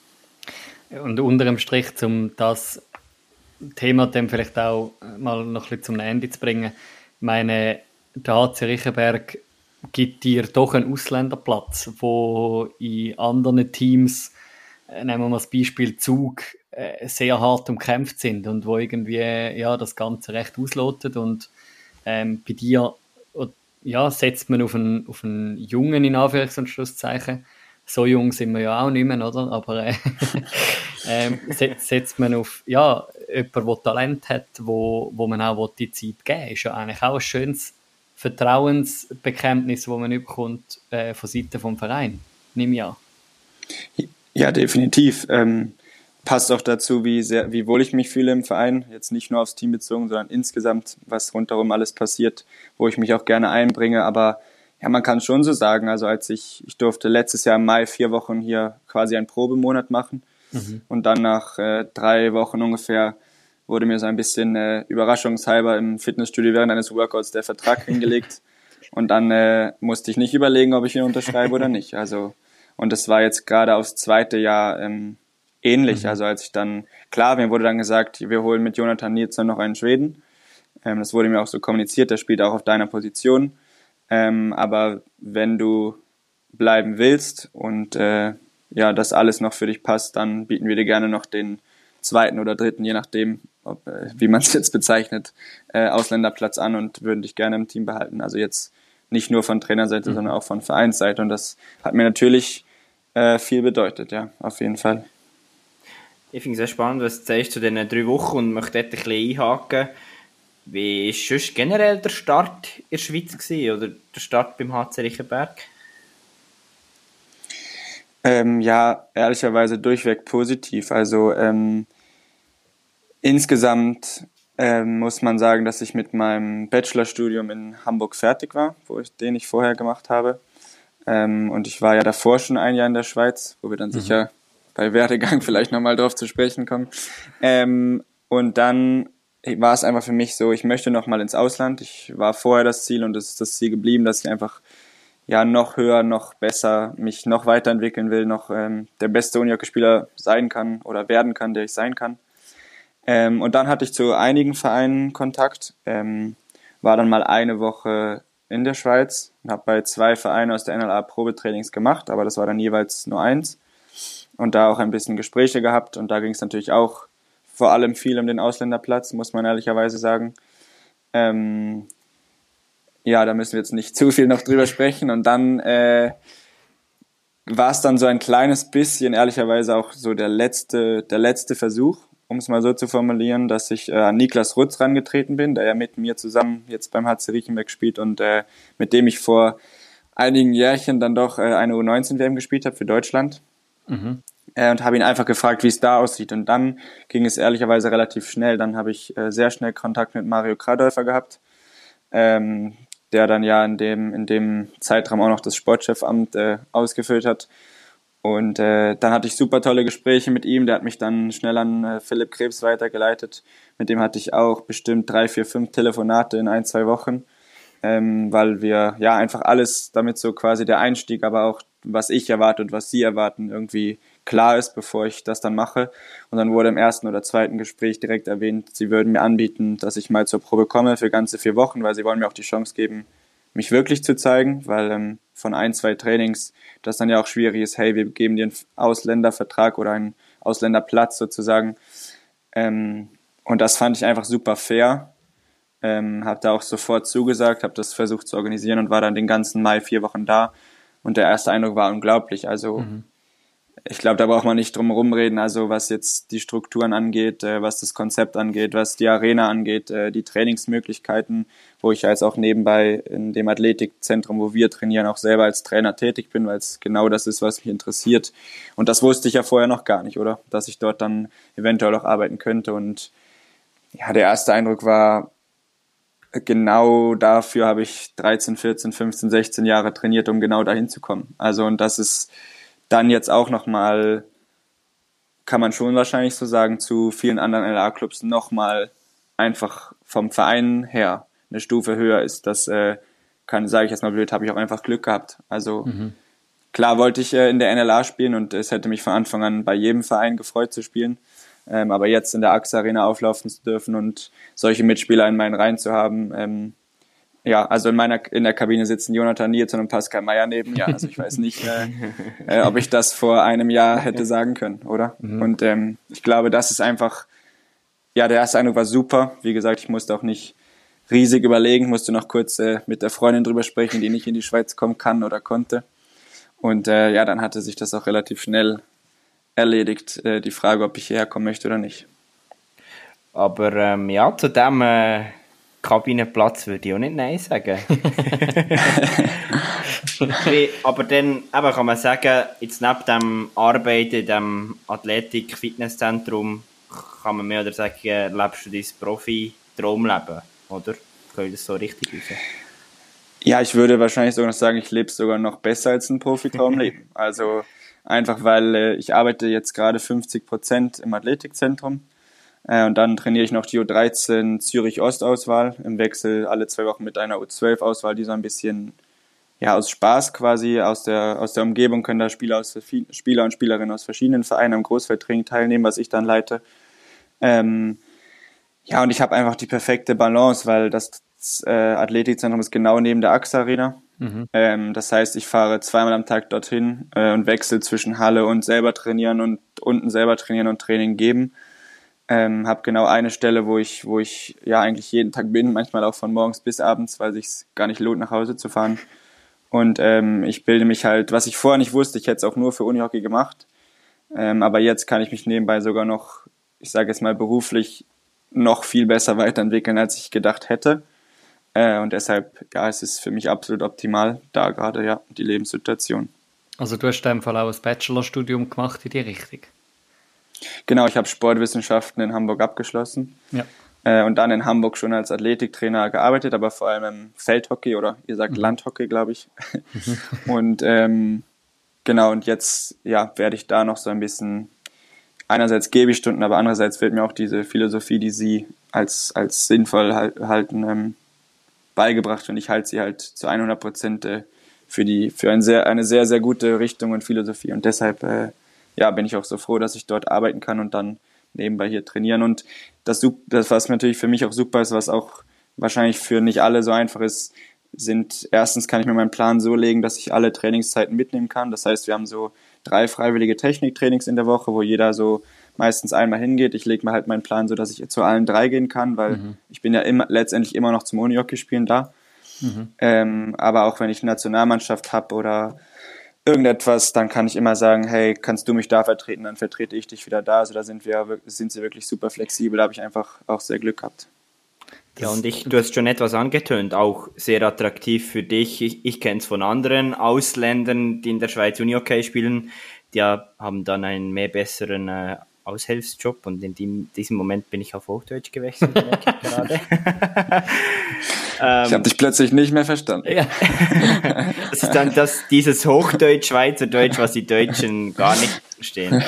Und unter dem Strich, um das Thema dann vielleicht auch mal noch ein bisschen zum Ende zu bringen. Ich meine, der H C Riechenberg gibt dir doch einen Ausländerplatz, wo in anderen Teams nehmen wir mal das Beispiel Zug, äh, sehr hart umkämpft sind und wo irgendwie ja, das Ganze recht auslotet und ähm, bei dir ja, setzt man auf einen, auf einen Jungen in Anführungs- und Schlusszeichen. So jung sind wir ja auch nicht mehr, oder? Aber äh, äh, setzt man auf ja, jemanden, der Talent hat, wo, wo man auch die Zeit geben will. Ist ja eigentlich auch ein schönes Vertrauensbekenntnis, das man bekommt äh, von Seiten des Vereins. Nimm ja. Ja, definitiv. Ähm, passt auch dazu, wie sehr, wie wohl ich mich fühle im Verein. Jetzt nicht nur aufs Team bezogen, sondern insgesamt, was rundherum alles passiert, wo ich mich auch gerne einbringe. Aber ja, man kann schon so sagen, also als ich, ich durfte letztes Jahr im Mai vier Wochen hier quasi einen Probemonat machen. Mhm. Und dann nach äh, drei Wochen ungefähr wurde mir so ein bisschen äh, überraschungshalber im Fitnessstudio während eines Workouts der Vertrag hingelegt. Und dann äh, musste ich nicht überlegen, ob ich ihn unterschreibe oder nicht. Also, und das war jetzt gerade aufs zweite Jahr ähm, ähnlich. Mhm. Also als ich dann, klar, mir wurde dann gesagt, wir holen mit Jonathan Nilsson noch einen Schweden. Ähm, das wurde mir auch so kommuniziert, der spielt auch auf deiner Position. Ähm, aber wenn du bleiben willst und äh, ja, das alles noch für dich passt, dann bieten wir dir gerne noch den zweiten oder dritten, je nachdem, ob, äh, wie man es jetzt bezeichnet, äh, Ausländerplatz an und würden dich gerne im Team behalten. Also jetzt nicht nur von Trainerseite, mhm. sondern auch von Vereinsseite. Und das hat mir natürlich äh, viel bedeutet, ja, auf jeden Fall. Ich finde es sehr spannend, was du sagst zu diesen drei Wochen und möchte dort ein bisschen einhaken. Wie war sonst generell der Start in der Schweiz gewesen, oder der Start beim H C Riechenberg? Ähm, ja, ehrlicherweise durchweg positiv. Also ähm, insgesamt ähm, muss man sagen, dass ich mit meinem Bachelorstudium in Hamburg fertig war, wo ich den ich vorher gemacht habe. Ähm, und ich war ja davor schon ein Jahr in der Schweiz, wo wir dann mhm. sicher bei Werdegang vielleicht nochmal drauf zu sprechen kommen. Ähm, und dann war es einfach für mich so, ich möchte nochmal ins Ausland. Ich war vorher das Ziel und es ist das Ziel geblieben, dass ich einfach ja noch höher, noch besser mich noch weiterentwickeln will, noch ähm, der beste Unihockeyspieler sein kann oder werden kann, der ich sein kann. Ähm, und dann hatte ich zu einigen Vereinen Kontakt, ähm, war dann mal eine Woche in der Schweiz und habe bei zwei Vereinen aus der N L A Probetrainings gemacht, aber das war dann jeweils nur eins und da auch ein bisschen Gespräche gehabt und da ging es natürlich auch vor allem viel um den Ausländerplatz, muss man ehrlicherweise sagen. Ähm, ja, da müssen wir jetzt nicht zu viel noch drüber sprechen und dann äh, war es dann so ein kleines bisschen, ehrlicherweise auch so der letzte, der letzte Versuch, um es mal so zu formulieren, dass ich äh, an Niklas Rutz rangetreten bin, der ja mit mir zusammen jetzt beim H C Riechenberg spielt und äh, mit dem ich vor einigen Jährchen dann doch äh, eine U neunzehn W M gespielt habe für Deutschland. Mhm. Äh, und habe ihn einfach gefragt, wie es da aussieht. Und dann ging es ehrlicherweise relativ schnell. Dann habe ich äh, sehr schnell Kontakt mit Mario Kradolfer gehabt, ähm, der dann ja in dem, in dem Zeitraum auch noch das Sportchefamt äh, ausgefüllt hat. Und äh, dann hatte ich super tolle Gespräche mit ihm. Der hat mich dann schnell an äh, Philipp Krebs weitergeleitet. Mit dem hatte ich auch bestimmt drei, vier, fünf Telefonate in ein, zwei Wochen, ähm, weil wir ja einfach alles, damit so quasi der Einstieg, aber auch was ich erwarte und was sie erwarten, irgendwie klar ist, bevor ich das dann mache. Und dann wurde im ersten oder zweiten Gespräch direkt erwähnt, sie würden mir anbieten, dass ich mal zur Probe komme für ganze vier Wochen, weil sie wollen mir auch die Chance geben, mich wirklich zu zeigen, weil ähm, von ein, zwei Trainings das dann ja auch schwierig ist, hey, wir geben dir einen Ausländervertrag oder einen Ausländerplatz sozusagen. Ähm, und das fand ich einfach super fair. Ähm, habe da auch sofort zugesagt, habe das versucht zu organisieren und war dann den ganzen Mai vier Wochen da. Und der erste Eindruck war unglaublich. Also mhm. ich glaube, da braucht man nicht drum herum reden. Also was jetzt die Strukturen angeht, äh, was das Konzept angeht, was die Arena angeht, äh, die Trainingsmöglichkeiten, wo ich ja jetzt auch nebenbei in dem Athletikzentrum, wo wir trainieren, auch selber als Trainer tätig bin, weil es genau das ist, was mich interessiert. Und das wusste ich ja vorher noch gar nicht, oder? Dass ich dort dann eventuell auch arbeiten könnte. Und ja, der erste Eindruck war, genau dafür habe ich dreizehn, vierzehn, fünfzehn, sechzehn Jahre trainiert, um genau dahin zu kommen. Also und das ist dann jetzt auch nochmal, kann man schon wahrscheinlich so sagen, zu vielen anderen N L A-Clubs nochmal einfach vom Verein her eine Stufe höher ist. Das äh, kann, sage ich jetzt mal blöd, habe ich auch einfach Glück gehabt. Also mhm. klar wollte ich äh, in der N L A spielen und es hätte mich von Anfang an bei jedem Verein gefreut zu spielen. Ähm, aber jetzt in der A X A Arena auflaufen zu dürfen und solche Mitspieler in meinen Reihen zu haben, ähm, ja, also in meiner in der Kabine sitzen Jonathan Nilsson und Pascal Meyer neben mir. Also ich weiß nicht, äh, äh, ob ich das vor einem Jahr hätte sagen können, oder? Mhm. Und ähm, ich glaube, das ist einfach, ja, der erste Eindruck war super. Wie gesagt, ich musste auch nicht riesig überlegen, musste noch kurz äh, mit der Freundin drüber sprechen, die nicht in die Schweiz kommen kann oder konnte. Und äh, ja, dann hatte sich das auch relativ schnell erledigt, äh, die Frage, ob ich hierher kommen möchte oder nicht. Aber ähm, ja, zu dem äh, Kabinenplatz würde ich auch nicht Nein sagen. Aber dann eben kann man sagen, jetzt neben dem Arbeiten in diesem Athletik-Fitnesszentrum kann man mehr oder sagen, lebst du dein Profi-Traumleben, oder? Kann ich das so richtig raus? Ja, ich würde wahrscheinlich sogar noch sagen, ich lebe sogar noch besser als ein Profi-Traumleben. Also einfach, weil äh, ich arbeite jetzt gerade fünfzig Prozent im Athletikzentrum. Äh, und dann trainiere ich noch die U dreizehn Zürich-Ost-Auswahl im Wechsel alle zwei Wochen mit einer U zwölf Auswahl, die so ein bisschen ja aus Spaß quasi aus der aus der Umgebung können da Spieler aus Spieler und Spielerinnen aus verschiedenen Vereinen am Großfeldtraining teilnehmen, was ich dann leite. Ähm, ja, und ich habe einfach die perfekte Balance, weil das, das äh, Athletikzentrum ist genau neben der A X A Arena. Mhm. Ähm, das heißt, ich fahre zweimal am Tag dorthin äh, und wechsle zwischen Halle und selber trainieren und unten selber trainieren und Training geben. Ähm, habe genau eine Stelle, wo ich, wo ich ja eigentlich jeden Tag bin, manchmal auch von morgens bis abends, weil es sich gar nicht lohnt, nach Hause zu fahren. Und ähm, ich bilde mich halt, was ich vorher nicht wusste, ich hätte es auch nur für Unihockey gemacht, ähm, aber jetzt kann ich mich nebenbei sogar noch, ich sage jetzt mal beruflich, noch viel besser weiterentwickeln, als ich gedacht hätte. Äh, und deshalb, ja, es ist für mich absolut optimal, da gerade, ja, die Lebenssituation. Also du hast in dem Fall auch ein Bachelorstudium gemacht in die Richtung? Genau, ich habe Sportwissenschaften in Hamburg abgeschlossen ja. äh, und dann in Hamburg schon als Athletiktrainer gearbeitet, aber vor allem im Feldhockey oder ihr sagt mhm. Landhockey, glaube ich. Mhm. Und ähm, genau, und jetzt ja werde ich da noch so ein bisschen, einerseits gebe ich Stunden, aber andererseits wird mir auch diese Philosophie, die sie als, als sinnvoll halten, ähm, beigebracht und ich halte sie halt zu hundert Prozent äh, für, die, für ein sehr, eine sehr, sehr gute Richtung und Philosophie und deshalb äh, ja, bin ich auch so froh, dass ich dort arbeiten kann und dann nebenbei hier trainieren. Und das, das, was natürlich für mich auch super ist, was auch wahrscheinlich für nicht alle so einfach ist, sind, erstens kann ich mir meinen Plan so legen, dass ich alle Trainingszeiten mitnehmen kann. Das heißt, wir haben so drei freiwillige Techniktrainings in der Woche, wo jeder so meistens einmal hingeht. Ich lege mir halt meinen Plan so, dass ich zu allen drei gehen kann, weil mhm. ich bin ja immer, letztendlich immer noch zum Unihockey-Spielen da. Mhm. Ähm, aber auch wenn ich eine Nationalmannschaft habe oder irgendetwas, dann kann ich immer sagen, hey, kannst du mich da vertreten, dann vertrete ich dich wieder da. Also da sind wir, sind sie wirklich super flexibel, da habe ich einfach auch sehr Glück gehabt. Ja, und ich, du hast schon etwas angetönt, auch sehr attraktiv für dich. Ich, ich kenne es von anderen Ausländern, die in der Schweiz Unihockey spielen, die haben dann einen mehr besseren äh, Aushilfsjob und in dem, diesem Moment bin ich auf Hochdeutsch gewechselt. gerade. Ich habe dich plötzlich nicht mehr verstanden. Ja. Das ist dann das, dieses Hochdeutsch, Schweizerdeutsch, was die Deutschen gar nicht verstehen.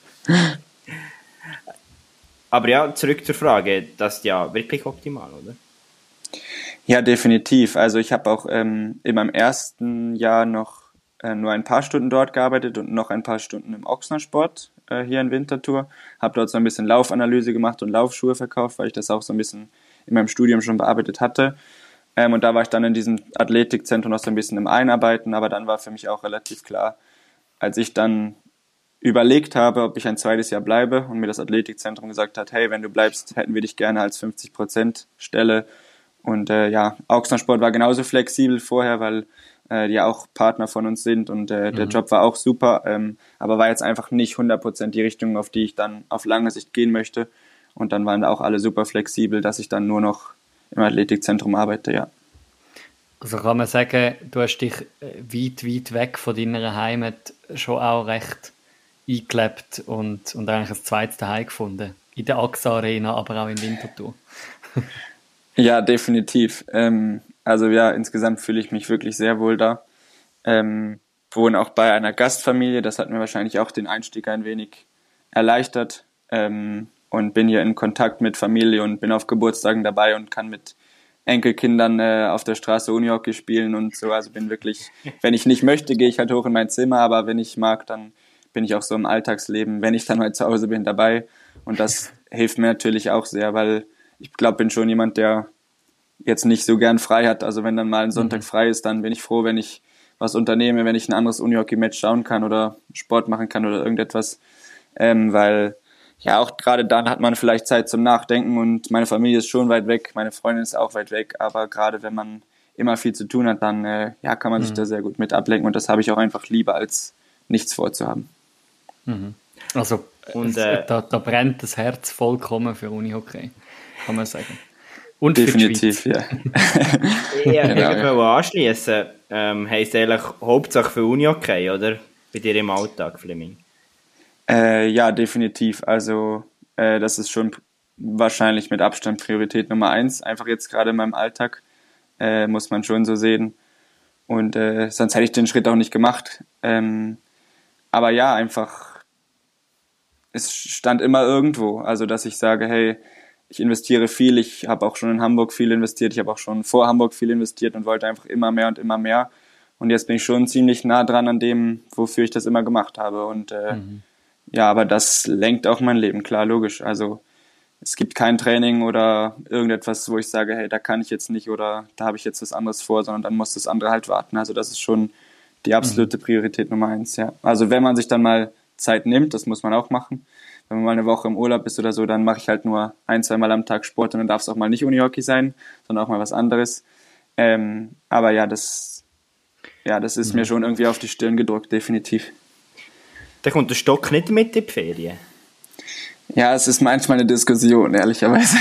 Aber ja, zurück zur Frage, das ist ja wirklich optimal, oder? Ja, definitiv. Also ich habe auch ähm, in meinem ersten Jahr noch äh, nur ein paar Stunden dort gearbeitet und noch ein paar Stunden im Ochsnersport äh, hier in Winterthur. Habe dort so ein bisschen Laufanalyse gemacht und Laufschuhe verkauft, weil ich das auch so ein bisschen in meinem Studium schon bearbeitet hatte. Ähm, und da war ich dann in diesem Athletikzentrum noch so ein bisschen im Einarbeiten, aber dann war für mich auch relativ klar, als ich dann überlegt habe, ob ich ein zweites Jahr bleibe und mir das Athletikzentrum gesagt hat, hey, wenn du bleibst, hätten wir dich gerne als fünfzig Prozent Stelle. Und äh, ja, Ochsnersport war genauso flexibel vorher, weil äh, die ja auch Partner von uns sind und äh, der mhm. Job war auch super, ähm, aber war jetzt einfach nicht hundert Prozent die Richtung, auf die ich dann auf lange Sicht gehen möchte. Und dann waren da auch alle super flexibel, dass ich dann nur noch im Athletikzentrum arbeite, ja. Also kann man sagen, du hast dich weit, weit weg von deiner Heimat schon auch recht eingelebt und, und eigentlich ein zweites Zuhause gefunden. In der A X A Arena, aber auch in Winterthur. Ja, definitiv. Ähm, also ja, insgesamt fühle ich mich wirklich sehr wohl da. Ähm, wohne auch bei einer Gastfamilie, das hat mir wahrscheinlich auch den Einstieg ein wenig erleichtert. Ähm, und bin hier in Kontakt mit Familie und bin auf Geburtstagen dabei und kann mit Enkelkindern äh, auf der Straße Unihockey spielen und so. Also bin wirklich, wenn ich nicht möchte, gehe ich halt hoch in mein Zimmer, aber wenn ich mag, dann bin ich auch so im Alltagsleben, wenn ich dann mal zu Hause bin, dabei. Und das hilft mir natürlich auch sehr, weil ich glaube, bin schon jemand, der jetzt nicht so gern frei hat. Also wenn dann mal ein Sonntag mhm. frei ist, dann bin ich froh, wenn ich was unternehme, wenn ich ein anderes Unihockey-Match schauen kann oder Sport machen kann oder irgendetwas. Ähm, weil ja, auch gerade dann hat man vielleicht Zeit zum Nachdenken und meine Familie ist schon weit weg, meine Freundin ist auch weit weg, aber gerade wenn man immer viel zu tun hat, dann äh, ja, kann man mhm. sich da sehr gut mit ablenken und das habe ich auch einfach lieber, als nichts vorzuhaben. Mhm. Also und, äh, da, da brennt das Herz vollkommen für Unihockey, kann man sagen. Und definitiv, für die Schweiz. Ja. ja, genau, ich will anschließen. Ähm, heisst eigentlich Hauptsache für Unihockey, oder? Bei dir im Alltag, Flemming? Äh, ja, definitiv. Also äh, das ist schon wahrscheinlich mit Abstand Priorität Nummer eins. Einfach jetzt gerade in meinem Alltag äh, muss man schon so sehen. Und äh, sonst hätte ich den Schritt auch nicht gemacht. Ähm, aber ja, einfach, es stand immer irgendwo. Also dass ich sage, hey, ich investiere viel. Ich habe auch schon in Hamburg viel investiert. Ich habe auch schon vor Hamburg viel investiert und wollte einfach immer mehr und immer mehr. Und jetzt bin ich schon ziemlich nah dran an dem, wofür ich das immer gemacht habe. Und äh, mhm. ja, aber das lenkt auch mein Leben, klar, logisch. Also es gibt kein Training oder irgendetwas, wo ich sage, hey, da kann ich jetzt nicht oder da habe ich jetzt was anderes vor, sondern dann muss das andere halt warten. Also das ist schon die absolute Priorität Nummer eins, ja. Also wenn man sich dann mal Zeit nimmt, das muss man auch machen. Wenn man mal eine Woche im Urlaub ist oder so, dann mache ich halt nur ein, zwei Mal am Tag Sport und dann darf es auch mal nicht Unihockey sein, sondern auch mal was anderes. Ähm, aber ja, das, ja, das ist mhm. mir schon irgendwie auf die Stirn gedrückt, definitiv. Da kommt der Stock nicht mit in die Ferien? Ja, es ist manchmal eine Diskussion, ehrlicherweise.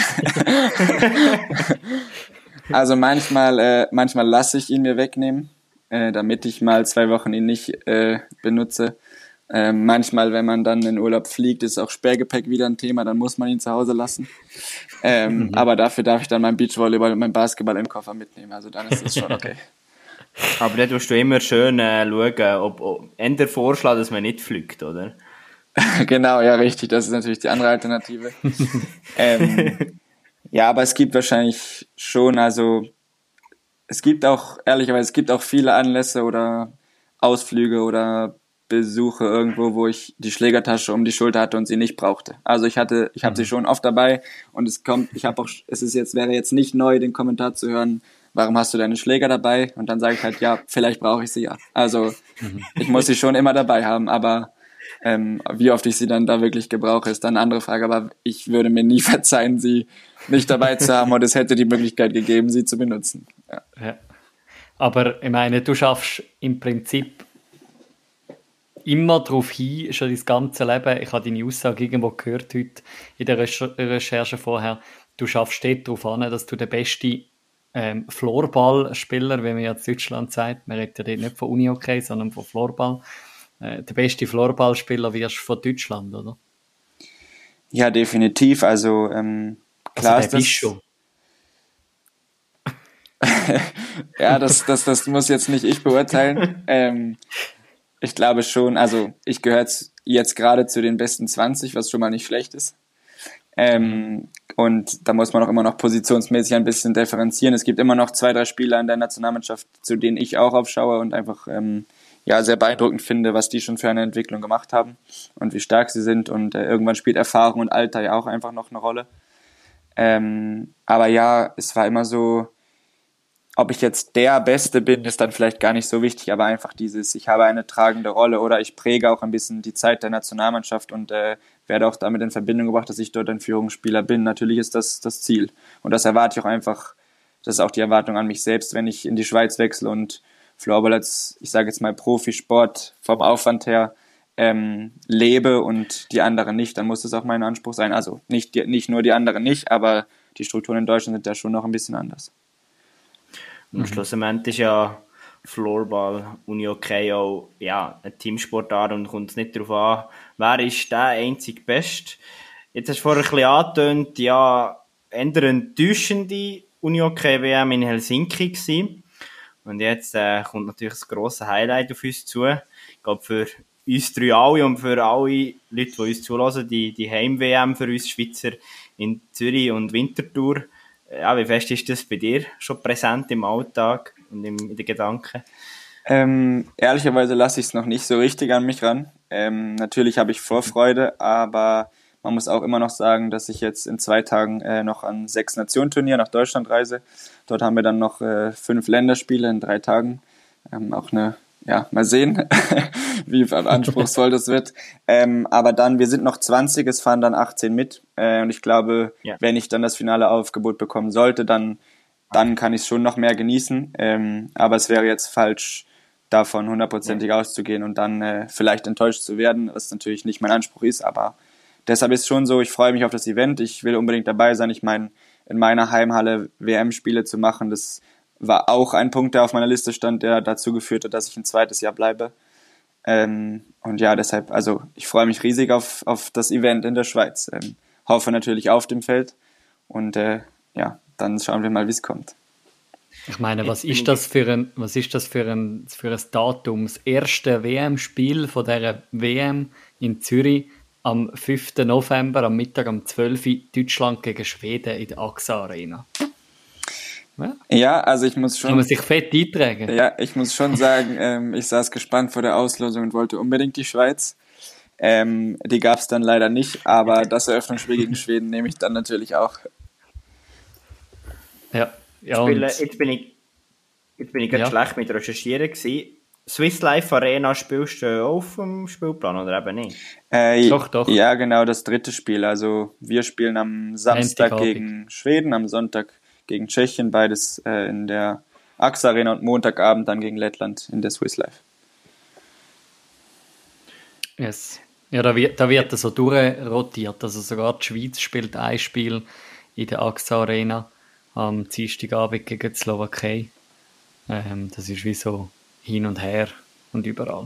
Also manchmal, äh, manchmal lasse ich ihn mir wegnehmen, äh, damit ich mal zwei Wochen ihn nicht äh, benutze. Äh, manchmal, wenn man dann in Urlaub fliegt, ist auch Sperrgepäck wieder ein Thema, dann muss man ihn zu Hause lassen. Ähm, mhm. Aber dafür darf ich dann mein Beachvolleyball und mein Basketball im Koffer mitnehmen, also dann ist das schon okay. Aber dann musst du immer schön äh, schauen, ob, ob eher vorschlagen, dass man nicht fliegt, oder? Genau, ja, richtig. Das ist natürlich die andere Alternative. ähm, ja, aber es gibt wahrscheinlich schon, also es gibt auch, ehrlicherweise, es gibt auch viele Anlässe oder Ausflüge oder Besuche irgendwo, wo ich die Schlägertasche um die Schulter hatte und sie nicht brauchte. Also ich hatte, ich habe mhm. sie schon oft dabei und es kommt, ich habe auch, es ist jetzt, wäre jetzt nicht neu, den Kommentar zu hören, warum hast du deine Schläger dabei? Und dann sage ich halt, ja, vielleicht brauche ich sie ja. Also mhm. ich muss sie schon immer dabei haben, aber ähm, wie oft ich sie dann da wirklich gebrauche, ist dann eine andere Frage. Aber ich würde mir nie verzeihen, sie nicht dabei zu haben und es hätte die Möglichkeit gegeben, sie zu benutzen. Ja. Ja. Aber ich meine, du schaffst im Prinzip immer darauf hin, schon dein ganze Leben. Ich habe deine Aussage irgendwo gehört heute in der Recherche vorher. Du schaffst dort darauf an, dass du der beste ähm, Floorballspieler, wie man ja in Deutschland sagt, man redet ja dort nicht von Unihockey, sondern von Floorball, äh, der beste Floorballspieler wirst von Deutschland, oder? Ja, definitiv. Also ähm, klar also der ist das... schon. ja, das, das, das muss jetzt nicht ich beurteilen. ähm, ich glaube schon, also ich gehöre jetzt gerade zu den besten zwanzig, was schon mal nicht schlecht ist. Ähm, und da muss man auch immer noch positionsmäßig ein bisschen differenzieren. Es gibt immer noch zwei, drei Spieler in der Nationalmannschaft, zu denen ich auch aufschaue und einfach ähm, ja sehr beeindruckend finde, was die schon für eine Entwicklung gemacht haben und wie stark sie sind. Und äh, irgendwann spielt Erfahrung und Alter ja auch einfach noch eine Rolle. Ähm, aber ja, es war immer so, ob ich jetzt der Beste bin, ist dann vielleicht gar nicht so wichtig, aber einfach dieses, ich habe eine tragende Rolle oder ich präge auch ein bisschen die Zeit der Nationalmannschaft und äh, werde auch damit in Verbindung gebracht, dass ich dort ein Führungsspieler bin. Natürlich ist das das Ziel. Und das erwarte ich auch einfach, das ist auch die Erwartung an mich selbst, wenn ich in die Schweiz wechsle und Floorball als, ich sage jetzt mal, Profisport vom Aufwand her ähm, lebe und die anderen nicht, dann muss das auch mein Anspruch sein. Also nicht, die, nicht nur die anderen nicht, aber die Strukturen in Deutschland sind da schon noch ein bisschen anders. Und schlussendlich ist ja Floorball, Unihockey auch ja, eine Teamsportart und kommt es nicht darauf an, wer ist der einzig Beste. Jetzt hast du vorher ein bisschen angetönt, ja, eher eine enttäuschende Unihockey-W M in Helsinki gewesen. Und jetzt äh, kommt natürlich das grosse Highlight auf uns zu. Ich glaube, für uns drei alle und für alle Leute, die uns zulassen, die, die Heim-W M für uns Schweizer in Zürich und Winterthur. Ja, wie fest ist das bei dir schon präsent im Alltag und im, in den Gedanken? Ähm, ehrlicherweise lasse ich es noch nicht so richtig an mich ran. Ähm, natürlich habe ich Vorfreude, aber Man muss auch immer noch sagen, dass ich jetzt in zwei Tagen äh, noch an sechs Nationen-Turnier nach Deutschland reise. Dort haben wir dann noch äh, fünf Länderspiele in drei Tagen. Ähm, auch eine, ja, mal sehen, wie anspruchsvoll das wird. Ähm, aber dann, wir sind noch zwanzig, es fahren dann achtzehn mit. Äh, und ich glaube, ja. wenn ich dann das finale Aufgebot bekommen sollte, dann, dann kann ich es schon noch mehr genießen. Ähm, aber es wäre jetzt falsch, davon hundertprozentig ja. auszugehen und dann äh, vielleicht enttäuscht zu werden, was natürlich nicht mein Anspruch ist, aber deshalb ist es schon so, ich freue mich auf das Event, ich will unbedingt dabei sein. Ich meine, in meiner Heimhalle W M-Spiele zu machen, das war auch ein Punkt, der auf meiner Liste stand, der dazu geführt hat, dass ich ein zweites Jahr bleibe. Ähm, und ja, deshalb, also ich freue mich riesig auf, auf das Event in der Schweiz. Ähm, hoffe natürlich auf dem Feld und äh, ja, dann schauen wir mal, wie es kommt. Ich meine, was ist das für ein, was ist das für ein, für ein Datum? Das erste W M-Spiel von dieser W M in Zürich am fünften November, am Mittag um zwölf Uhr, Deutschland gegen Schweden in der A X A Arena. Ja, ja, also ich muss schon... Kann man sich fett eintragen? Ja, ich muss schon sagen, ähm, ich saß gespannt vor der Auslosung und wollte unbedingt die Schweiz. Ähm, die gab es dann leider nicht, aber das Eröffnungsspiel gegen Schweden nehme ich dann natürlich auch. Ja. Ja, Spiele, jetzt bin ich, jetzt bin ich gerade ja. schlecht mit Recherchieren gewesen. Swiss Life Arena spielst du auf dem Spielplan oder eben nicht? Äh, doch, doch. Ja, genau, das dritte Spiel. Also wir spielen am Samstag gegen Schweden, am Sonntag gegen Tschechien, beides äh, in der A X A Arena und Montagabend dann gegen Lettland in der Swiss Life. Yes. Ja, da wird, da wird so durchrotiert. Also sogar die Schweiz spielt ein Spiel in der A X A Arena am Dienstagabend gegen die Slowakei. Ähm, das ist wie so hin und her und überall.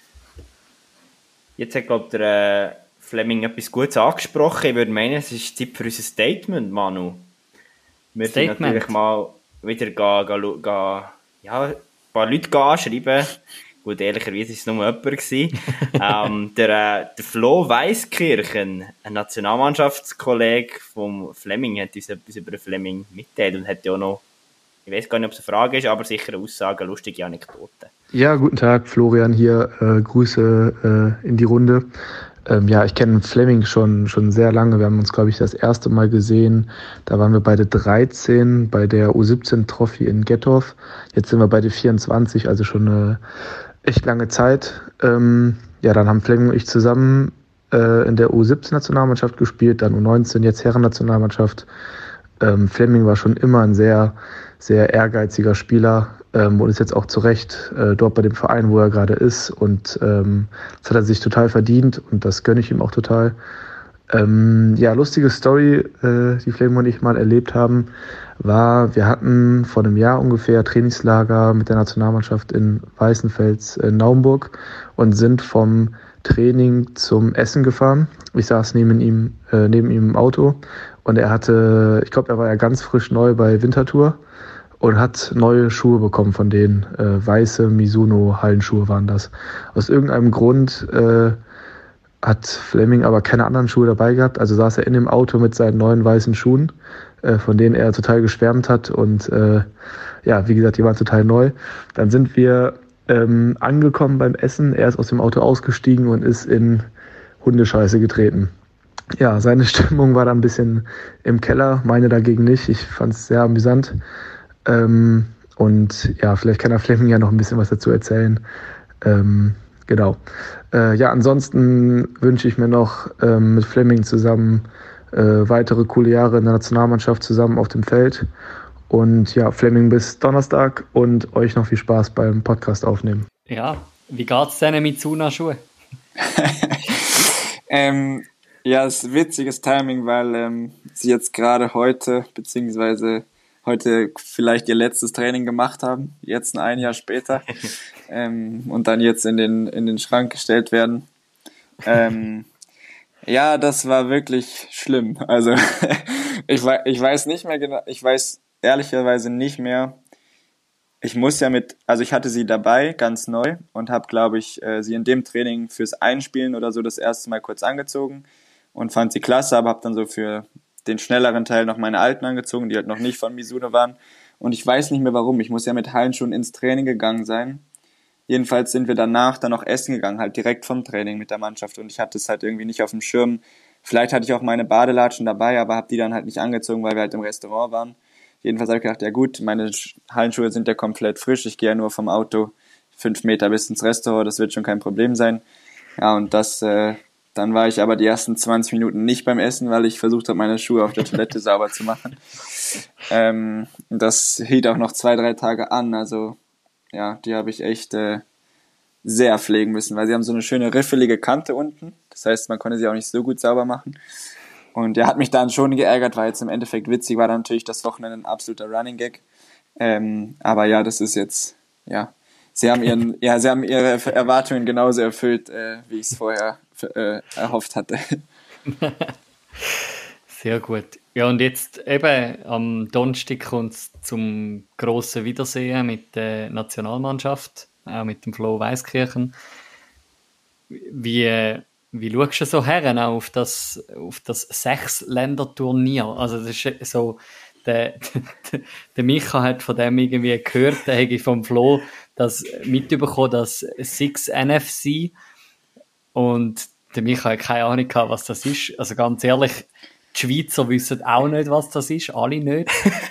Jetzt hat, glaube ich, der äh, Fleming etwas Gutes angesprochen. Ich würde meinen, es ist Zeit für unser Statement, Manu. Wir Statement. Sind natürlich mal wieder gehen, gehen, gehen, ja, ein paar Leute anschreiben. Gut, ehrlicherweise war es nur jemand. ähm, der, äh, der Flo Weiskirchen, ein Nationalmannschaftskollege vom Fleming, hat uns etwas über den Fleming mitteilt und hat ja auch noch, ich weiß gar nicht, ob es eine Frage ist, aber sicher eine Aussage, lustige Anekdote. Ja, guten Tag, Florian hier, äh, Grüße äh, in die Runde. Ähm, ja, ich kenne Fleming schon schon sehr lange. Wir haben uns, glaube ich, das erste Mal gesehen. Da waren wir beide dreizehn bei der U siebzehn Trophy in Gettorf. Jetzt sind wir beide vierundzwanzig, also schon eine echt lange Zeit. Ähm, ja, dann haben Fleming und ich zusammen äh, in der U siebzehn Nationalmannschaft gespielt, dann U neunzehn, jetzt Herren-Nationalmannschaft. Ähm, Fleming war schon immer ein sehr, sehr ehrgeiziger Spieler. Ähm, und ist jetzt auch zu Recht äh, dort bei dem Verein, wo er gerade ist. Und ähm, das hat er sich total verdient und das gönne ich ihm auch total. Ähm, ja, lustige Story, äh, die Fleming und ich mal erlebt haben, war, wir hatten vor einem Jahr ungefähr Trainingslager mit der Nationalmannschaft in Weißenfels in Naumburg und sind vom Training zum Essen gefahren. Ich saß neben ihm, äh, neben ihm im Auto und er hatte, ich glaube, er war ja ganz frisch neu bei Winterthur und hat neue Schuhe bekommen von denen. Äh, weiße Mizuno-Hallenschuhe waren das. Aus irgendeinem Grund äh, hat Fleming aber keine anderen Schuhe dabei gehabt. Also saß er in dem Auto mit seinen neuen weißen Schuhen, äh, von denen er total geschwärmt hat. Und äh, ja, wie gesagt, die waren total neu. Dann sind wir ähm, angekommen beim Essen. Er ist aus dem Auto ausgestiegen und ist in Hundescheiße getreten. Ja, seine Stimmung war da ein bisschen im Keller, meine dagegen nicht. Ich fand es sehr amüsant. Ähm, und ja, vielleicht kann der Fleming ja noch ein bisschen was dazu erzählen. Ähm, genau. Äh, ja, ansonsten wünsche ich mir noch ähm, mit Fleming zusammen äh, weitere coole Jahre in der Nationalmannschaft zusammen auf dem Feld. Und ja, Fleming bis Donnerstag und euch noch viel Spaß beim Podcast aufnehmen. Ja, wie geht's denn mit Mizuno-Schuhen? ähm, ja, es ist witziges Timing, weil ähm, sie jetzt gerade heute, beziehungsweise heute vielleicht ihr letztes Training gemacht haben, jetzt ein Jahr später, ähm, und dann jetzt in den, in den Schrank gestellt werden. Ähm, ja, das war wirklich schlimm. Also ich, ich weiß nicht mehr genau, ich weiß ehrlicherweise nicht mehr, ich muss ja mit, also ich hatte sie dabei, ganz neu, und habe, glaube ich, äh, sie in dem Training fürs Einspielen oder so das erste Mal kurz angezogen und fand sie klasse, aber habe dann so für den schnelleren Teil noch meine alten angezogen, die halt noch nicht von Mizuno waren. Und ich weiß nicht mehr warum. Ich muss ja mit Hallenschuhen ins Training gegangen sein. Jedenfalls sind wir danach dann noch essen gegangen, halt direkt vom Training mit der Mannschaft. Und ich hatte es halt irgendwie nicht auf dem Schirm, Vielleicht hatte ich auch meine Badelatschen dabei, aber habe die dann halt nicht angezogen, weil wir halt im Restaurant waren. Jedenfalls habe ich gedacht, ja gut, meine Hallenschuhe sind ja komplett frisch. Ich gehe ja nur vom Auto fünf Meter bis ins Restaurant, das wird schon kein Problem sein. Ja, und das, äh, dann war ich aber die ersten zwanzig Minuten nicht beim Essen, weil ich versucht habe, meine Schuhe auf der Toilette sauber zu machen. Ähm, das hielt auch noch zwei, drei Tage an, also ja, die habe ich echt äh, sehr pflegen müssen, weil sie haben so eine schöne riffelige Kante unten. Das heißt, man konnte sie auch nicht so gut sauber machen. Und der hat mich dann schon geärgert, weil jetzt im Endeffekt witzig war dann natürlich das Wochenende ein absoluter Running Gag. Ähm, aber ja, das ist jetzt, ja, sie haben ihren, ja, sie haben ihre Erwartungen genauso erfüllt, äh, wie ich es vorher äh, erhofft hatte. Sehr gut. Ja, und jetzt eben am Donnerstag kommt es zum grossen Wiedersehen mit der Nationalmannschaft, auch mit dem Flo Weiskirchen. Wie, wie schaust du so her auch auf das, auf das Sechs-Länder-Turnier? Also das ist so, der, der, der Micha hat von dem irgendwie gehört, der hätte vom Flo das mitbekommen, das Six N F C, und der Micha hat keine Ahnung gehabt, was das ist. Also ganz ehrlich, die Schweizer wissen auch nicht, was das ist, alle nicht.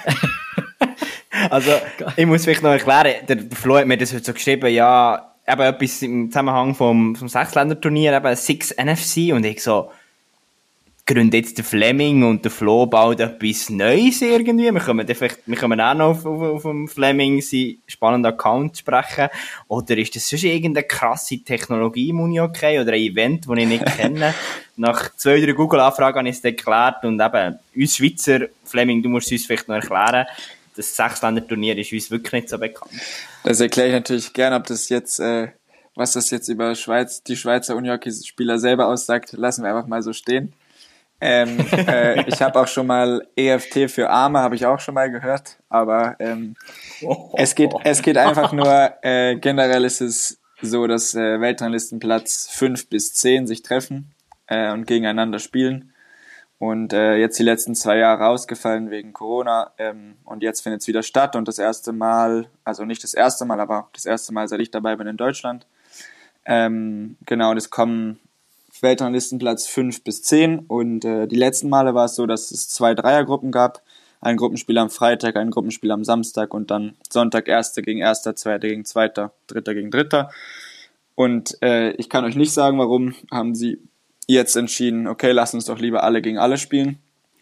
Also, ich muss vielleicht noch erklären, der Flo hat mir das heute so geschrieben, ja, eben etwas im Zusammenhang vom, vom Sechsländer-Turnier, eben Six N F C, und ich so, gründet jetzt der Fleming und der Flo baut etwas Neues irgendwie. Wir können, vielleicht, wir können auch noch auf, auf, auf dem Fleming seinen spannenden Account sprechen. Oder ist das sonst irgendeine krasse Technologie im Unihockey oder ein Event, das ich nicht kenne? Nach zwei, drei Google-Anfragen habe ich es erklärt, und eben, uns Schweizer, Fleming, du musst es uns vielleicht noch erklären, das Sechsländer-Turnier ist uns wirklich nicht so bekannt. Das erkläre ich natürlich gerne, ob das jetzt, äh, was das jetzt über Schweiz, die Schweizer Unihockey-Spieler selber aussagt, lassen wir einfach mal so stehen. Ähm, äh, ich habe auch schon mal E F T für Arme, habe ich auch schon mal gehört, aber ähm, es geht es geht einfach nur, äh, generell ist es so, dass äh, Weltranglistenplatz fünf bis zehn sich treffen äh, und gegeneinander spielen, und äh, jetzt die letzten zwei Jahre ausgefallen wegen Corona, ähm, und jetzt findet es wieder statt, und das erste Mal, also nicht das erste Mal, aber das erste Mal, seit ich dabei bin in Deutschland, ähm, genau, und es kommen Weltranglistenplatz fünf bis zehn, und äh, die letzten Male war es so, dass es zwei Dreiergruppen gab, ein Gruppenspiel am Freitag, ein Gruppenspiel am Samstag und dann Sonntag Erster gegen Erster, Zweiter gegen Zweiter, Dritter gegen Dritter. Und äh, ich kann euch nicht sagen, warum haben sie jetzt entschieden, okay, lass uns doch lieber alle gegen alle spielen.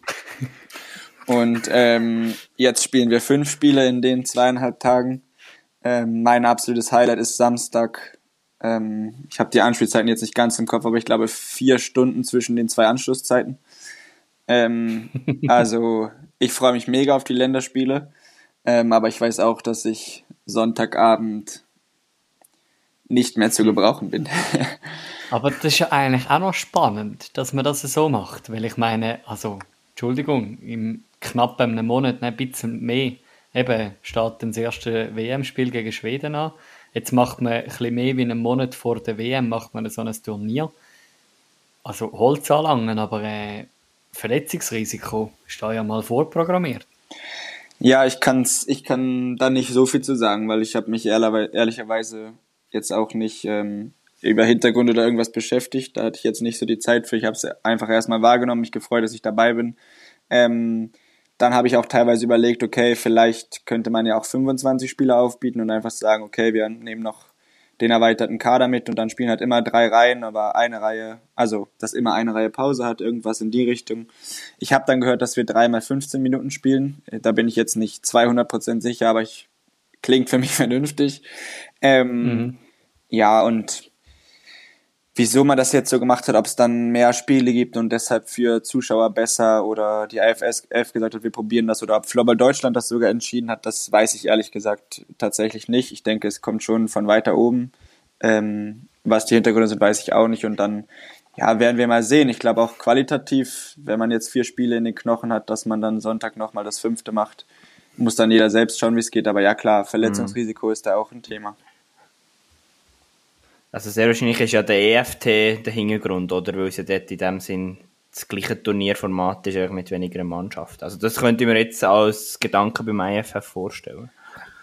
Und ähm, jetzt spielen wir fünf Spiele in den zweieinhalb Tagen. Ähm, mein absolutes Highlight ist Samstag. Ähm, ich habe die Anspielzeiten jetzt nicht ganz im Kopf, aber ich glaube vier Stunden zwischen den zwei Anschlusszeiten. Ähm, also ich freue mich mega auf die Länderspiele, ähm, aber ich weiß auch, dass ich Sonntagabend nicht mehr zu gebrauchen bin. Aber das ist ja eigentlich auch noch spannend, dass man das so macht, weil ich meine, also Entschuldigung, im knapp einem Monat, ein bisschen mehr, eben steht dann das erste W M-Spiel gegen Schweden an. Jetzt macht man ein bisschen mehr wie einen Monat vor der W M, macht man so ein Turnier. Also Holz anlangen, aber äh, Verletzungsrisiko ist da ja mal vorprogrammiert. Ja, ich kann's, ich kann da nicht so viel zu sagen, weil ich habe mich ehrlich, ehrlicherweise jetzt auch nicht ähm, über Hintergrund oder irgendwas beschäftigt. Da hatte ich jetzt nicht so die Zeit für. Ich habe es einfach erstmal wahrgenommen, mich gefreut, dass ich dabei bin. Ähm, Dann habe ich auch teilweise überlegt, okay, vielleicht könnte man ja auch fünfundzwanzig Spieler aufbieten und einfach sagen, okay, wir nehmen noch den erweiterten Kader mit, und dann spielen halt immer drei Reihen, aber eine Reihe, also dass immer eine Reihe Pause hat, irgendwas in die Richtung. Ich habe dann gehört, dass wir dreimal fünfzehn Minuten spielen. Da bin ich jetzt nicht zweihundert Prozent sicher, aber ich klingt für mich vernünftig. Ähm, mhm. Ja, und wieso man das jetzt so gemacht hat, ob es dann mehr Spiele gibt und deshalb für Zuschauer besser, oder die I F S F gesagt hat, wir probieren das, oder ob Floorball Deutschland das sogar entschieden hat, das weiß ich ehrlich gesagt tatsächlich nicht. Ich denke, es kommt schon von weiter oben. Ähm, was die Hintergründe sind, weiß ich auch nicht, und dann ja, werden wir mal sehen. Ich glaube auch qualitativ, wenn man jetzt vier Spiele in den Knochen hat, dass man dann Sonntag nochmal das fünfte macht, muss dann jeder selbst schauen, wie es geht. Aber ja klar, Verletzungsrisiko mhm. ist da auch ein Thema. Also sehr wahrscheinlich ist ja der E F T der Hintergrund, oder? Weil es ja dort in dem Sinn das gleiche Turnierformat ist, auch mit weniger Mannschaft. Also das könnte ich mir jetzt als Gedanke beim I F F vorstellen.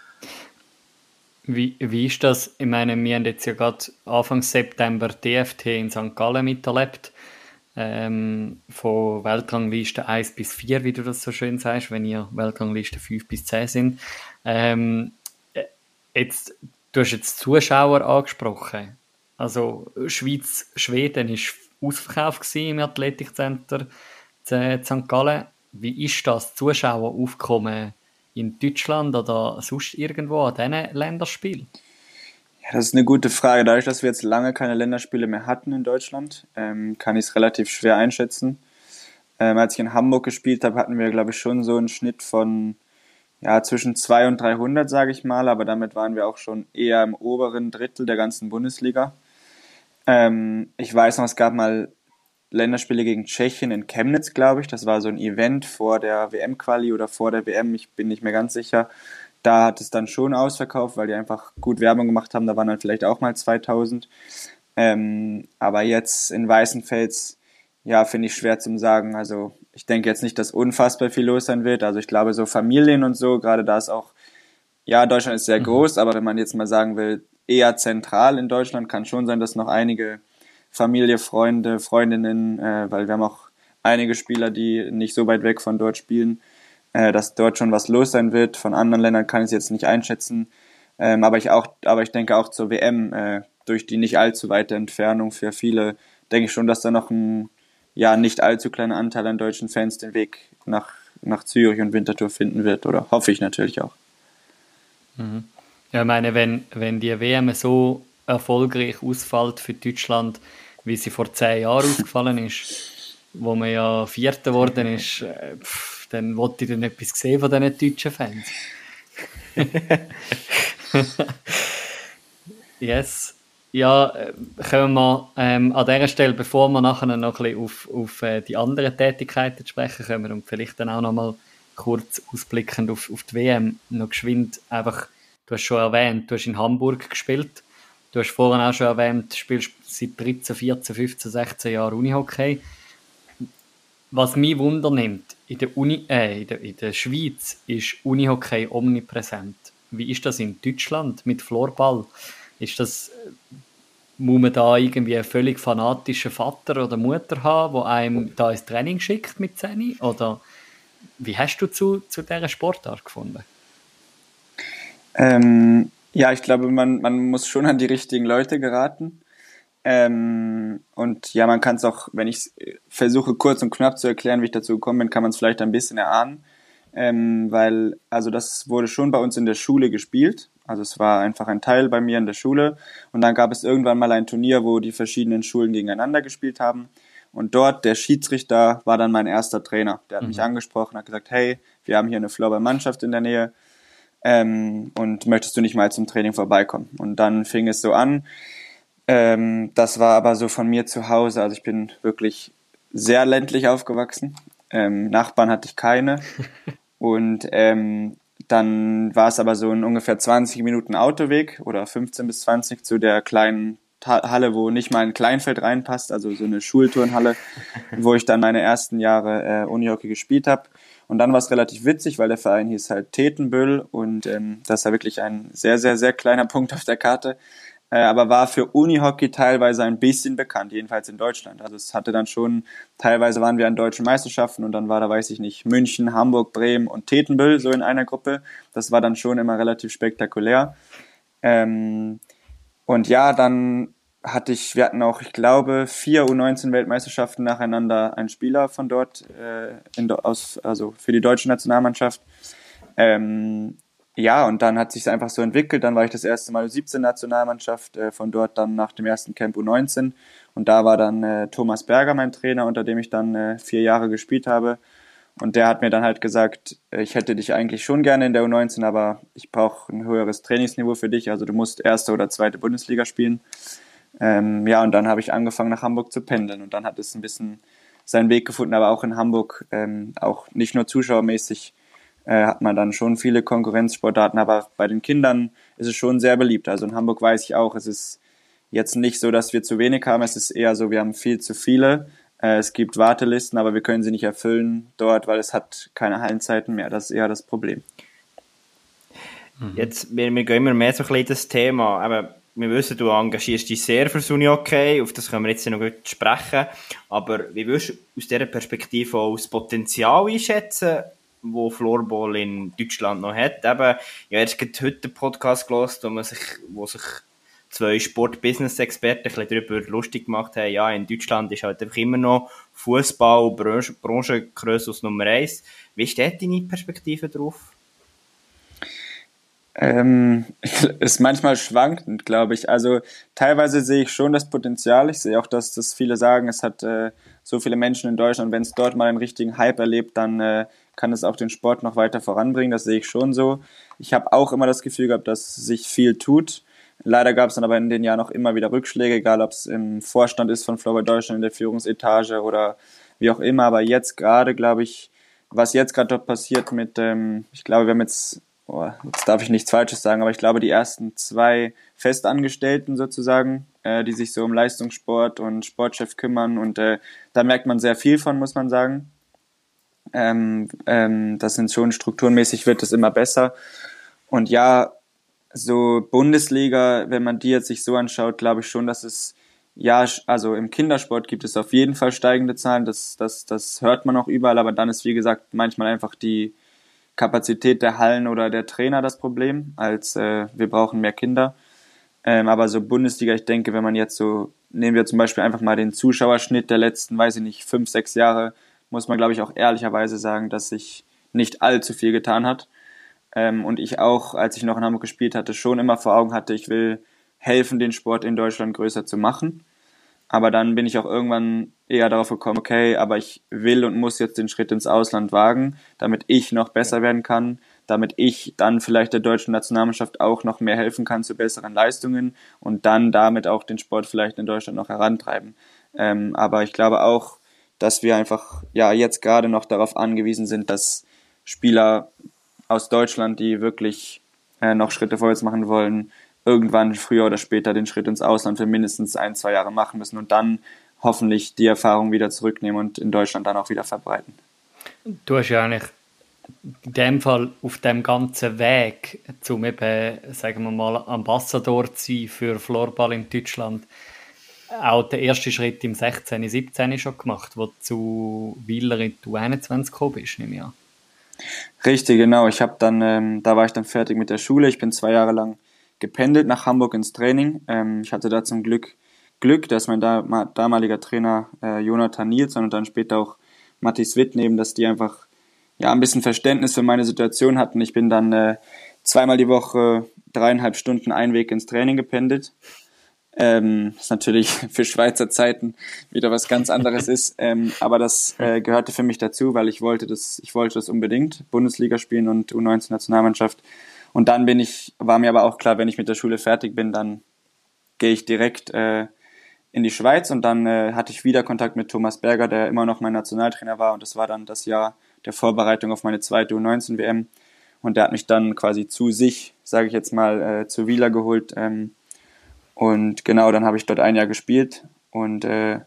Wie, wie ist das? Ich meine, wir haben jetzt ja gerade Anfang September D F T in Sankt Gallen miterlebt. ähm, von Weltrangliste eins bis vier, wie du das so schön sagst, wenn ihr Weltrangliste fünf bis zehn sind. Ähm, jetzt, du hast jetzt Zuschauer angesprochen. Also Schweiz, Schweden war ausverkauft im Athletikcenter in Sankt Gallen. Wie ist das Zuschaueraufkommen in Deutschland oder sonst irgendwo an diesen Länderspielen? Ja, das ist eine gute Frage. Dadurch, dass wir jetzt lange keine Länderspiele mehr hatten in Deutschland, ähm, kann ich es relativ schwer einschätzen. Ähm, als ich in Hamburg gespielt habe, hatten wir, glaube ich, schon so einen Schnitt von ja, zwischen zweihundert und dreihundert, sage ich mal, aber damit waren wir auch schon eher im oberen Drittel der ganzen Bundesliga. Ähm, ich weiß noch, es gab mal Länderspiele gegen Tschechien in Chemnitz, glaube ich. Das war so ein Event vor der W M-Quali oder vor der W M, ich bin nicht mehr ganz sicher. Da hat es dann schon ausverkauft, weil die einfach gut Werbung gemacht haben. Da waren dann vielleicht auch mal zweitausend. Ähm, aber jetzt in Weißenfels, ja, finde ich schwer zu sagen. Also ich denke jetzt nicht, dass unfassbar viel los sein wird. Also ich glaube, so Familien und so, gerade da ist auch, ja, Deutschland ist sehr groß, aber wenn man jetzt mal sagen will, eher zentral in Deutschland, kann schon sein, dass noch einige Familie, Freunde, Freundinnen, äh, weil wir haben auch einige Spieler, die nicht so weit weg von dort spielen, äh, dass dort schon was los sein wird. Von anderen Ländern kann ich es jetzt nicht einschätzen. Ähm, aber ich auch, aber ich denke auch zur W M, äh, durch die nicht allzu weite Entfernung für viele, denke ich schon, dass da noch ein ja nicht allzu kleiner Anteil an deutschen Fans den Weg nach, nach Zürich und Winterthur finden wird. Oder hoffe ich natürlich auch. Mhm. Ja, ich meine, wenn, wenn die W M so erfolgreich ausfällt für Deutschland, wie sie vor zehn Jahren ausgefallen ist, wo man ja Vierter geworden ist, äh, pff, dann wollte ich dann etwas sehen von diesen deutschen Fans. Yes. Ja, äh, können wir ähm, an dieser Stelle, bevor wir nachher noch ein bisschen auf, auf äh, die anderen Tätigkeiten sprechen können und vielleicht dann auch noch mal kurz ausblickend auf, auf die W M, noch geschwind einfach, du hast schon erwähnt, du hast in Hamburg gespielt, du hast vorhin auch schon erwähnt, du spielst seit dreizehn, vierzehn, fünfzehn, sechzehn Jahren Unihockey. Was mich wundernimmt, in der, Uni, äh, in der, in der Schweiz ist Unihockey omnipräsent. Wie ist das in Deutschland mit Floorball? Ist das, muss man da irgendwie einen völlig fanatischen Vater oder Mutter haben, der einem da ins Training schickt mit zehn? Oder wie hast du zu, zu dieser Sportart gefunden? Ähm, ja, ich glaube, man, man muss schon an die richtigen Leute geraten. Ähm, und ja, man kann es auch, wenn ich versuche kurz und knapp zu erklären, wie ich dazu gekommen bin, kann man es vielleicht ein bisschen erahnen. Ähm, weil, also das wurde schon bei uns in der Schule gespielt. Also es war einfach ein Teil bei mir in der Schule. Und dann gab es irgendwann mal ein Turnier, wo die verschiedenen Schulen gegeneinander gespielt haben. Und dort, der Schiedsrichter war dann mein erster Trainer. Der hat mhm. mich angesprochen, hat gesagt, hey, wir haben hier eine Floorball-Mannschaft in der Nähe. Ähm, und möchtest du nicht mal zum Training vorbeikommen? Und dann fing es so an. Ähm, das war aber so von mir zu Hause. Also ich bin wirklich sehr ländlich aufgewachsen. Ähm, Nachbarn hatte ich keine. Und ähm, dann war es aber so ein ungefähr zwanzig Minuten Autoweg oder fünfzehn bis zwanzig zu der kleinen Ta- Halle, wo nicht mal ein Kleinfeld reinpasst, also so eine Schulturnhalle, wo ich dann meine ersten Jahre äh, Unihockey gespielt habe. Und dann war es relativ witzig, weil der Verein hieß halt Tetenbüll und ähm, das war wirklich ein sehr, sehr, sehr kleiner Punkt auf der Karte. Äh, aber war für Unihockey teilweise ein bisschen bekannt, jedenfalls in Deutschland. Also es hatte dann schon, teilweise waren wir an deutschen Meisterschaften und dann war da, weiß ich nicht, München, Hamburg, Bremen und Tetenbüll so in einer Gruppe. Das war dann schon immer relativ spektakulär. Ähm, und ja, dann hatte ich, wir hatten auch, ich glaube, vier U neunzehn Weltmeisterschaften nacheinander einen Spieler von dort, äh, in, aus, also für die deutsche Nationalmannschaft. Ähm, Ja, und dann hat sich es einfach so entwickelt. Dann war ich das erste Mal U siebzehn Nationalmannschaft, äh, von dort dann nach dem ersten Camp U neunzehn. Und da war dann äh, Thomas Berger mein Trainer, unter dem ich dann äh, vier Jahre gespielt habe. Und der hat mir dann halt gesagt, äh, ich hätte dich eigentlich schon gerne in der U neunzehn, aber ich brauche ein höheres Trainingsniveau für dich. Also du musst erste oder zweite Bundesliga spielen. Ähm, ja, und dann habe ich angefangen, nach Hamburg zu pendeln. Und dann hat es ein bisschen seinen Weg gefunden, aber auch in Hamburg, ähm, auch nicht nur zuschauermäßig, hat man dann schon viele Konkurrenzsportarten, aber bei den Kindern ist es schon sehr beliebt. Also in Hamburg weiß ich auch, es ist jetzt nicht so, dass wir zu wenig haben, es ist eher so, wir haben viel zu viele. Es gibt Wartelisten, aber wir können sie nicht erfüllen dort, weil es hat keine Hallenzeiten mehr. Das ist eher das Problem. Jetzt, wir, wir gehen immer mehr so ein bisschen das Thema, aber wir wissen, du engagierst dich sehr für das Unihockey, auf das können wir jetzt noch gut sprechen, aber wie würdest du aus dieser Perspektive auch das Potenzial einschätzen, wo Floorball in Deutschland noch hat? Eben, ich habe erst heute den Podcast gehört, wo, man sich, wo sich zwei Sport-Business-Experten ein bisschen darüber lustig gemacht haben, ja, in Deutschland ist halt einfach immer noch Fußball, Branchengrösse Nummer eins. Wie steht deine Perspektive drauf? Ähm, ist manchmal schwankend, glaube ich. Also teilweise sehe ich schon das Potenzial. Ich sehe auch, dass das viele sagen, es hat äh, so viele Menschen in Deutschland. Wenn es dort mal einen richtigen Hype erlebt, dann äh, kann es auch den Sport noch weiter voranbringen. Das sehe ich schon so. Ich habe auch immer das Gefühl gehabt, dass sich viel tut. Leider gab es dann aber in den Jahren auch immer wieder Rückschläge, egal ob es im Vorstand ist von Floorball Deutschland, in der Führungsetage oder wie auch immer. Aber jetzt gerade, glaube ich, was jetzt gerade dort passiert mit, ähm, ich glaube, wir haben jetzt Oh, jetzt darf ich nichts Falsches sagen, aber ich glaube, die ersten zwei Festangestellten sozusagen, äh, die sich so um Leistungssport und Sportchef kümmern und äh, da merkt man sehr viel von, muss man sagen. Ähm, ähm, das sind schon strukturmäßig, wird es immer besser. Und ja, so Bundesliga, wenn man die jetzt sich so anschaut, glaube ich schon, dass es, ja, also im Kindersport gibt es auf jeden Fall steigende Zahlen, das, das, das hört man auch überall, aber dann ist, wie gesagt, manchmal einfach die Kapazität der Hallen oder der Trainer das Problem, als äh, wir brauchen mehr Kinder. Ähm, aber so Bundesliga, ich denke, wenn man jetzt so, nehmen wir zum Beispiel einfach mal den Zuschauerschnitt der letzten, weiß ich nicht, fünf, sechs Jahre, muss man, glaube ich, auch ehrlicherweise sagen, dass sich nicht allzu viel getan hat. Ähm, und ich auch, als ich noch in Hamburg gespielt hatte, schon immer vor Augen hatte, ich will helfen, den Sport in Deutschland größer zu machen. Aber dann bin ich auch irgendwann eher darauf gekommen, okay, aber ich will und muss jetzt den Schritt ins Ausland wagen, damit ich noch besser werden kann, damit ich dann vielleicht der deutschen Nationalmannschaft auch noch mehr helfen kann zu besseren Leistungen und dann damit auch den Sport vielleicht in Deutschland noch herantreiben. Ähm, aber ich glaube auch, dass wir einfach ja jetzt gerade noch darauf angewiesen sind, dass Spieler aus Deutschland, die wirklich äh, noch Schritte vorwärts machen wollen, irgendwann früher oder später den Schritt ins Ausland für mindestens ein, zwei Jahre machen müssen und dann hoffentlich die Erfahrung wieder zurücknehmen und in Deutschland dann auch wieder verbreiten. Du hast ja eigentlich in dem Fall auf dem ganzen Weg, um eben, sagen wir mal, Ambassador zu sein für Floorball in Deutschland, auch den ersten Schritt im sechzehn, siebzehn schon gemacht, wo du zu Wieler in die U einundzwanzig gekommen bist, nehme ich an. Richtig, genau. Ich habe dann, ähm, da war ich dann fertig mit der Schule. Ich bin zwei Jahre lang gependelt nach Hamburg ins Training. Ähm, ich hatte da zum Glück Glück, dass mein da, damaliger Trainer äh, Jonathan Nilsson und dann später auch Mathis Witt neben, dass die einfach ja ein bisschen Verständnis für meine Situation hatten. Ich bin dann äh, zweimal die Woche dreieinhalb Stunden einen Weg ins Training gependelt. Ähm, was natürlich für Schweizer Zeiten wieder was ganz anderes ist, ähm, aber das äh, gehörte für mich dazu, weil ich wollte das, ich wollte das unbedingt, Bundesliga spielen und U neunzehn Nationalmannschaft. Und dann bin ich, war mir aber auch klar, wenn ich mit der Schule fertig bin, dann gehe ich direkt äh, in die Schweiz und dann äh, hatte ich wieder Kontakt mit Thomas Berger, der immer noch mein Nationaltrainer war und das war dann das Jahr der Vorbereitung auf meine zweite U neunzehn W M und der hat mich dann quasi zu sich, sage ich jetzt mal, äh, zu Wieler geholt ähm, und genau, dann habe ich dort ein Jahr gespielt und äh,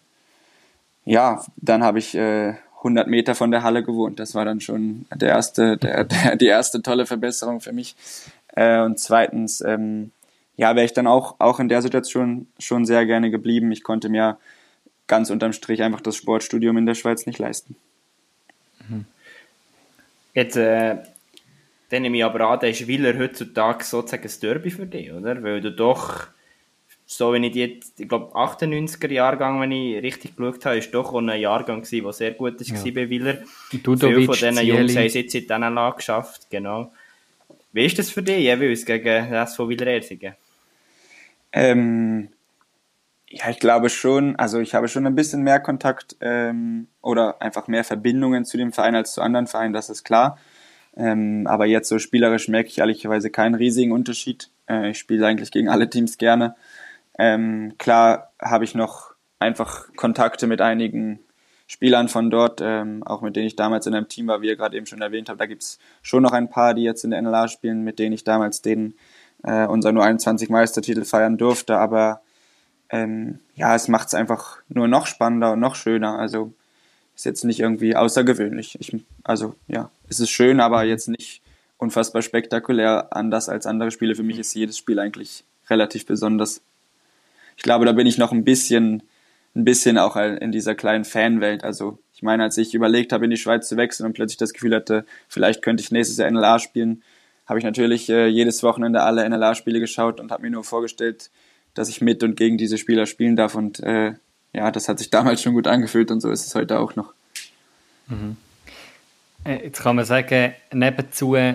ja, dann habe ich äh, hundert Meter von der Halle gewohnt. Das war dann schon der erste, der, der, die erste tolle Verbesserung für mich. Äh, und zweitens, ähm, ja, wäre ich dann auch, auch in der Situation schon sehr gerne geblieben. Ich konnte mir ganz unterm Strich einfach das Sportstudium in der Schweiz nicht leisten. Jetzt, äh, dann nehme ich aber an, ist Wieler heutzutage sozusagen ein Derby für dich, oder? Weil du doch, so wie ich jetzt, ich glaube, achtundneunziger Jahrgang, wenn ich richtig geschaut habe, ist doch auch ein Jahrgang gewesen, der sehr gut war ja. bei Wieler. Viele von diesen Jungs haben es jetzt in diesen Lagen geschafft, genau. Wie ist das für dich, jeweils gegen das von Wieler-Ersingen? Ähm, ja, ich glaube schon, also ich habe schon ein bisschen mehr Kontakt ähm, oder einfach mehr Verbindungen zu dem Verein als zu anderen Vereinen, das ist klar. Ähm, aber jetzt so spielerisch merke ich ehrlicherweise keinen riesigen Unterschied. Äh, ich spiele eigentlich gegen alle Teams gerne. Ähm, klar habe ich noch einfach Kontakte mit einigen Spielern von dort, ähm, auch mit denen ich damals in einem Team war, wie ihr gerade eben schon erwähnt habt. Da gibt es schon noch ein paar, die jetzt in der N L A spielen, mit denen ich damals den äh, unseren U einundzwanzig Meistertitel feiern durfte. Aber ähm, ja, es macht es einfach nur noch spannender und noch schöner. Also ist jetzt nicht irgendwie außergewöhnlich. Ich, also ja, es ist schön, aber jetzt nicht unfassbar spektakulär anders als andere Spiele. Für mich ist jedes Spiel eigentlich relativ besonders. Ich glaube, da bin ich noch ein bisschen, ein bisschen auch in dieser kleinen Fanwelt. Also ich meine, als ich überlegt habe, in die Schweiz zu wechseln und plötzlich das Gefühl hatte, vielleicht könnte ich nächstes Jahr N L A spielen, habe ich natürlich äh, jedes Wochenende alle N L A-Spiele geschaut und habe mir nur vorgestellt, dass ich mit und gegen diese Spieler spielen darf. Und äh, ja, das hat sich damals schon gut angefühlt und so ist es heute auch noch. Mhm. Jetzt kann man sagen, nebenzu, ähm,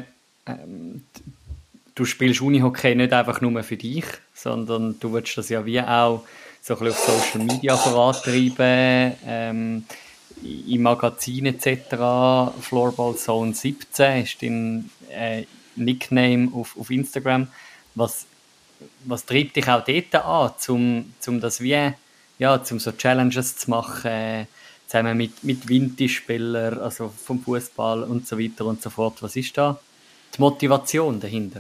du spielst Unihockey nicht einfach nur für dich, sondern du willst das ja wie auch so ein bisschen auf Social Media vorantreiben, ähm, im Magazin et cetera. Floorball Zone siebzehn ist dein äh, Nickname auf, auf Instagram. Was, was treibt dich auch dort an, um, um das wie, ja, um so Challenges zu machen, äh, zusammen mit, mit Vintage-Spielern, also vom Fußball und so weiter und so fort. Was ist da die Motivation dahinter?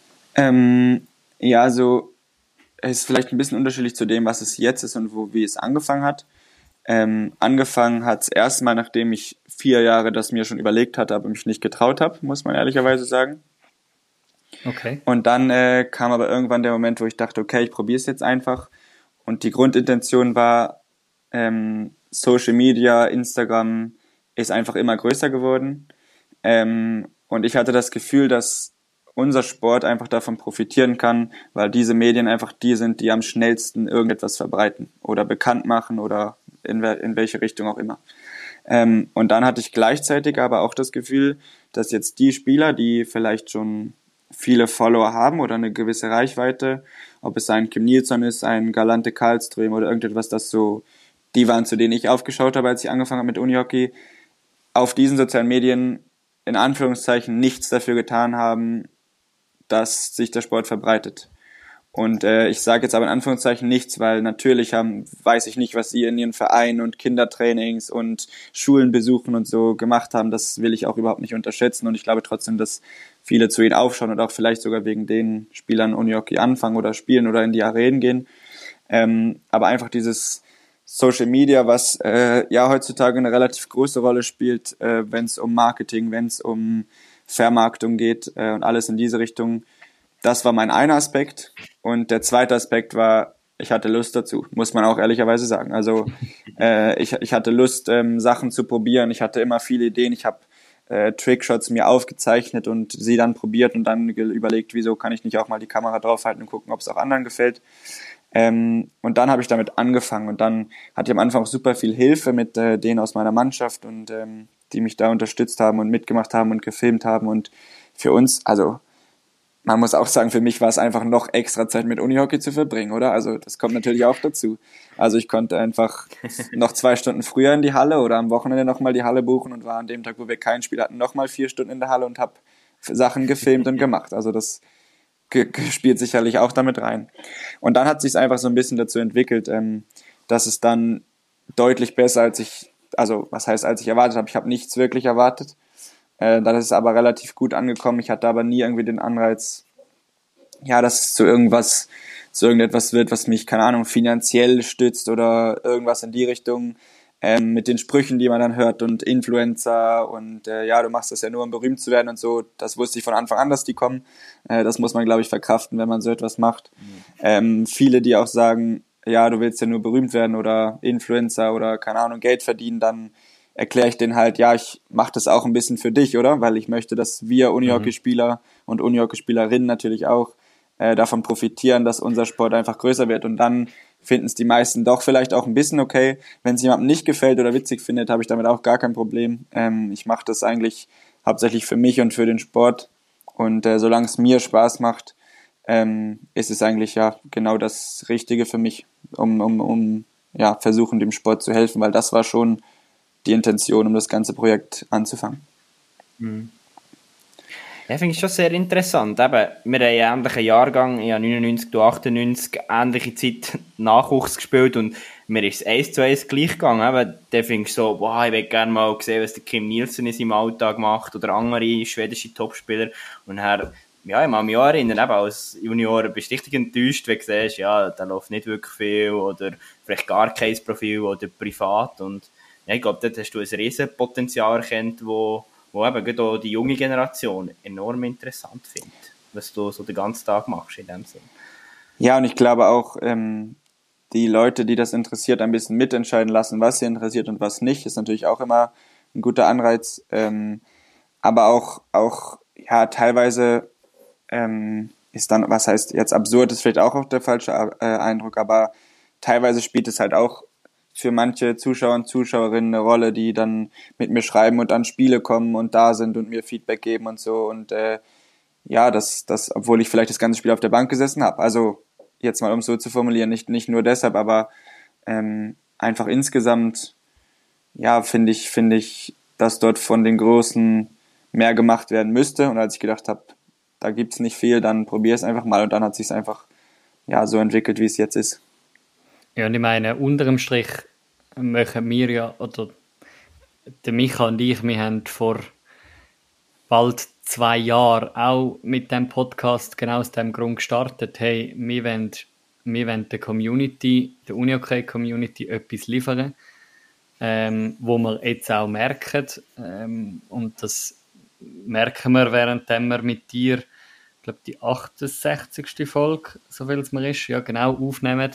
Ähm, ja, also es ist vielleicht ein bisschen unterschiedlich zu dem, was es jetzt ist und wo, wie es angefangen hat. Ähm, angefangen hat es erstmal, nachdem ich vier Jahre das mir schon überlegt hatte, aber mich nicht getraut habe, muss man ehrlicherweise sagen. Okay. Und dann äh, kam aber irgendwann der Moment, wo ich dachte, okay, ich probiere es jetzt einfach. Und die Grundintention war, ähm, Social Media, Instagram ist einfach immer größer geworden. Ähm, und ich hatte das Gefühl, dass unser Sport einfach davon profitieren kann, weil diese Medien einfach die sind, die am schnellsten irgendetwas verbreiten oder bekannt machen oder in, in welche Richtung auch immer. Ähm, und dann hatte ich gleichzeitig aber auch das Gefühl, dass jetzt die Spieler, die vielleicht schon viele Follower haben oder eine gewisse Reichweite, ob es ein Kim Nilsson ist, ein Galante Karlström oder irgendetwas, das so die waren, zu denen ich aufgeschaut habe, als ich angefangen habe mit Unihockey, auf diesen sozialen Medien in Anführungszeichen nichts dafür getan haben, dass sich der Sport verbreitet. Und äh, ich sage jetzt aber in Anführungszeichen nichts, weil natürlich haben, weiß ich nicht, was sie in ihren Vereinen und Kindertrainings und Schulen besuchen und so gemacht haben. Das will ich auch überhaupt nicht unterschätzen. Und ich glaube trotzdem, dass viele zu ihnen aufschauen und auch vielleicht sogar wegen den Spielern Unihockey anfangen oder spielen oder in die Arenen gehen. Ähm, aber einfach dieses Social Media, was äh, ja heutzutage eine relativ große Rolle spielt, äh, wenn es um Marketing, wenn es um Vermarktung geht äh, und alles in diese Richtung. Das war mein einer Aspekt. Und der zweite Aspekt war, ich hatte Lust dazu, muss man auch ehrlicherweise sagen. Also äh, ich, ich hatte Lust, ähm, Sachen zu probieren. Ich hatte immer viele Ideen. Ich habe äh, Trickshots mir aufgezeichnet und sie dann probiert und dann ge- überlegt, wieso kann ich nicht auch mal die Kamera draufhalten und gucken, ob es auch anderen gefällt. Ähm, und dann habe ich damit angefangen und dann hatte ich am Anfang auch super viel Hilfe mit äh, denen aus meiner Mannschaft und ähm, die mich da unterstützt haben und mitgemacht haben und gefilmt haben und für uns, also man muss auch sagen, für mich war es einfach noch extra Zeit mit Unihockey zu verbringen, oder? Also das kommt natürlich auch dazu. Also ich konnte einfach noch zwei Stunden früher in die Halle oder am Wochenende nochmal die Halle buchen und war an dem Tag, wo wir kein Spiel hatten, nochmal vier Stunden in der Halle und habe Sachen gefilmt und gemacht. Also das spielt sicherlich auch damit rein. Und dann hat sich es einfach so ein bisschen dazu entwickelt, ähm, dass es dann deutlich besser als ich, also was heißt als ich erwartet habe, ich habe nichts wirklich erwartet. Äh, dann ist es aber relativ gut angekommen. Ich hatte aber nie irgendwie den Anreiz, ja, dass es zu irgendwas, zu irgendetwas wird, was mich, keine Ahnung, finanziell stützt oder irgendwas in die Richtung. Ähm, mit den Sprüchen, die man dann hört und Influencer und äh, ja, du machst das ja nur, um berühmt zu werden und so, das wusste ich von Anfang an, dass die kommen. Äh, das muss man, glaube ich, verkraften, wenn man so etwas macht. Mhm. Ähm, viele, die auch sagen, ja, du willst ja nur berühmt werden oder Influencer oder, keine Ahnung, Geld verdienen, dann erkläre ich denen halt, ja, ich mache das auch ein bisschen für dich, oder? Weil ich möchte, dass wir Unihockey-Spieler und Unihockey-Spielerinnen natürlich auch äh, davon profitieren, dass unser Sport einfach größer wird und dann finden es die meisten doch vielleicht auch ein bisschen okay. Wenn es jemandem nicht gefällt oder witzig findet, habe ich damit auch gar kein Problem. Ähm, ich mache das eigentlich hauptsächlich für mich und für den Sport. Und äh, solange es mir Spaß macht, ähm, ist es eigentlich ja genau das Richtige für mich, um, um, um ja, versuchen, dem Sport zu helfen, weil das war schon die Intention, um das ganze Projekt anzufangen. Mhm. Ja, finde ich schon sehr interessant. Eben, wir haben einen ähnlichen Jahrgang, ich habe neunundneunzig, du achtundneunzig, ähnliche Zeit Nachwuchs gespielt und mir ist es eins zu eins gleich gegangen. Eben, da finde ich so, wow, ich würde gerne mal sehen, was der Kim Nilsson in seinem Alltag macht oder andere schwedische Topspieler. Und dann, ja, ich kann mich auch erinnern, eben als Junior bist du richtig enttäuscht, wenn du siehst, ja, da läuft nicht wirklich viel oder vielleicht gar kein Profil oder privat. Und ja, ich glaube, dort hast du ein Riesenpotenzial erkannt, wo wo eben gerade auch die junge Generation enorm interessant findet, was du so den ganzen Tag machst in dem Sinn. Ja, und ich glaube auch, ähm, die Leute, die das interessiert, ein bisschen mitentscheiden lassen, was sie interessiert und was nicht, ist natürlich auch immer ein guter Anreiz. Ähm, aber auch, auch ja, teilweise ähm, ist dann, was heißt jetzt absurd, ist vielleicht auch, auch der falsche äh, Eindruck, aber teilweise spielt es halt auch für manche Zuschauer und Zuschauerinnen eine Rolle, die dann mit mir schreiben und an Spiele kommen und da sind und mir Feedback geben und so. Und äh, ja, das, das, obwohl ich vielleicht das ganze Spiel auf der Bank gesessen habe. Also jetzt mal, um es so zu formulieren, nicht, nicht nur deshalb, aber ähm, einfach insgesamt, ja, finde ich, finde ich, dass dort von den Großen mehr gemacht werden müsste. Und als ich gedacht habe, da gibt's nicht viel, dann probier es einfach mal. Und dann hat sich's einfach ja so entwickelt, wie es jetzt ist. Ja, und ich meine, unterm Strich machen wir ja, oder der Micha und ich, wir haben vor bald zwei Jahren auch mit dem Podcast genau aus dem Grund gestartet. Hey, wir wollen, wir wollen der Community, der Unihockey-Community etwas liefern, ähm, wo wir jetzt auch merken, ähm, und das merken wir, während wir mit dir, ich glaube, die achtundsechzigste Folge, so viel es mir ist, ja genau, aufnehmen,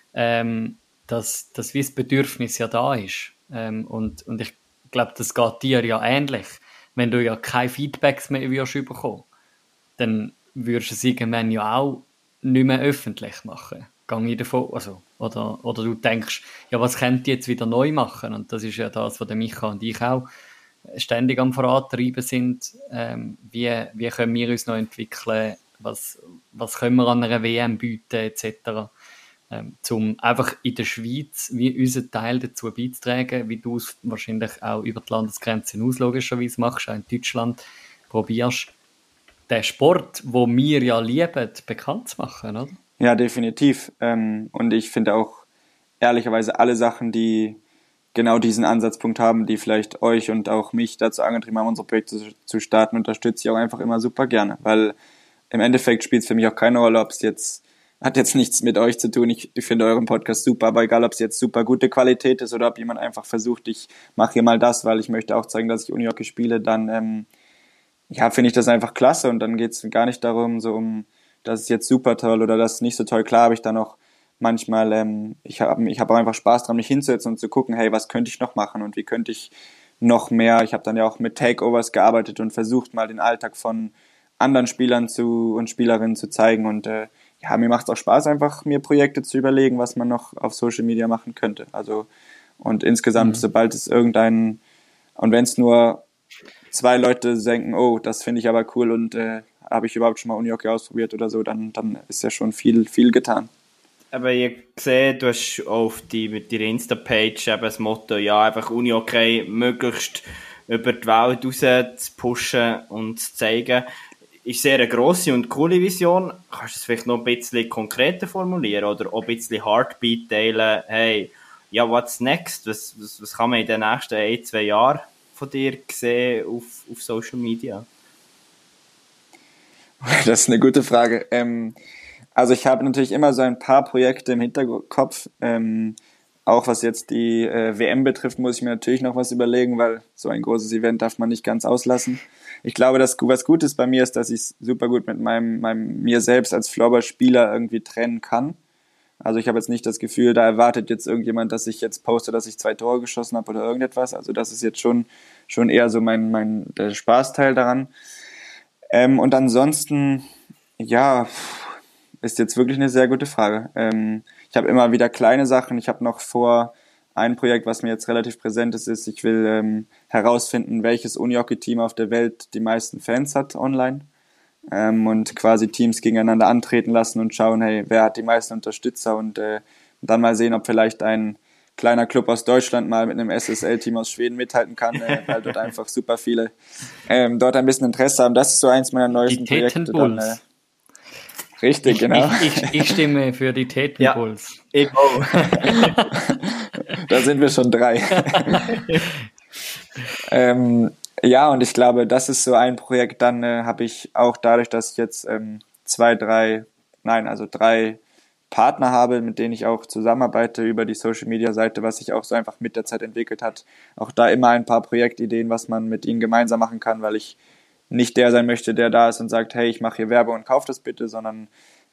ähm, dass, dass wie das Bedürfnis ja da ist. Ähm, und, und ich glaube, das geht dir ja ähnlich. Wenn du ja keine Feedbacks mehr wirst bekommen, dann würdest du es irgendwann ja auch nicht mehr öffentlich machen. Gang ich davon, also, oder, oder du denkst, ja, was könnt ihr jetzt wieder neu machen? Und das ist ja das, was der Micha und ich auch ständig am Vorantreiben sind. Ähm, wie, wie können wir uns noch entwickeln? Was, was können wir an einer W M bieten, et cetera. Ähm, um einfach in der Schweiz wie unseren Teil dazu beizutragen, wie du es wahrscheinlich auch über die Landesgrenzen hinaus logischerweise machst, auch in Deutschland probierst, den Sport, den wir ja lieben, bekannt zu machen, oder? Ja, definitiv. Ähm, und ich finde auch ehrlicherweise alle Sachen, die genau diesen Ansatzpunkt haben, die vielleicht euch und auch mich dazu angetrieben haben, unsere Projekte zu, zu starten, unterstütze ich auch einfach immer super gerne, weil im Endeffekt spielt es für mich auch keine Rolle, ob es jetzt hat jetzt nichts mit euch zu tun. Ich, ich finde euren Podcast super, aber egal, ob es jetzt super gute Qualität ist oder ob jemand einfach versucht, ich mache hier mal das, weil ich möchte auch zeigen, dass ich Unihockey spiele, dann ähm, ja, finde ich das einfach klasse. Und dann geht es gar nicht darum, so um, das ist jetzt super toll oder das ist nicht so toll. Klar habe ich dann auch manchmal, ähm, ich habe ich hab auch einfach Spaß dran, mich hinzusetzen und zu gucken, hey, was könnte ich noch machen und wie könnte ich noch mehr. Ich habe dann ja auch mit Takeovers gearbeitet und versucht, mal den Alltag von anderen Spielern zu und Spielerinnen zu zeigen und äh, ja, mir macht es auch Spaß, einfach mir Projekte zu überlegen, was man noch auf Social Media machen könnte. Also, und insgesamt, mhm. sobald es irgendeinen, und wenn es nur zwei Leute denken, oh, das finde ich aber cool und äh, habe ich überhaupt schon mal Unihockey ausprobiert oder so, dann, dann ist ja schon viel, viel getan. Aber ich sehe, du hast auf die, mit deiner Insta-Page eben das Motto, ja, einfach Unihockey möglichst über die Welt raus zu pushen und zu zeigen. Ist sehr eine grosse und coole Vision. Kannst du es vielleicht noch ein bisschen konkreter formulieren oder auch ein bisschen Heartbeat teilen? Hey, ja, what's next? Was, was, was kann man in den nächsten ein, zwei Jahren von dir sehen auf, auf Social Media? Das ist eine gute Frage. Ähm, also ich habe natürlich immer so ein paar Projekte im Hinterkopf. Ähm, auch was jetzt die äh, W M betrifft, muss ich mir natürlich noch was überlegen, weil so ein großes Event darf man nicht ganz auslassen. Ich glaube, dass was gut ist bei mir ist, dass ich es super gut mit meinem, meinem mir selbst als Floorball-Spieler irgendwie trennen kann. Also ich habe jetzt nicht das Gefühl, da erwartet jetzt irgendjemand, dass ich jetzt poste, dass ich zwei Tore geschossen habe oder irgendetwas. Also das ist jetzt schon schon eher so mein mein der Spaßteil daran. Ähm, und ansonsten, ja, ist jetzt wirklich eine sehr gute Frage. Ähm, ich habe immer wieder kleine Sachen. Ich habe noch vor, ein Projekt, was mir jetzt relativ präsent ist, ist, ich will ähm, herausfinden, welches Unihockey-Team auf der Welt die meisten Fans hat online ähm, und quasi Teams gegeneinander antreten lassen und schauen, hey, wer hat die meisten Unterstützer und äh, dann mal sehen, ob vielleicht ein kleiner Club aus Deutschland mal mit einem S S L-Team aus Schweden mithalten kann, äh, weil dort einfach super viele ähm, dort ein bisschen Interesse haben. Das ist so eins meiner neuesten die Projekte. Dann, äh, richtig, ich, genau. Ich, ich, ich stimme für die Tätenpuls. Ja, ich auch. Da sind wir schon drei. ähm, ja, und ich glaube, das ist so ein Projekt. Dann äh, habe ich auch dadurch, dass ich jetzt ähm, zwei, drei, nein, also drei Partner habe, mit denen ich auch zusammenarbeite über die Social-Media-Seite, was sich auch so einfach mit der Zeit entwickelt hat. Auch da immer ein paar Projektideen, was man mit ihnen gemeinsam machen kann, weil ich nicht der sein möchte, der da ist und sagt, hey, ich mache hier Werbung und kauf das bitte, sondern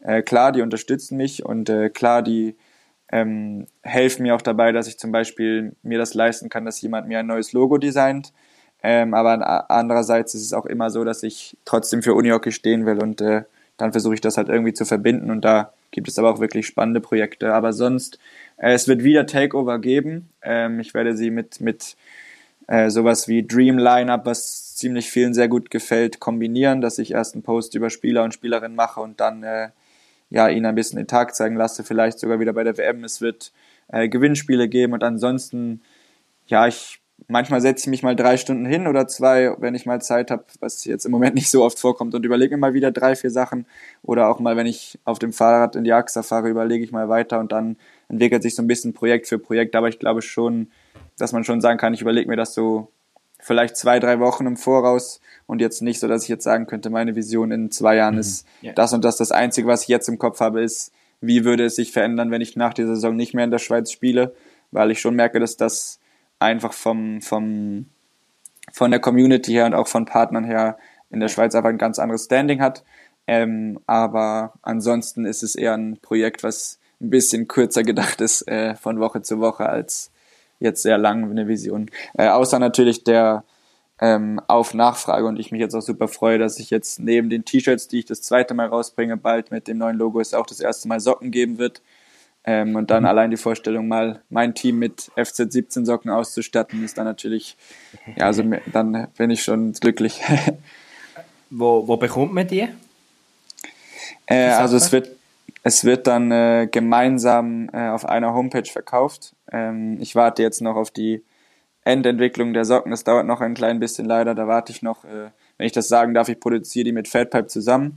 Äh, klar, die unterstützen mich und äh, klar, die ähm, helfen mir auch dabei, dass ich zum Beispiel mir das leisten kann, dass jemand mir ein neues Logo designt. Ähm, aber andererseits ist es auch immer so, dass ich trotzdem für Unihockey stehen will und äh, dann versuche ich das halt irgendwie zu verbinden und da gibt es aber auch wirklich spannende Projekte. Aber sonst, äh, es wird wieder Takeover geben. Ähm, ich werde sie mit, mit äh, sowas wie Dream Lineup, was ziemlich vielen sehr gut gefällt, kombinieren, dass ich erst einen Post über Spieler und Spielerinnen mache und dann äh, ja, ihnen ein bisschen den Tag zeigen lasse, vielleicht sogar wieder bei der W M. Es wird äh, Gewinnspiele geben und ansonsten, ja, ich manchmal setze ich mich mal drei Stunden hin oder zwei, wenn ich mal Zeit habe, was jetzt im Moment nicht so oft vorkommt und überlege mir mal wieder drei, vier Sachen oder auch mal, wenn ich auf dem Fahrrad in die A X A fahre, überlege ich mal weiter und dann entwickelt sich so ein bisschen Projekt für Projekt, aber ich glaube schon, dass man schon sagen kann, ich überlege mir das so vielleicht zwei, drei Wochen im Voraus und jetzt nicht so, dass ich jetzt sagen könnte, meine Vision in zwei Jahren mhm. ist ja. das und das. Das Einzige, was ich jetzt im Kopf habe, ist, wie würde es sich verändern, wenn ich nach dieser Saison nicht mehr in der Schweiz spiele, weil ich schon merke, dass das einfach vom, vom, von der Community her und auch von Partnern her in der Schweiz einfach ein ganz anderes Standing hat. Ähm, aber ansonsten ist es eher ein Projekt, was ein bisschen kürzer gedacht ist äh, von Woche zu Woche als jetzt sehr lang eine Vision. Äh, außer natürlich der ähm, auf Nachfrage und ich mich jetzt auch super freue, dass ich jetzt neben den T-Shirts, die ich das zweite Mal rausbringe, bald mit dem neuen Logo es auch das erste Mal Socken geben wird. Ähm, und dann mhm. allein die Vorstellung, mal mein Team mit F Z siebzehn Socken auszustatten, ist dann natürlich, ja, also dann bin ich schon glücklich. wo, wo bekommt man die? Äh, also es wird Es wird dann äh, gemeinsam äh, auf einer Homepage verkauft. Ähm, ich warte jetzt noch auf die Endentwicklung der Socken. Das dauert noch ein klein bisschen leider. Da warte ich noch, äh, wenn ich das sagen darf, ich produziere die mit Fatpipe zusammen.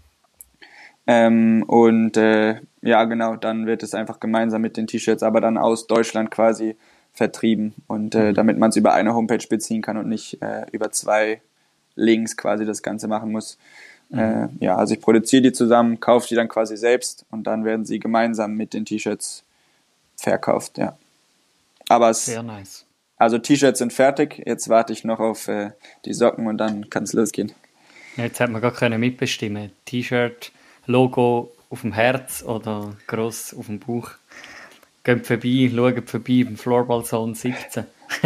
Ähm, und äh, ja, genau, dann wird es einfach gemeinsam mit den T-Shirts, aber dann aus Deutschland quasi vertrieben. Und äh, damit man es über eine Homepage beziehen kann und nicht äh, über zwei Links quasi das Ganze machen muss. Mhm. Äh, ja, also ich produziere die zusammen, kaufe die dann quasi selbst und dann werden sie gemeinsam mit den T-Shirts verkauft, ja. Aber es, sehr nice. Also T-Shirts sind fertig, jetzt warte ich noch auf äh, die Socken und dann kann es losgehen. Ja, jetzt hat man gar können mitbestimmen. T-Shirt, Logo auf dem Herz oder gross auf dem Bauch. Geht vorbei, schaut vorbei beim Floorball Zone siebzehn.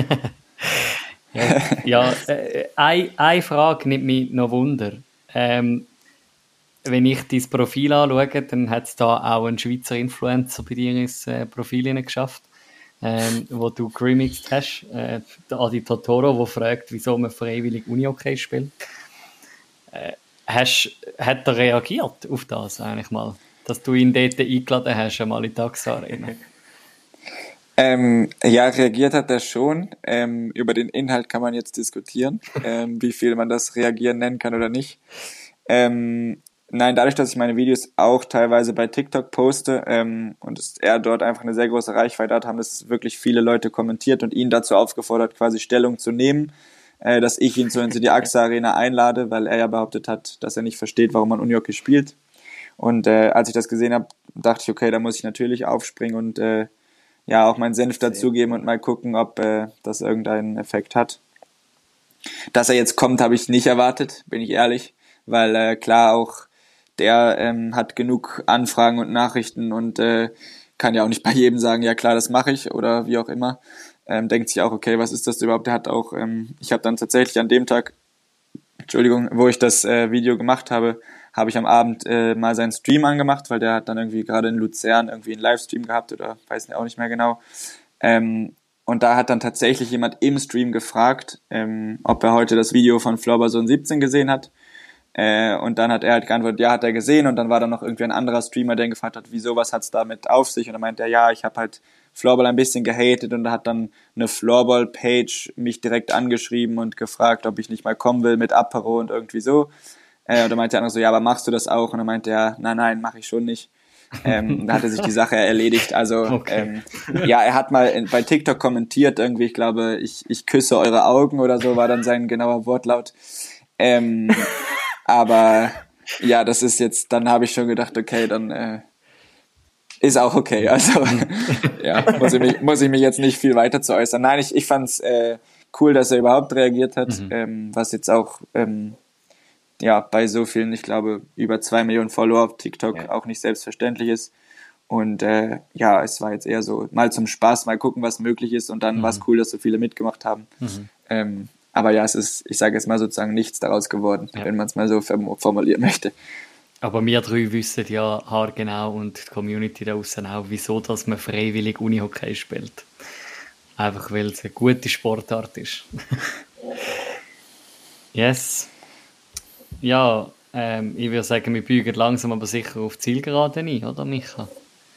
ja, ja äh, eine, eine Frage nimmt mich noch Wunder. Ähm, wenn ich dein Profil anschaue, dann hat es da auch einen Schweizer Influencer bei dir ins äh, Profil geschafft, ähm, wo du geremixed hast. Äh, der Adi Totoro, der fragt, wieso man freiwillig Unihockey spielt. Äh, hast, hat er reagiert auf das eigentlich mal? Dass du ihn dort eingeladen hast, einmal in die A X A Arena? Ähm, ja, reagiert hat er schon. Ähm, über den Inhalt kann man jetzt diskutieren, ähm, wie viel man das Reagieren nennen kann oder nicht. Ähm, nein, dadurch, dass ich meine Videos auch teilweise bei TikTok poste ähm, und er dort einfach eine sehr große Reichweite hat, haben das wirklich viele Leute kommentiert und ihn dazu aufgefordert, quasi Stellung zu nehmen, äh, dass ich ihn so in die A X A Arena einlade, weil er ja behauptet hat, dass er nicht versteht, warum man Unihockey spielt. Und äh, als ich das gesehen habe, dachte ich, okay, da muss ich natürlich aufspringen und äh, ja, auch meinen Senf dazugeben und mal gucken, ob äh, das irgendeinen Effekt hat. Dass er jetzt kommt, habe ich nicht erwartet, bin ich ehrlich, weil äh, klar auch der ähm, hat genug Anfragen und Nachrichten und äh, kann ja auch nicht bei jedem sagen, ja klar, das mache ich oder wie auch immer. Ähm, denkt sich auch, okay, was ist das überhaupt? Der hat auch, ähm, ich habe dann tatsächlich an dem Tag, Entschuldigung, wo ich das äh, Video gemacht habe, habe ich am Abend äh, mal seinen Stream angemacht, weil der hat dann irgendwie gerade in Luzern irgendwie einen Livestream gehabt oder weiß auch nicht mehr genau. Ähm, und da hat dann tatsächlich jemand im Stream gefragt, ähm, ob er heute das Video von Floorball Zone siebzehn gesehen hat. Äh, und dann hat er halt geantwortet, ja, hat er gesehen. Und dann war da noch irgendwie ein anderer Streamer, der ihn gefragt hat, wieso, was hat's damit auf sich? Und dann meinte er, ja, ich habe halt Floorball ein bisschen gehatet und da hat dann eine Floorball-Page mich direkt angeschrieben und gefragt, ob ich nicht mal kommen will mit Apero und irgendwie so. Äh, und dann meinte der andere so, ja, aber machst du das auch? Und dann meinte er, nein, nein, mache ich schon nicht. Ähm, da hatte sich die Sache erledigt. Also okay. ähm, ja, er hat mal in, bei TikTok kommentiert irgendwie, ich glaube, ich, ich küsse eure Augen oder so, war dann sein genauer Wortlaut. Ähm, aber ja, das ist jetzt, dann habe ich schon gedacht, okay, dann äh, ist auch okay. Also ja, muss ich, mich, muss ich mich jetzt nicht viel weiter zu äußern. Nein, ich, ich fand es äh, cool, dass er überhaupt reagiert hat, mhm. ähm, was jetzt auch ähm, ja bei so vielen, ich glaube, über zwei Millionen Follower auf TikTok ja. auch nicht selbstverständlich ist. Und äh, ja, es war jetzt eher so mal zum Spaß, mal gucken, was möglich ist. Und dann mhm. war es cool, dass so viele mitgemacht haben. Mhm. Ähm, aber ja, es ist, ich sage jetzt mal sozusagen nichts daraus geworden, ja. wenn man es mal so formulieren möchte. Aber wir drei wissen ja haargenau und die Community da draussen auch, wieso dass man freiwillig Unihockey spielt. Einfach weil es eine gute Sportart ist. Yes. Ja, ähm, ich würde sagen, wir bügen langsam aber sicher auf die Zielgerade ein, oder Micha?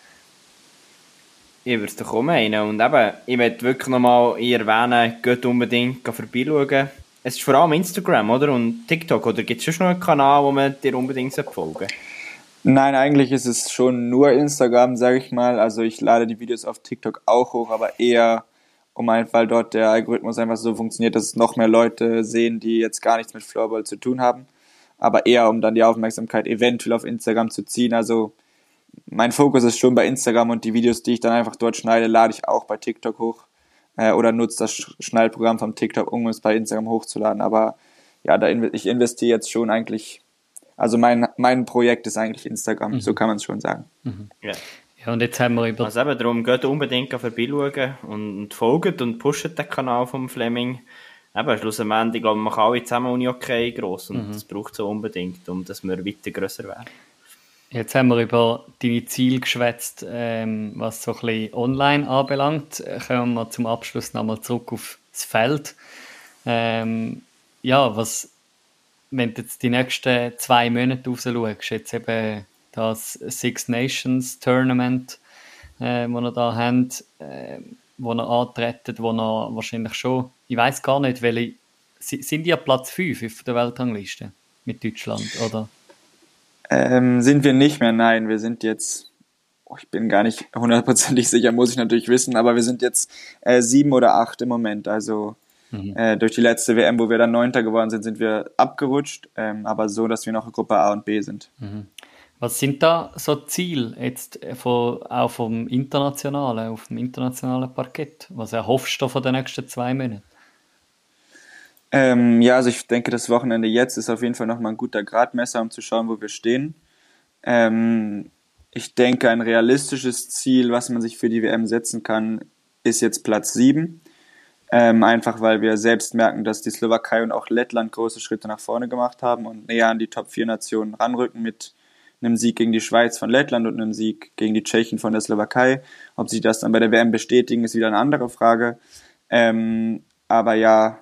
Ich würde es doch auch meinen. Und eben, ich möchte wirklich nochmal erwähnen, geht unbedingt vorbeischauen. Es ist vor allem Instagram, oder? Und TikTok, oder gibt es schon noch einen Kanal, wo man dir unbedingt folgen sollte? Nein, eigentlich ist es schon nur Instagram, sage ich mal. Also ich lade die Videos auf TikTok auch hoch, aber eher, um einfach, weil dort der Algorithmus einfach so funktioniert, dass es noch mehr Leute sehen, die jetzt gar nichts mit Floorball zu tun haben. Aber eher, um dann die Aufmerksamkeit eventuell auf Instagram zu ziehen. Also mein Fokus ist schon bei Instagram und die Videos, die ich dann einfach dort schneide, lade ich auch bei TikTok hoch. Äh, oder nutze das Schneidprogramm vom TikTok, um es bei Instagram hochzuladen. Aber ja, da in, ich investiere jetzt schon eigentlich, also mein, mein Projekt ist eigentlich Instagram, mhm. so kann man es schon sagen. Mhm. Ja. Ja, und jetzt haben wir über... Also eben darum, geht unbedingt vorbeischauen und, und folgt und pusht den Kanal vom Fleming. Eben, schlussendlich, ich glaube, wir machen alle zusammen Unihockey gross und mhm. das braucht es so unbedingt, um dass wir weiter grösser werden. Jetzt haben wir über deine Ziele geschwätzt, ähm, was so ein bisschen online anbelangt. Kommen wir zum Abschluss nochmal zurück auf das Feld. Ähm, ja, was, wenn du jetzt die nächsten zwei Monate raus schaust, jetzt eben das Six Nations Tournament, äh, das ihr da habt, äh, wo ihr antretet, wo ihr wahrscheinlich schon, ich weiss gar nicht, welche, sind die ja Platz fünf auf der Weltrangliste mit Deutschland, oder? Ähm, sind wir nicht mehr, nein, wir sind jetzt, oh, ich bin gar nicht hundertprozentig sicher, muss ich natürlich wissen, aber wir sind jetzt äh, sieben oder acht im Moment, also mhm. äh, durch die letzte W M, wo wir dann Neunter geworden sind, sind wir abgerutscht, ähm, aber so, dass wir noch in Gruppe A und B sind. Mhm. Was sind da so Ziele jetzt von, auch vom internationalen, auf dem internationalen Parkett? Was erhoffst du von den nächsten zwei Monaten? Ähm, ja, also ich denke, das Wochenende jetzt ist auf jeden Fall nochmal ein guter Gradmesser, um zu schauen, wo wir stehen. Ähm, ich denke, ein realistisches Ziel, was man sich für die W M setzen kann, ist jetzt Platz sieben. Ähm, einfach weil wir selbst merken, dass die Slowakei und auch Lettland große Schritte nach vorne gemacht haben und näher an die Top vier Nationen ranrücken mit einem Sieg gegen die Schweiz von Lettland und einem Sieg gegen die Tschechen von der Slowakei. Ob sie das dann bei der W M bestätigen, ist wieder eine andere Frage. Ähm, aber ja,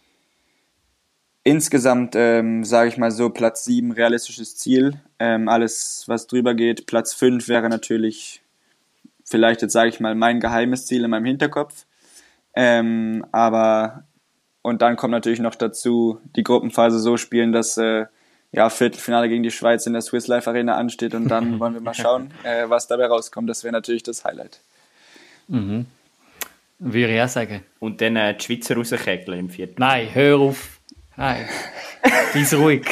insgesamt ähm, sage ich mal so, Platz sieben realistisches Ziel. Ähm, alles, was drüber geht, Platz fünf wäre natürlich vielleicht jetzt sage ich mal mein geheimes Ziel in meinem Hinterkopf. Ähm, aber und dann kommt natürlich noch dazu, die Gruppenphase so spielen, dass äh, ja, Viertelfinale gegen die Schweiz in der Swiss Life Arena ansteht und dann wollen wir mal schauen, äh, was dabei rauskommt. Das wäre natürlich das Highlight. Mhm. Würde ich auch sagen. Und dann äh, die Schweizer rauskegeln im vierten. Nein, hör auf. Nein, bist ruhig.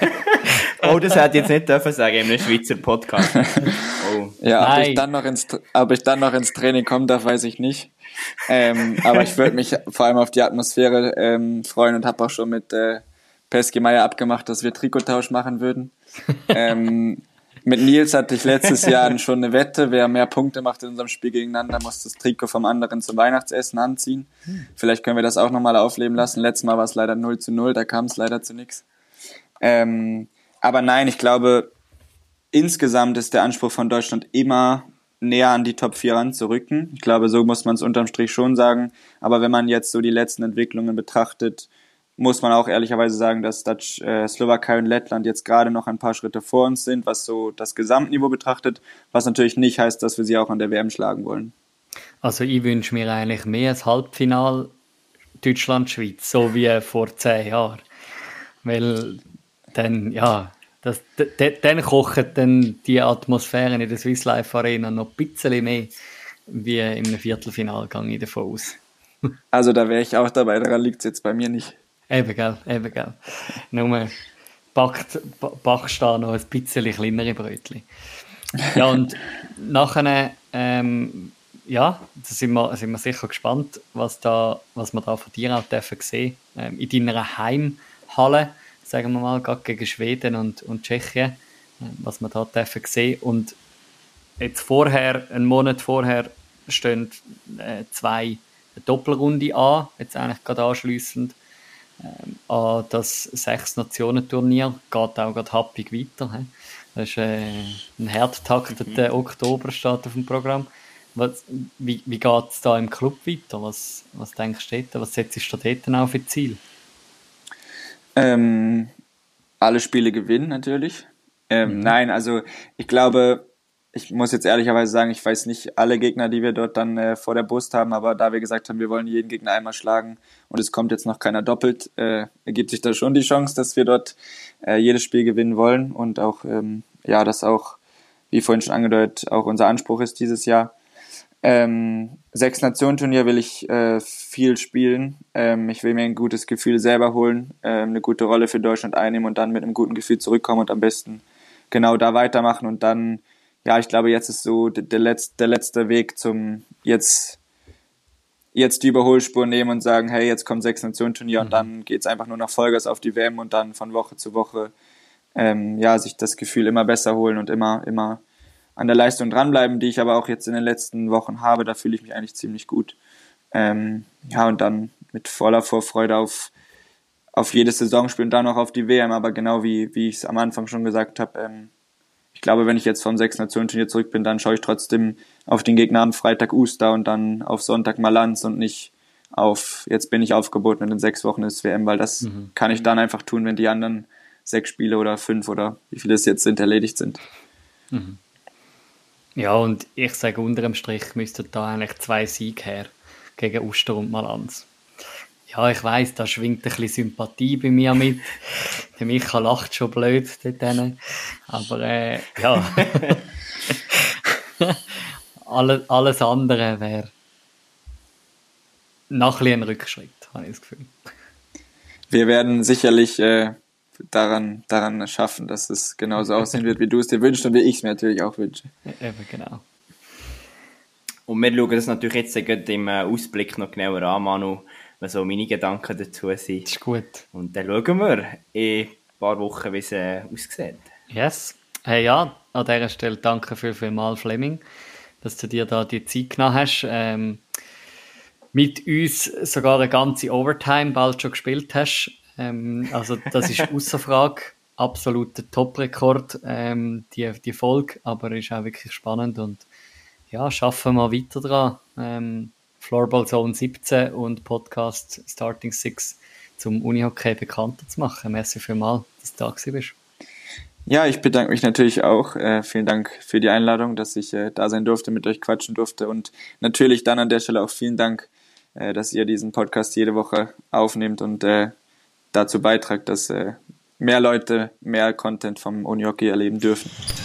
Oh, das hätte ich jetzt nicht dürfen sagen in einem Schweizer Podcast. Oh. Ja, ob ich, dann noch ins, ob ich dann noch ins Training kommen darf, weiß ich nicht. Ähm, aber ich würde mich vor allem auf die Atmosphäre ähm, freuen und habe auch schon mit äh, Pesky Meier abgemacht, dass wir Trikottausch machen würden. ähm, mit Nils hatte ich letztes Jahr schon eine Wette, wer mehr Punkte macht in unserem Spiel gegeneinander, muss das Trikot vom anderen zum Weihnachtsessen anziehen. Vielleicht können wir das auch nochmal aufleben lassen. Letztes Mal war es leider null zu null, da kam es leider zu nichts. Ähm, aber nein, ich glaube, insgesamt ist der Anspruch von Deutschland immer näher an die Top vier ranzurücken. Ich glaube, so muss man es unterm Strich schon sagen. Aber wenn man jetzt so die letzten Entwicklungen betrachtet, muss man auch ehrlicherweise sagen, dass Dutch, äh, Slowakei und Lettland jetzt gerade noch ein paar Schritte vor uns sind, was so das Gesamtniveau betrachtet, was natürlich nicht heißt, dass wir sie auch an der W M schlagen wollen. Also ich wünsche mir eigentlich mehr als Halbfinal Deutschland-Schweiz, so wie vor zehn Jahren. Weil dann, ja, das, d- d- dann kochen dann die Atmosphären in der Swiss Life Arena noch ein bisschen mehr wie in einem Viertelfinal, gehe ich davon aus. Also da wäre ich auch dabei, daran liegt es jetzt bei mir nicht. Eben, gell, eben, gell. Nur backt, backst da noch ein bisschen kleinere Brötchen. Ja, und nachher, ähm, ja, da sind wir, sind wir sicher gespannt, was, da, was wir da von dir auch dürfen sehen. Ähm, in deiner Heimhalle, sagen wir mal, gerade gegen Schweden und, und Tschechien, was wir da dürfen sehen. Und jetzt vorher, einen Monat vorher, stehen äh, zwei Doppelrunde an, jetzt eigentlich gerade anschliessend ähm, an das Sechs-Nationen-Turnier, geht auch gerade happig weiter. He? Das ist äh, ein hart takteter mhm. Oktober steht auf dem Programm. Was, wie wie geht es da im Club weiter? Was, was denkst du dort? Was setzt du dort auch für Ziel? Ähm, alle Spiele gewinnen natürlich. Ähm, mhm. Nein, also ich glaube, ich muss jetzt ehrlicherweise sagen, ich weiß nicht alle Gegner, die wir dort dann äh, vor der Brust haben, aber da wir gesagt haben, wir wollen jeden Gegner einmal schlagen und es kommt jetzt noch keiner doppelt, äh, ergibt sich da schon die Chance, dass wir dort äh, jedes Spiel gewinnen wollen und auch, ähm, ja, das auch, wie vorhin schon angedeutet, auch unser Anspruch ist dieses Jahr. Ähm, Sechs-Nationen-Turnier will ich äh, viel spielen. Ähm, ich will mir ein gutes Gefühl selber holen, äh, eine gute Rolle für Deutschland einnehmen und dann mit einem guten Gefühl zurückkommen und am besten genau da weitermachen und dann, ja, ich glaube, jetzt ist so der, der, letzte, der letzte Weg zum jetzt, jetzt die Überholspur nehmen und sagen, hey, jetzt kommt Sechs-Nationen-Turnier mhm. und dann geht's einfach nur noch Vollgas auf die W M und dann von Woche zu Woche ähm, ja, sich das Gefühl immer besser holen und immer, immer an der Leistung dranbleiben, die ich aber auch jetzt in den letzten Wochen habe, da fühle ich mich eigentlich ziemlich gut. Ähm, ja, und dann mit voller Vorfreude auf, auf jedes Saisonspiel und dann auch auf die W M, aber genau wie, wie ich es am Anfang schon gesagt habe, ähm, ich glaube, wenn ich jetzt vom Sechs-Nationen-Turnier zurück bin, dann schaue ich trotzdem auf den Gegner am Freitag Uster und dann auf Sonntag Malanz und nicht auf, jetzt bin ich aufgeboten und in sechs Wochen ist W M, weil das mhm. kann ich dann einfach tun, wenn die anderen sechs Spiele oder fünf oder wie viele es jetzt sind, erledigt sind. Mhm. Ja, und ich sage, unter dem Strich müssten da eigentlich zwei Siege her gegen Uster und Malanz. Ja, ich weiss, da schwingt ein bisschen Sympathie bei mir mit. Der Micha lacht schon blöd dort hinten. Aber äh, ja, alles, alles andere wäre noch ein Rückschritt, habe ich das Gefühl. Wir werden sicherlich äh, daran, daran schaffen, dass es genauso aussehen wird, wie du es dir wünschst und wie ich es mir natürlich auch wünsche. Eben, genau. Und wir schauen das natürlich jetzt im Ausblick noch genauer an, Manu, was so meine Gedanken dazu sind. Das ist gut. Und dann schauen wir in ein paar Wochen, wie es äh, aussieht. Yes. Hey, ja, an dieser Stelle danke viel, viel mal, Fleming, dass du dir da die Zeit genommen hast. Ähm, mit uns sogar eine ganze Overtime bald schon gespielt hast. Ähm, also das ist ausser Frage. Absoluter Top-Rekord, ähm, die, die Folge, aber ist auch wirklich spannend und ja, schaffen wir weiter dran. Ähm, Floorball Zone siebzehn und Podcast Starting Six zum Unihockey bekannter zu machen. Merci vielmals, dass du da gewesen bist. Ja, ich bedanke mich natürlich auch. Äh, vielen Dank für die Einladung, dass ich äh, da sein durfte, mit euch quatschen durfte und natürlich dann an der Stelle auch vielen Dank, äh, dass ihr diesen Podcast jede Woche aufnehmt und äh, dazu beitragt, dass äh, mehr Leute mehr Content vom Unihockey erleben dürfen.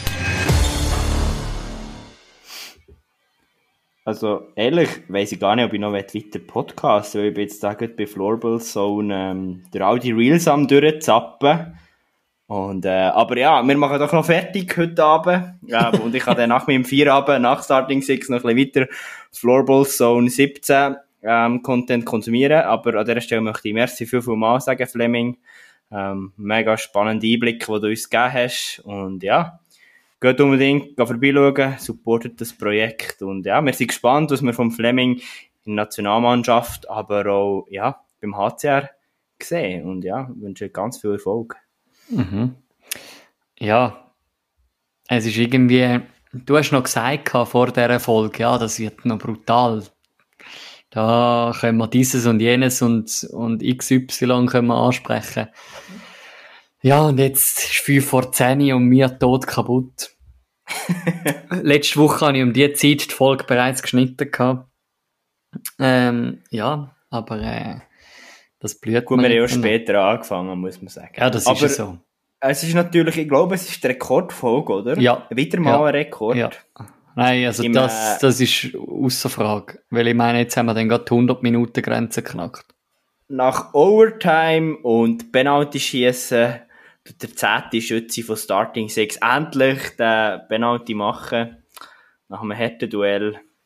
Also ehrlich weiss ich gar nicht, ob ich noch weiter podcasten will, weil ich bin jetzt da gerade bei Floorball Zone ähm, durch all die Reels am durchzappen. Und, äh, aber ja, wir machen doch noch fertig heute Abend. Ja, und ich habe dann nach meinem Feierabend, nach Starting Six, noch ein bisschen weiter Floorball Zone siebzehn ähm, Content konsumieren. Aber an dieser Stelle möchte ich merci viel, viel mal sagen, Fleming. Ähm, mega spannende Einblicke, die du uns gegeben hast. Und ja, geht unbedingt vorbeischauen, supportet das Projekt. Und ja, wir sind gespannt, was wir vom Fleming in der Nationalmannschaft, aber auch ja, beim H C R sehen. Und ja, wünsche ganz viel Erfolg. Mhm. Ja, es ist irgendwie, du hast noch gesagt vor dieser Folge, ja, das wird noch brutal. Da können wir dieses und jenes und, und X Y können wir ansprechen. Ja, und jetzt ist fünf vor zehn und mir tot kaputt. Letzte Woche habe ich um diese Zeit die Folge bereits geschnitten gehabt. Ähm, ja, aber äh, das blüht Gut, wir haben ja später angefangen, muss man sagen. Ja, das aber ist ja so. Es ist natürlich, ich glaube, es ist die Rekordfolge, oder? Ja. Wieder mal ja. ein Rekord. Ja. Nein, also Im, das, das ist ausser Frage. Weil ich meine, jetzt haben wir dann gerade die hundert Minuten Grenze geknackt. Nach Overtime und Penalty-Schiessen der zehnte Schütze von Starting Six endlich den Penalty machen. Nach einem harten Duell.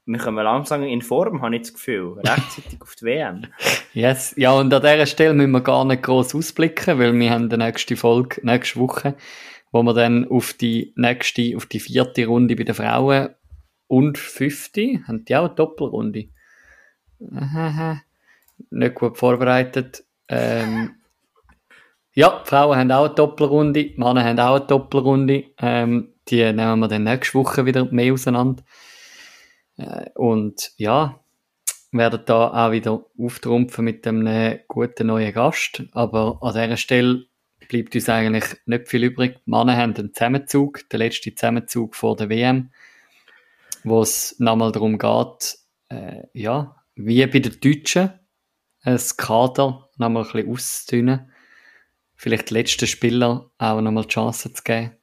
wir können langsam in Form, habe ich das Gefühl. Rechtzeitig auf die W M. Yes. Ja, und an dieser Stelle müssen wir gar nicht gross ausblicken, weil wir haben die nächste Folge, nächste Woche, wo wir dann auf die nächste, auf die vierte Runde bei den Frauen und fünfte, haben die auch eine Doppelrunde? Aha, nicht gut vorbereitet. Ähm, ja, die Frauen haben auch eine Doppelrunde, die Männer haben auch eine Doppelrunde. Ähm, die nehmen wir dann nächste Woche wieder mehr auseinander. Äh, und ja, werden da auch wieder auftrumpfen mit einem guten neuen Gast. Aber an dieser Stelle bleibt uns eigentlich nicht viel übrig. Die Männer haben einen Zusammenzug, den letzten Zusammenzug vor der W M, wo es nochmal darum geht, äh, ja, wie bei den Deutschen, ein Kader nochmal ein bisschen auszudünnen. Vielleicht den letzten Spieler auch nochmal die Chance zu geben.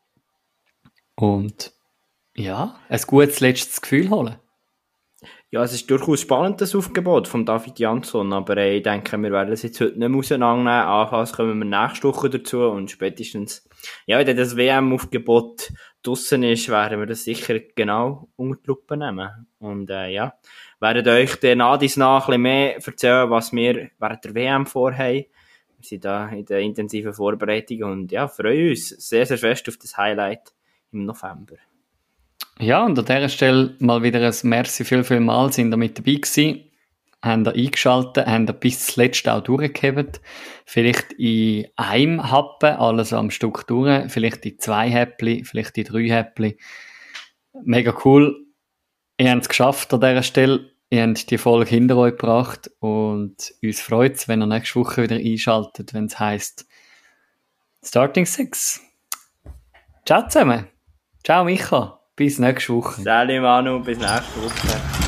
Und ja, ein gutes letztes Gefühl holen. Ja, es ist durchaus spannend, das Aufgebot von David Jansson, aber äh, ich denke, wir werden es jetzt heute nicht mehr auseinandernehmen. Anfangs kommen wir nächste Woche dazu und spätestens, ja, wenn das W M-Aufgebot draussen ist, werden wir das sicher genau unter die Lupe nehmen. Und äh, ja, werden euch dann nach dies nach ein bisschen mehr erzählen, was wir während der W M vorhaben. Wir sind da in der intensiven Vorbereitung und ja, freuen uns sehr, sehr fest auf das Highlight im November. Ja, und an dieser Stelle mal wieder ein Merci viel, viel Mal, sind ihr mit dabei gewesen, haben ihr eingeschaltet, haben ihr bis zuletzt auch durchgehebt, vielleicht in einem Happen, alles am Stück durch, vielleicht in zwei Häppchen, vielleicht in drei Häppchen. Mega cool. Ihr habt es geschafft an dieser Stelle, ihr habt die Folge hinter euch gebracht und uns freut es, wenn ihr nächste Woche wieder einschaltet, wenn es heisst Starting Six. Ciao zusammen. Ciao Micha. Bis nächste Woche. Salut Manu, bis nächste Woche.